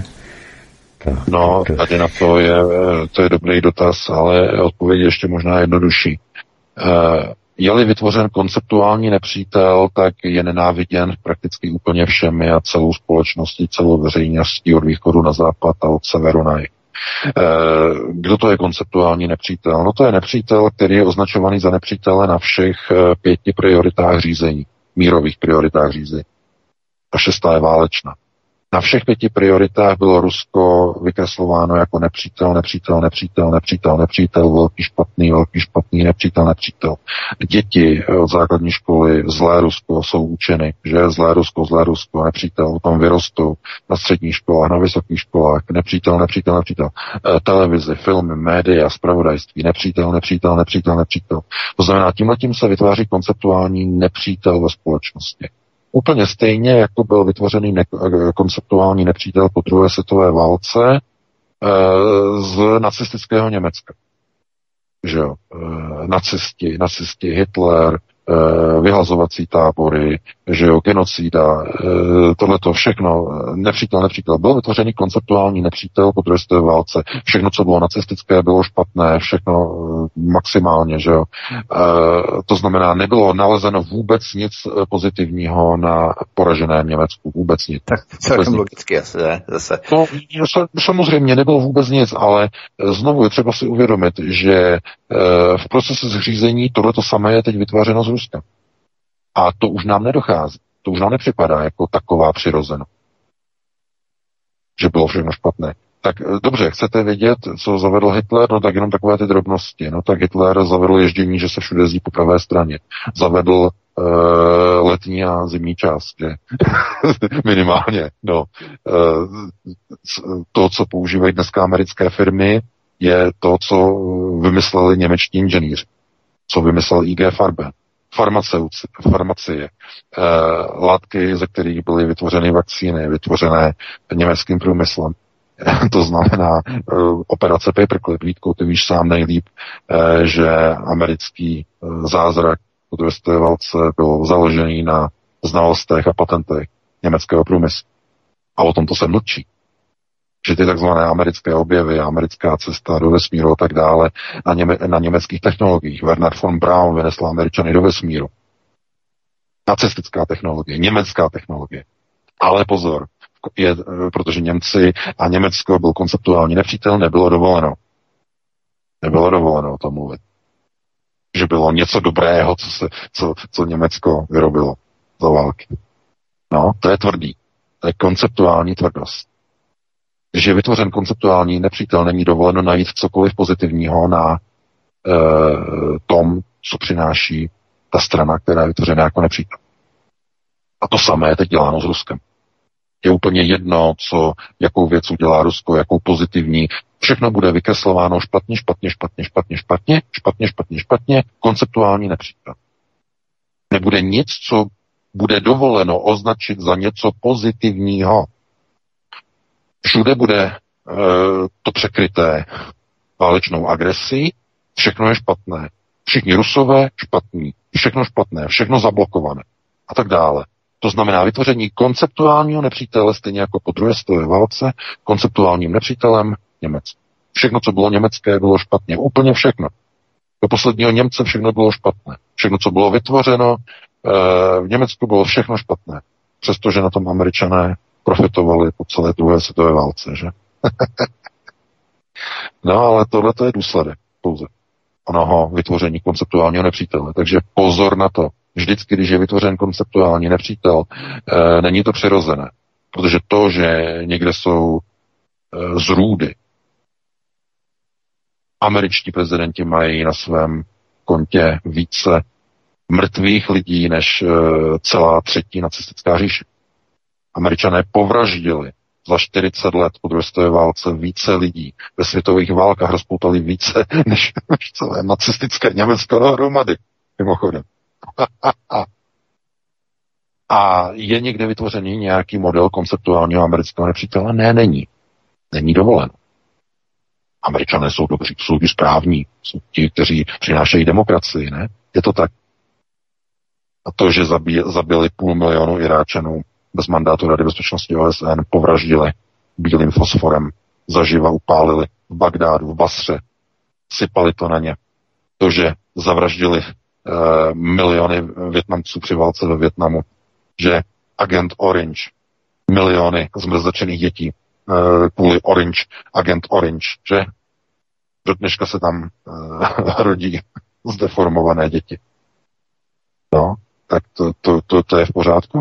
No, tady na to je dobrý dotaz, ale odpověď je ještě možná jednodušší. Je-li vytvořen konceptuální nepřítel, tak je nenáviděn prakticky úplně všemi a celou společností, celou veřejností od východu na západ a od severu na jih. Kdo to je konceptuální nepřítel? No to je nepřítel, který je označovaný za nepřítele na všech 5 prioritách řízení, mírových prioritách řízení. A 6. je válečná. Na všech 5 prioritách bylo Rusko vykreslováno jako nepřítel, velký špatný, nepřítel. Děti od základní školy, zlé Rusko, jsou učeny, že zlé Rusko, nepřítel, potom vyrostou na středních školách, na vysokých školách, nepřítel. Televize, filmy, média, zpravodajství, nepřítel. To znamená, tímhletím se vytváří konceptuální nepřítel ve společnosti. Úplně stejně, jako byl vytvořený konceptuální nepřítel po druhé světové válce z nacistického Německa. Že jo? Nacisti, Hitler, vyhlazovací tábory, že jo, genocída, tohleto všechno, nepřítel. Byl vytvořený konceptuální nepřítel po druhé světové válce. Všechno, co bylo nacistické, bylo špatné, všechno maximálně, že jo. To znamená, nebylo nalezeno vůbec nic pozitivního na poraženém Německu, vůbec nic. Tak celkem logicky asi, zase. No, samozřejmě nebylo vůbec nic, ale znovu je třeba si uvědomit, že v procesu zřízení tohleto samé je teď vytvářeno z Ruska. A to už nám nedochází. To už nám nepřipadá jako taková přirozenost. Že bylo všechno špatné. Tak dobře, chcete vědět, co zavedl Hitler? No tak jenom takové ty drobnosti. No tak Hitler zavedl ježdění, že se všude jezdí po pravé straně. Zavedl letní a zimní čas, že? Minimálně. No. To, co používají dneska americké firmy, je to, co vymysleli němečtí inženýři. Co vymyslel IG Farben. Farmacie, látky, ze kterých byly vytvořeny vakcíny, vytvořené německým průmyslem. To znamená operace Paperclip. Vítko, ty víš sám nejlíp, že americký zázrak po druhé světové válce byl založený na znalostech a patentech německého průmyslu. A o tom to se mlčí. Že ty takzvané americké objevy, americká cesta do vesmíru a tak dále na německých technologiích. Werner von Braun vynesl Američany do vesmíru. Nacistická technologie, německá technologie. Ale pozor, protože Němci a Německo byl konceptuální nepřítel, nebylo dovoleno. Nebylo dovoleno o tom mluvit. Že bylo něco dobrého, co Německo vyrobilo za války. No, to je tvrdý. To je konceptuální tvrdost. Když je vytvořen konceptuální nepřítel, není dovoleno najít cokoliv pozitivního na tom, co přináší ta strana, která je vytvořena jako nepřítel. A to samé teď děláno s Ruskem. Je úplně jedno, jakou věc udělá Rusko, jakou pozitivní. Všechno bude vykreslováno špatně, konceptuální nepřítel. Nebude nic, co bude dovoleno označit za něco pozitivního. Všude bude to překryté válečnou agresí, všechno je špatné. Všichni Rusové špatní, všechno špatné, všechno zablokované a tak dále. To znamená vytvoření konceptuálního nepřítele, stejně jako po druhé světové válce, konceptuálním nepřítelem Německo. Všechno, co bylo německé, bylo špatně. Úplně všechno. Do posledního Němce všechno bylo špatné. Všechno, co bylo vytvořeno v Německu, bylo všechno špatné. Přestože na tom Američané profitovali po celé druhé světové válce, že? No, ale tohle je důsledek pouze onoho vytvoření konceptuálního nepřítele. Takže pozor na to. Vždycky, když je vytvořen konceptuální nepřítel, není to přirozené. Protože to, že někde jsou zrůdy, američtí prezidenti mají na svém kontě více mrtvých lidí než celá třetí nacistická říše. Američané povraždili za 40 let po druhé světové válce více lidí. Ve světových válkách rozpoutali více než celé nacistické Německo dohromady. Mimochodem. A je někde vytvořený nějaký model konceptuálního amerického nepřítele? Ne, není. Není dovoleno. Američané jsou dobří, jsou správní, jsou ti, kteří přinášejí demokracii, ne? Je to tak. A to, že zabili 500 000 Iráčanů bez mandátu Rady bezpečnosti OSN, povraždili bílým fosforem, zaživa upálili v Bagdádu, v Basře, sypali to na ně. To, že zavraždili miliony Vietnamců při válce ve Vietnamu, že agent Orange, miliony zmrzačených dětí kvůli agent Orange, že? Do dneška se tam rodí zdeformované děti. No, tak to je v pořádku?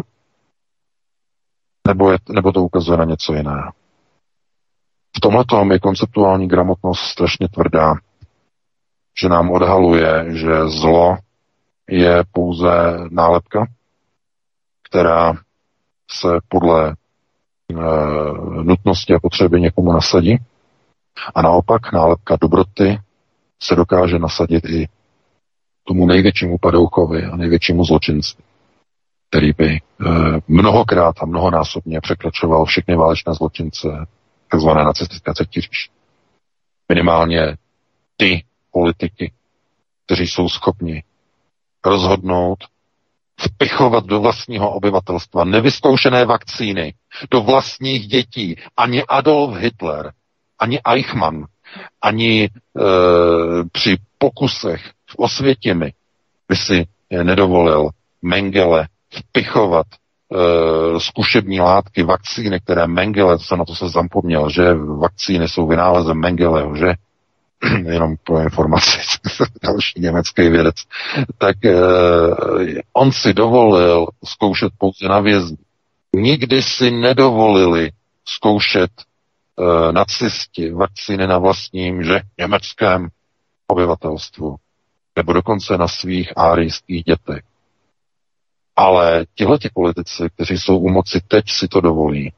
Nebo to ukazuje na něco jiného? V tomhletom je konceptuální gramotnost strašně tvrdá, že nám odhaluje, že zlo je pouze nálepka, která se podle nutnosti a potřeby někomu nasadí. A naopak nálepka dobroty se dokáže nasadit i tomu největšímu padouchovi a největšímu zločinci, který by mnohokrát a mnohonásobně překračoval všechny válečné zločince takzvané nacistické třetí říše. Minimálně ty politiky, kteří jsou schopni rozhodnout vpichovat do vlastního obyvatelstva nevyzkoušené vakcíny, do vlastních dětí. Ani Adolf Hitler, ani Eichmann, ani při pokusech v Osvětimi by si nedovolil Mengele vpichovat zkušební látky, vakcíny, které Mengele, na to se zapomněl, že vakcíny jsou vynálezem Mengeleho, že? Jenom pro informaci, další německý vědec, tak on si dovolil zkoušet pouze na vězni. Nikdy si nedovolili zkoušet nacisti vakcíny na vlastním, že německém obyvatelstvu, nebo dokonce na svých árijských dětech. Ale tihleti politici, kteří jsou u moci, teď si to dovolí.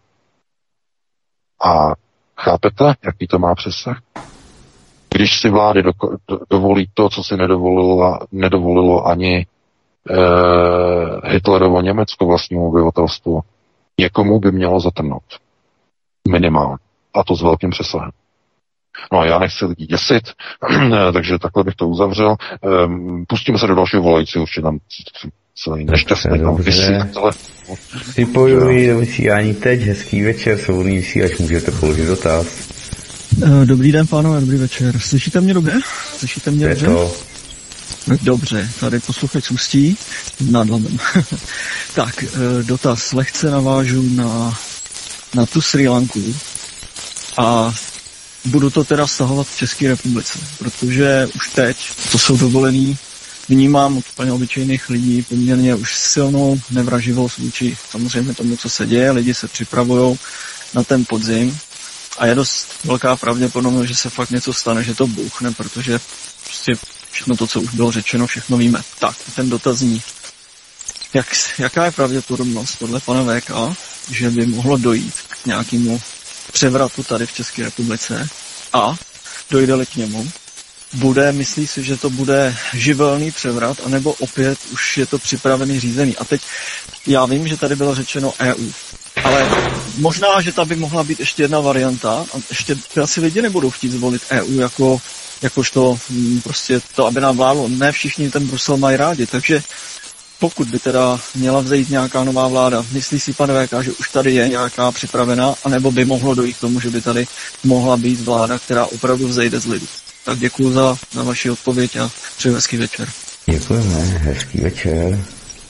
A chápete, jaký to má přesah? Když si vlády dovolí to, co si nedovolilo ani Hitlerovo Německo vlastnímu obyvatelstvu, někomu by mělo zatrnout. Minimálně. A to s velkým přesahem. No a já nechci lidi děsit, takže takhle bych to uzavřel. Pustíme se do dalšího volajícího, určitě tam celý nešťastný tam vysí. Připojuji do vysílání teď, hezký večer, svobodný vysílač, můžete položit dotaz. Dobrý den, pánové, dobrý večer. Slyšíte mě dobře? Slyšíte mě dobře? Dobře, tady posluchač z Ústí nad Labem. Tak, dotaz. Lehce navážu na tu Srí Lanku a budu to teda stahovat v České republice, protože už teď, to jsou dovolený, vnímám od úplně obyčejných lidí poměrně už silnou nevraživost vůči samozřejmě tomu, co se děje. Lidi se připravují na ten podzim a je dost velká pravděpodobnost, že se fakt něco stane, že to bouchne, protože prostě všechno to, co už bylo řečeno, všechno víme. Tak, ten dotazní. Jaká je pravděpodobnost podle pana VK, že by mohlo dojít k nějakému převratu tady v České republice a dojde-li k němu, myslí si, že to bude živelný převrat, anebo opět už je to připravený řízený. A teď já vím, že tady bylo řečeno EU, ale možná, že ta by mohla být ještě jedna varianta a ještě asi lidi nebudou chtít zvolit EU jakožto prostě to, aby nám vládlo. Ne všichni ten Brusel mají rádi, takže pokud by teda měla vzejít nějaká nová vláda, myslí si pan VK, že už tady je nějaká připravená, anebo by mohlo dojít k tomu, že by tady mohla být vláda, která opravdu vzejde z lidu. Tak děkuju za vaši odpověď a přeji hezký večer. Děkujeme, hezký večer.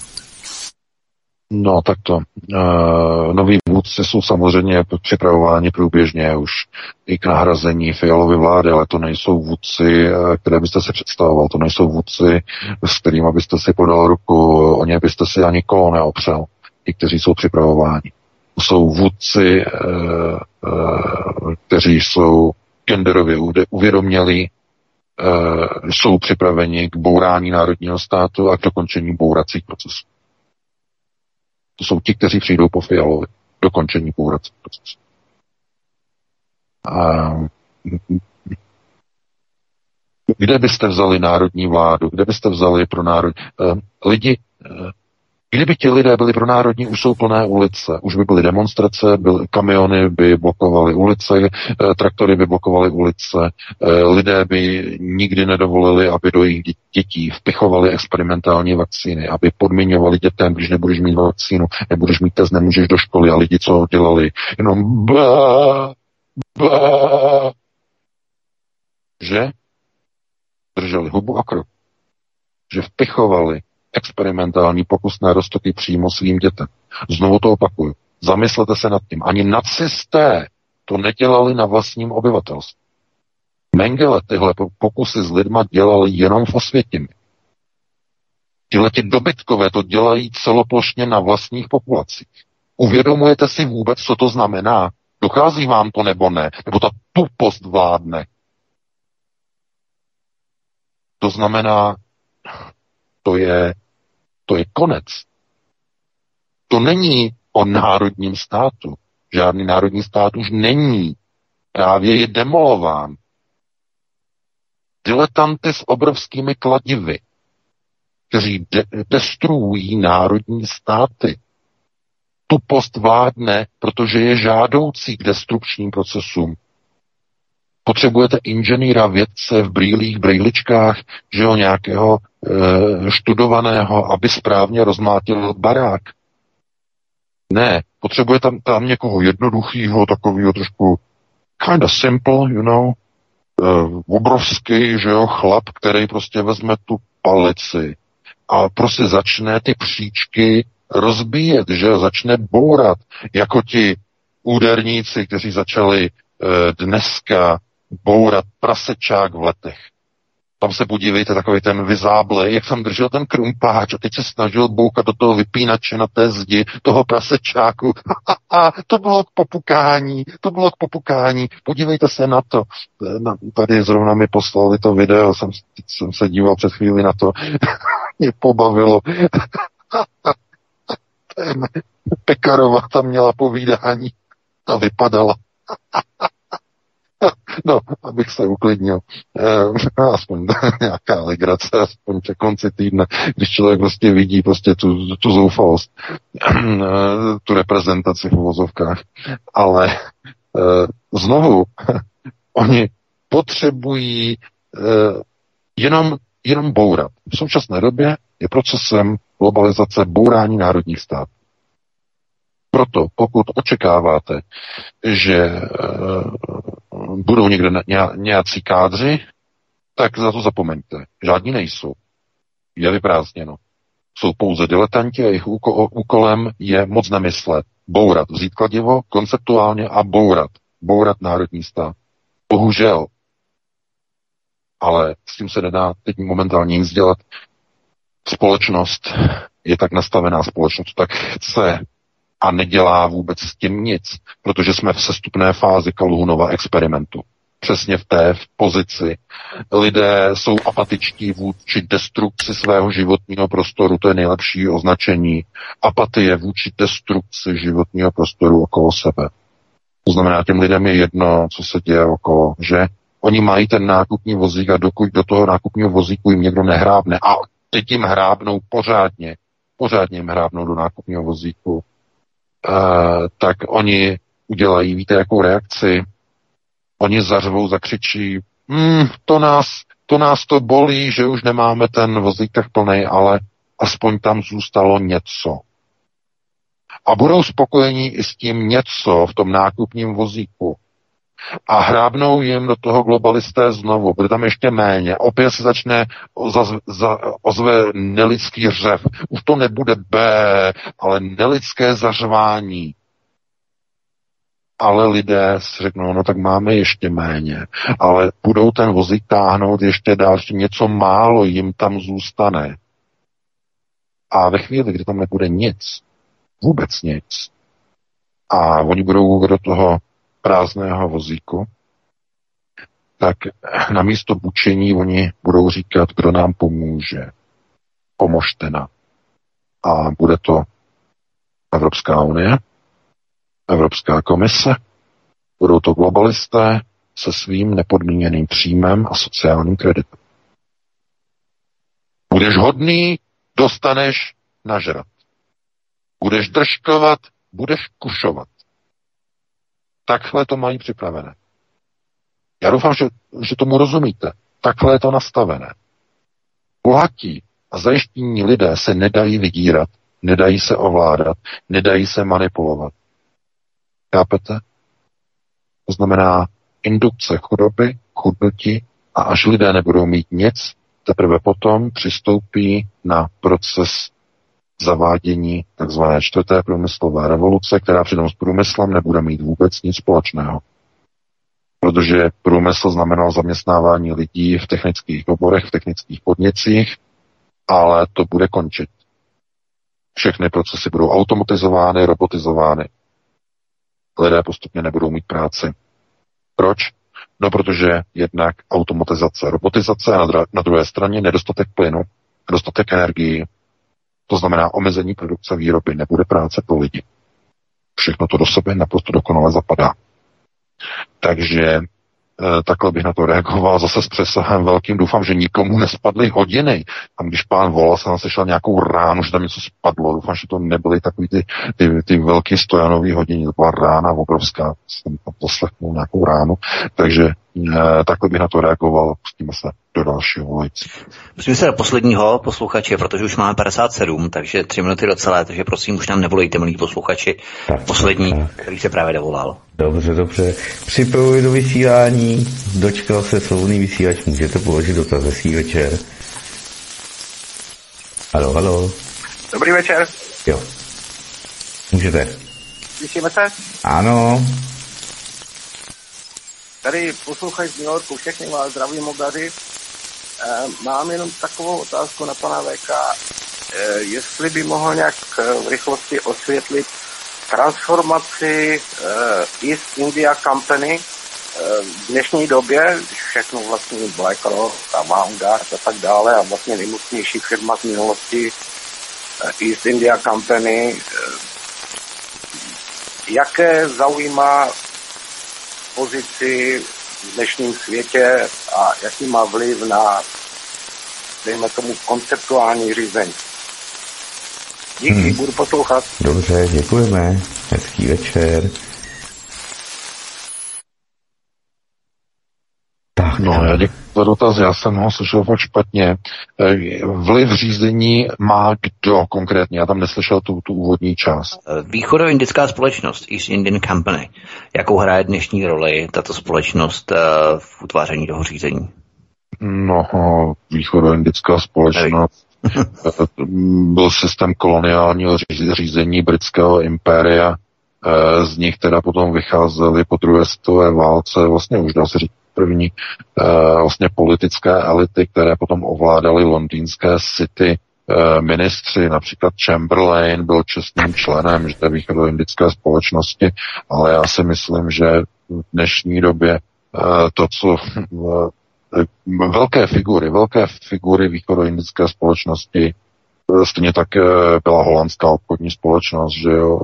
No takto. Noví vůdci jsou samozřejmě připravováni průběžně už i k nahrazení Fialovy vlády, ale to nejsou vůdci, které byste si představoval. To nejsou vůdci, s kterými byste si podal ruku, o ně byste si ani kolo neopřel. Ti, kteří jsou připravováni. To jsou vůdci, kteří jsou genderově uvědomělí, jsou připraveni k bourání národního státu a k dokončení bouracích procesů. To jsou ti, kteří přijdou po Fialovi. Dokončení bouracích procesů. Kde byste vzali národní vládu? Kde byste vzali pro lidi? Kdyby ti lidé byli pro národní, už jsou plné ulice. Už by byly demonstrace, kamiony by blokovaly ulice, traktory by blokovaly ulice, lidé by nikdy nedovolili, aby do jejich dětí vpichovali experimentální vakcíny, aby podmiňovali dětem, když nebudeš mít vakcínu, nebudeš mít test, nemůžeš do školy a lidi, co dělali, jenom že drželi hubu a krok, že vpichovali experimentální pokusné roztoky přímo svým dětem. Znovu to opakuju. Zamyslete se nad tím. Ani nacisté to nedělali na vlastním obyvatelstvu. Mengele tyhle pokusy s lidma dělal jenom v Osvětimi. Tihleti dobytkové to dělají celoplošně na vlastních populacích. Uvědomujete si vůbec, co to znamená? Dochází vám to nebo ne? Nebo ta tupost vládne? To znamená, to je konec. To není o národním státu. Žádný národní stát už není. Právě je demolován. Diletanty s obrovskými kladivy, kteří destruují národní státy. Tupost vládne, protože je žádoucí k destrukčním procesům. Potřebujete inženýra, vědce v brýlích, brejličkách, že jo, nějakého študovaného, aby správně rozmlátil barák. Ne, potřebuje tam někoho jednoduchýho, takovýho trošku kind of simple, you know, obrovský, že jo, chlap, který prostě vezme tu palici a prostě začne ty příčky rozbíjet, že jo, začne bourat, jako ti úderníci, kteří začali dneska bourat prasečák v Letech. Tam se podívejte, takový ten vyzáblej, jak tam držel ten krumpáč a teď se snažil boukat do toho vypínače na té zdi, toho prasečáku. To bylo k popukání. Podívejte se na to. Tady zrovna mi poslali to video, jsem se díval před chvíli na to. Mě pobavilo. Pekarová tam měla povídání a vypadala. No, abych se uklidnil. Aspoň nějaká legrace, aspoň ke konci týdne, když člověk prostě vidí prostě tu zoufalost, tu reprezentaci v uvozovkách. Ale znovu, oni potřebují jenom bourat. V současné době je procesem globalizace bourání národních států. Proto, pokud očekáváte, že budou někde nějací kádři, tak za to zapomeňte. Žádní nejsou. Je vyprázdněno. Jsou pouze diletanti a jejich úkolem je moc nemyslet. Bourat. Vzít kladivo konceptuálně a bourat. Bourat národní stát. Bohužel. Ale s tím se nedá teď momentálně nic dělat. Společnost je tak nastavená, společnost tak chce a nedělá vůbec s tím nic, protože jsme v sestupné fázi Kalhunova experimentu. Přesně v té pozici. Lidé jsou apatičtí vůči destrukci svého životního prostoru, to je nejlepší označení. Apatie vůči destrukci životního prostoru okolo sebe. To znamená, těm lidem je jedno, co se děje okolo, že oni mají ten nákupní vozík a dokud do toho nákupního vozíku jim někdo nehrábne a teď jim hrábnou pořádně jim hrábnou do nákupního vozíku, tak oni udělají, víte, jakou reakci? Oni zařvou, zakřičí, to nás to bolí, že už nemáme ten vozík tak plnej, ale aspoň tam zůstalo něco. A budou spokojení i s tím něco v tom nákupním vozíku. A hrábnou jim do toho globalisté znovu. Bude tam ještě méně. Opět se začne ozve nelidský řev. Už to nebude B, ale nelidské zařvání. Ale lidé si řeknou, no tak máme ještě méně. Ale budou ten vozík táhnout ještě dál, ještě něco málo jim tam zůstane. A ve chvíli, kdy tam nebude nic, vůbec nic, a oni budou do toho prázdného vozíku, tak na místo bučení oni budou říkat, kdo nám pomůže. Pomožte nám. A bude to Evropská unie, Evropská komise, budou to globalisté se svým nepodmíněným příjmem a sociálním kreditem. Budeš hodný, dostaneš nažrat. Budeš držkovat, budeš kušovat. Takhle to mají připravené. Já doufám, že tomu rozumíte. Takhle je to nastavené. Bohatí a zajištění lidé se nedají vydírat, nedají se ovládat, nedají se manipulovat. Chápete? To znamená indukce chudoby, chudnutí, a až lidé nebudou mít nic, teprve potom přistoupí na proces zavádění tzv. 4. průmyslové revoluce, která přitom s průmyslem nebude mít vůbec nic společného. protože průmysl znamenal zaměstnávání lidí v technických oborech, v technických podnicích, ale to bude končit. Všechny procesy budou automatizovány, robotizovány. Lidé postupně nebudou mít práci. Proč? No, protože jednak automatizace, robotizace a na druhé straně nedostatek plynu, nedostatek energií. To znamená omezení produkce výroby, nebude práce pro lidi. Všechno to do sebe naprosto dokonale zapadá. Takže takhle bych na to reagoval zase s přesahem velkým. Doufám, že nikomu nespadly hodiny. Tam, když pán volal, se nám sešel nějakou ránu, že tam něco spadlo. Doufám, že to nebyly takový ty velké stojanové hodiny. To byla rána obrovská. Jsem tam poslechnul nějakou ránu. Takže takhle bych na to reagoval. Pustíme se do dalšího volající. Pustíme se do posledního posluchače, protože už máme 57, takže 3 minuty do celé, takže prosím, už nám nevolejte, milí posluchači. Tak, poslední, tak. Který se právě dovolal. Dobře. Připojuji do vysílání, dočkal se Svobodný vysílač, můžete položit dotaz, hezký večer. Haló. Dobrý večer. Jo. Můžete. Slyšíme se? Ano. Tady posluchač z New Yorku, všechny vás zdravím, mogaři. Mám jenom takovou otázku na pana VK. Jestli by mohl nějak v rychlosti osvětlit transformaci East India Company v dnešní době, když všechno vlastně BlackRock a Vanguard a tak dále a vlastně nejmocnější firma z minulosti East India Company, jaké zaujímá pozici v dnešním světě a jaký má vliv na, dejme tomu, konceptuální řízení. Díky, budu poslouchat. Dobře, děkujeme. Hezký večer. Tak, no, já děkuji za dotaz, já jsem ho slyšel fakt špatně. Vliv řízení má kdo konkrétně? Já tam neslyšel tu úvodní část. Východoindická společnost, East Indian Company. Jakou hraje dnešní roli tato společnost v utváření toho řízení? No, východoindická společnost byl systém koloniálního řízení britského impéria. Z nich teda potom vycházely po druhé světové válce, vlastně už dá se říct první vlastně politické elity, které potom ovládaly londýnské city ministři, například Chamberlain byl čestným členem té východoindické společnosti, ale já si myslím, že v dnešní době to, co velké figury východoindické společnosti, stejně tak byla holandská obchodní společnost, že jo.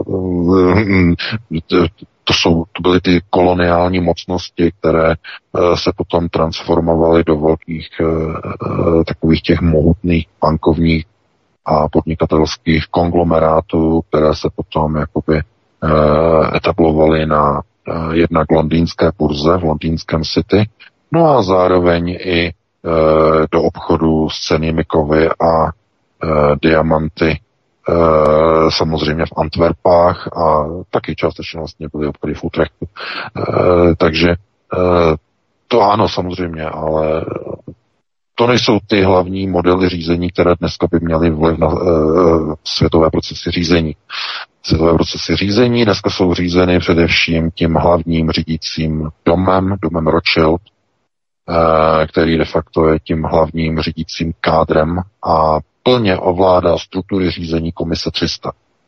To byly ty koloniální mocnosti, které se potom transformovaly do velkých takových těch mohutných bankovních a podnikatelských konglomerátů, které se potom jakoby etablovaly na jednak londýnské burze v londýnském City, no a zároveň i do obchodu s cennými kovy a diamanty, samozřejmě v Antwerpách a taky částečně vlastně byly obchody v Utrechtu. Takže to ano, samozřejmě, ale to nejsou ty hlavní modely řízení, které dneska by měly vliv na světové procesy řízení. Světové procesy řízení dneska jsou řízeny především tím hlavním řídícím domem Rothschild, který de facto je tím hlavním řídícím kádrem a plně ovládá struktury řízení Komise 300.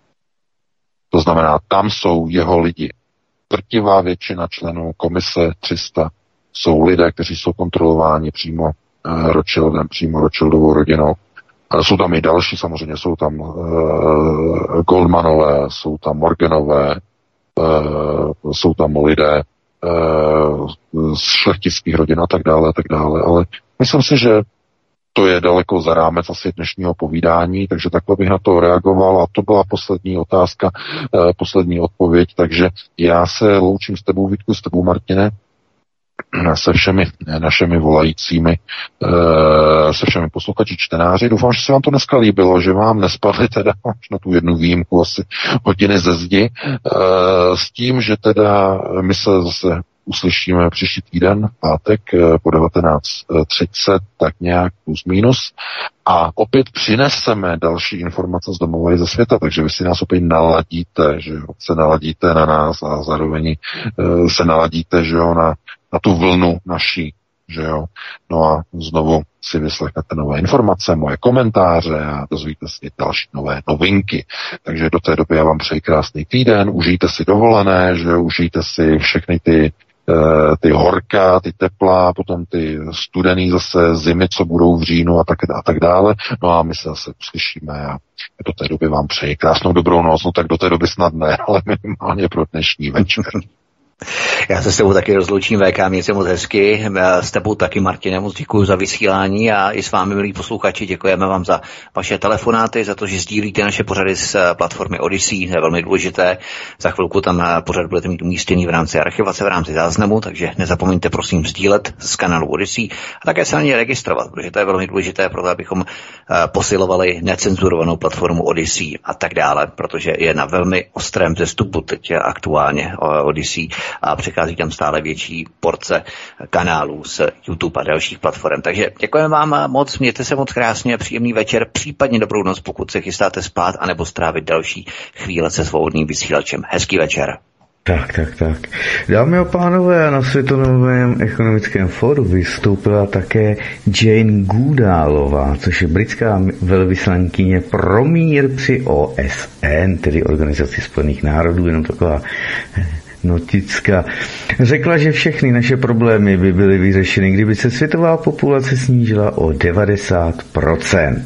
To znamená, tam jsou jeho lidi. Drtivá většina členů Komise 300 jsou lidé, kteří jsou kontrolováni přímo Rothschildem, přímo Rothschildovou rodinou. Jsou tam i další, samozřejmě jsou tam Goldmanové, jsou tam Morganové, jsou tam lidé z šlechtických rodin a tak dále, ale myslím si, že to je daleko za rámec asi dnešního povídání, takže takhle bych na to reagoval a to byla poslední otázka, poslední odpověď, takže já se loučím s tebou, Vítku, s tebou, Martine, se všemi našimi volajícími, se všemi posluchači, čtenáři. Doufám, že se vám to dneska líbilo, že vám nespadly teda na tu jednu výjimku asi hodiny ze zdi, s tím, že teda my se zase uslyšíme příští týden, pátek po 19:30, tak nějak plus minus. A opět přineseme další informace z domova i ze světa, takže vy si nás opět naladíte, že jo, se naladíte na nás a zároveň se naladíte, že jo, na na tu vlnu naší, že jo. No a znovu si vyslechnete nové informace, moje komentáře a dozvíte si další nové novinky. Takže do té doby já vám přeji krásný týden, užijte si dovolené, že užijte si všechny ty horka, ty tepla, potom ty studený zase zimy, co budou v říjnu a tak dále. No a my se zase uslyšíme a do té doby vám přeji krásnou dobrou noc, no tak do té doby snad ne, ale minimálně pro dnešní večer. Já se s tebou taky rozloučím, VK, měj se moc hezky. S tebou taky, Martine, moc děkuji za vysílání a i s vámi, milí posluchači, děkujeme vám za vaše telefonáty, za to, že sdílíte naše pořady z platformy Odyssey, to je velmi důležité. Za chvilku tam pořad budete mít umístěný v rámci archivace, v rámci záznamu, takže nezapomeňte prosím sdílet z kanálu Odyssey a také se na ně registrovat, protože to je velmi důležité pro to, abychom posilovali necenzurovanou platformu Odyssey a tak dále, protože je na velmi ostrém vzestupu teď aktuálně Odyssey a přichází tam stále větší porce kanálů z YouTube a dalších platform. Takže děkujeme vám moc, mějte se moc krásně, příjemný večer, případně dobrou noc, pokud se chystáte spát, anebo strávit další chvíle se svobodným vysílačem. Hezký večer. Tak. Dámy a pánové, na Světovém ekonomickém fóru vystoupila také Jane Goodalová, což je britská velvyslankyně pro mír při OSN, tedy Organizaci spojených národů, jenom taková notická. Řekla, že všechny naše problémy by byly vyřešeny, kdyby se světová populace snížila o 90%.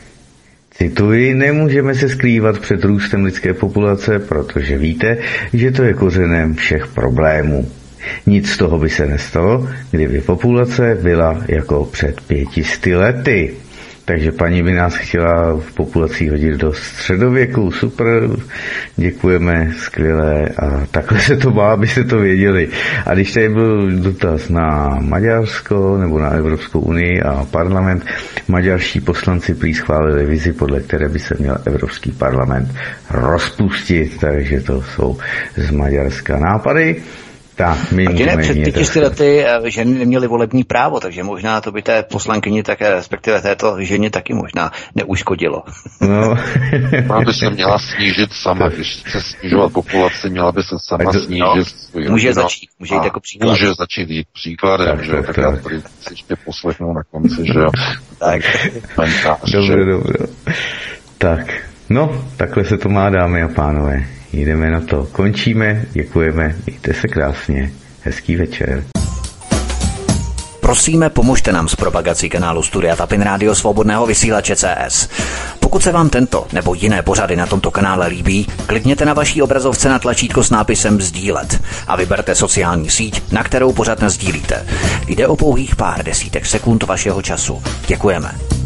Cituji, nemůžeme se skrývat před růstem lidské populace, protože víte, že to je kořenem všech problémů. Nic z toho by se nestalo, kdyby populace byla jako před 500 lety. Takže paní by nás chtěla v populaci hodit do středověku. Super, děkujeme, skvělé. A takhle se to má, abyste to věděli. A když tady byl dotaz na Maďarsko nebo na Evropskou unii a parlament, maďarští poslanci prý schválili vizi, podle které by se měl Evropský parlament rozpustit. Takže to jsou z Maďarska nápady. Před 500 lety ženy neměly volební právo, takže možná to by té poslankyni také, respektive této ženě taky možná neuškodilo. No. Ona by se měla snížit sama, když chce snižovat populaci, měla by se sama snížit. Může začít, může jít jako příklad. Může začít jít příkladem, že jo, tak já tady si ještě poslechnu na konci, že jo. Tak. Dobře. Tak, no, takhle se to má, dámy a pánové. Jdeme na to. Končíme, děkujeme, mějte se krásně, hezký večer. Prosíme, pomožte nám s propagací kanálu Studia Tapin Rádio Svobodného vysílače CS. Pokud se vám tento nebo jiné pořady na tomto kanále líbí, klikněte na vaší obrazovce na tlačítko s nápisem sdílet a vyberte sociální síť, na kterou pořad nasdílíte. Jde o pouhých pár desítek sekund vašeho času. Děkujeme.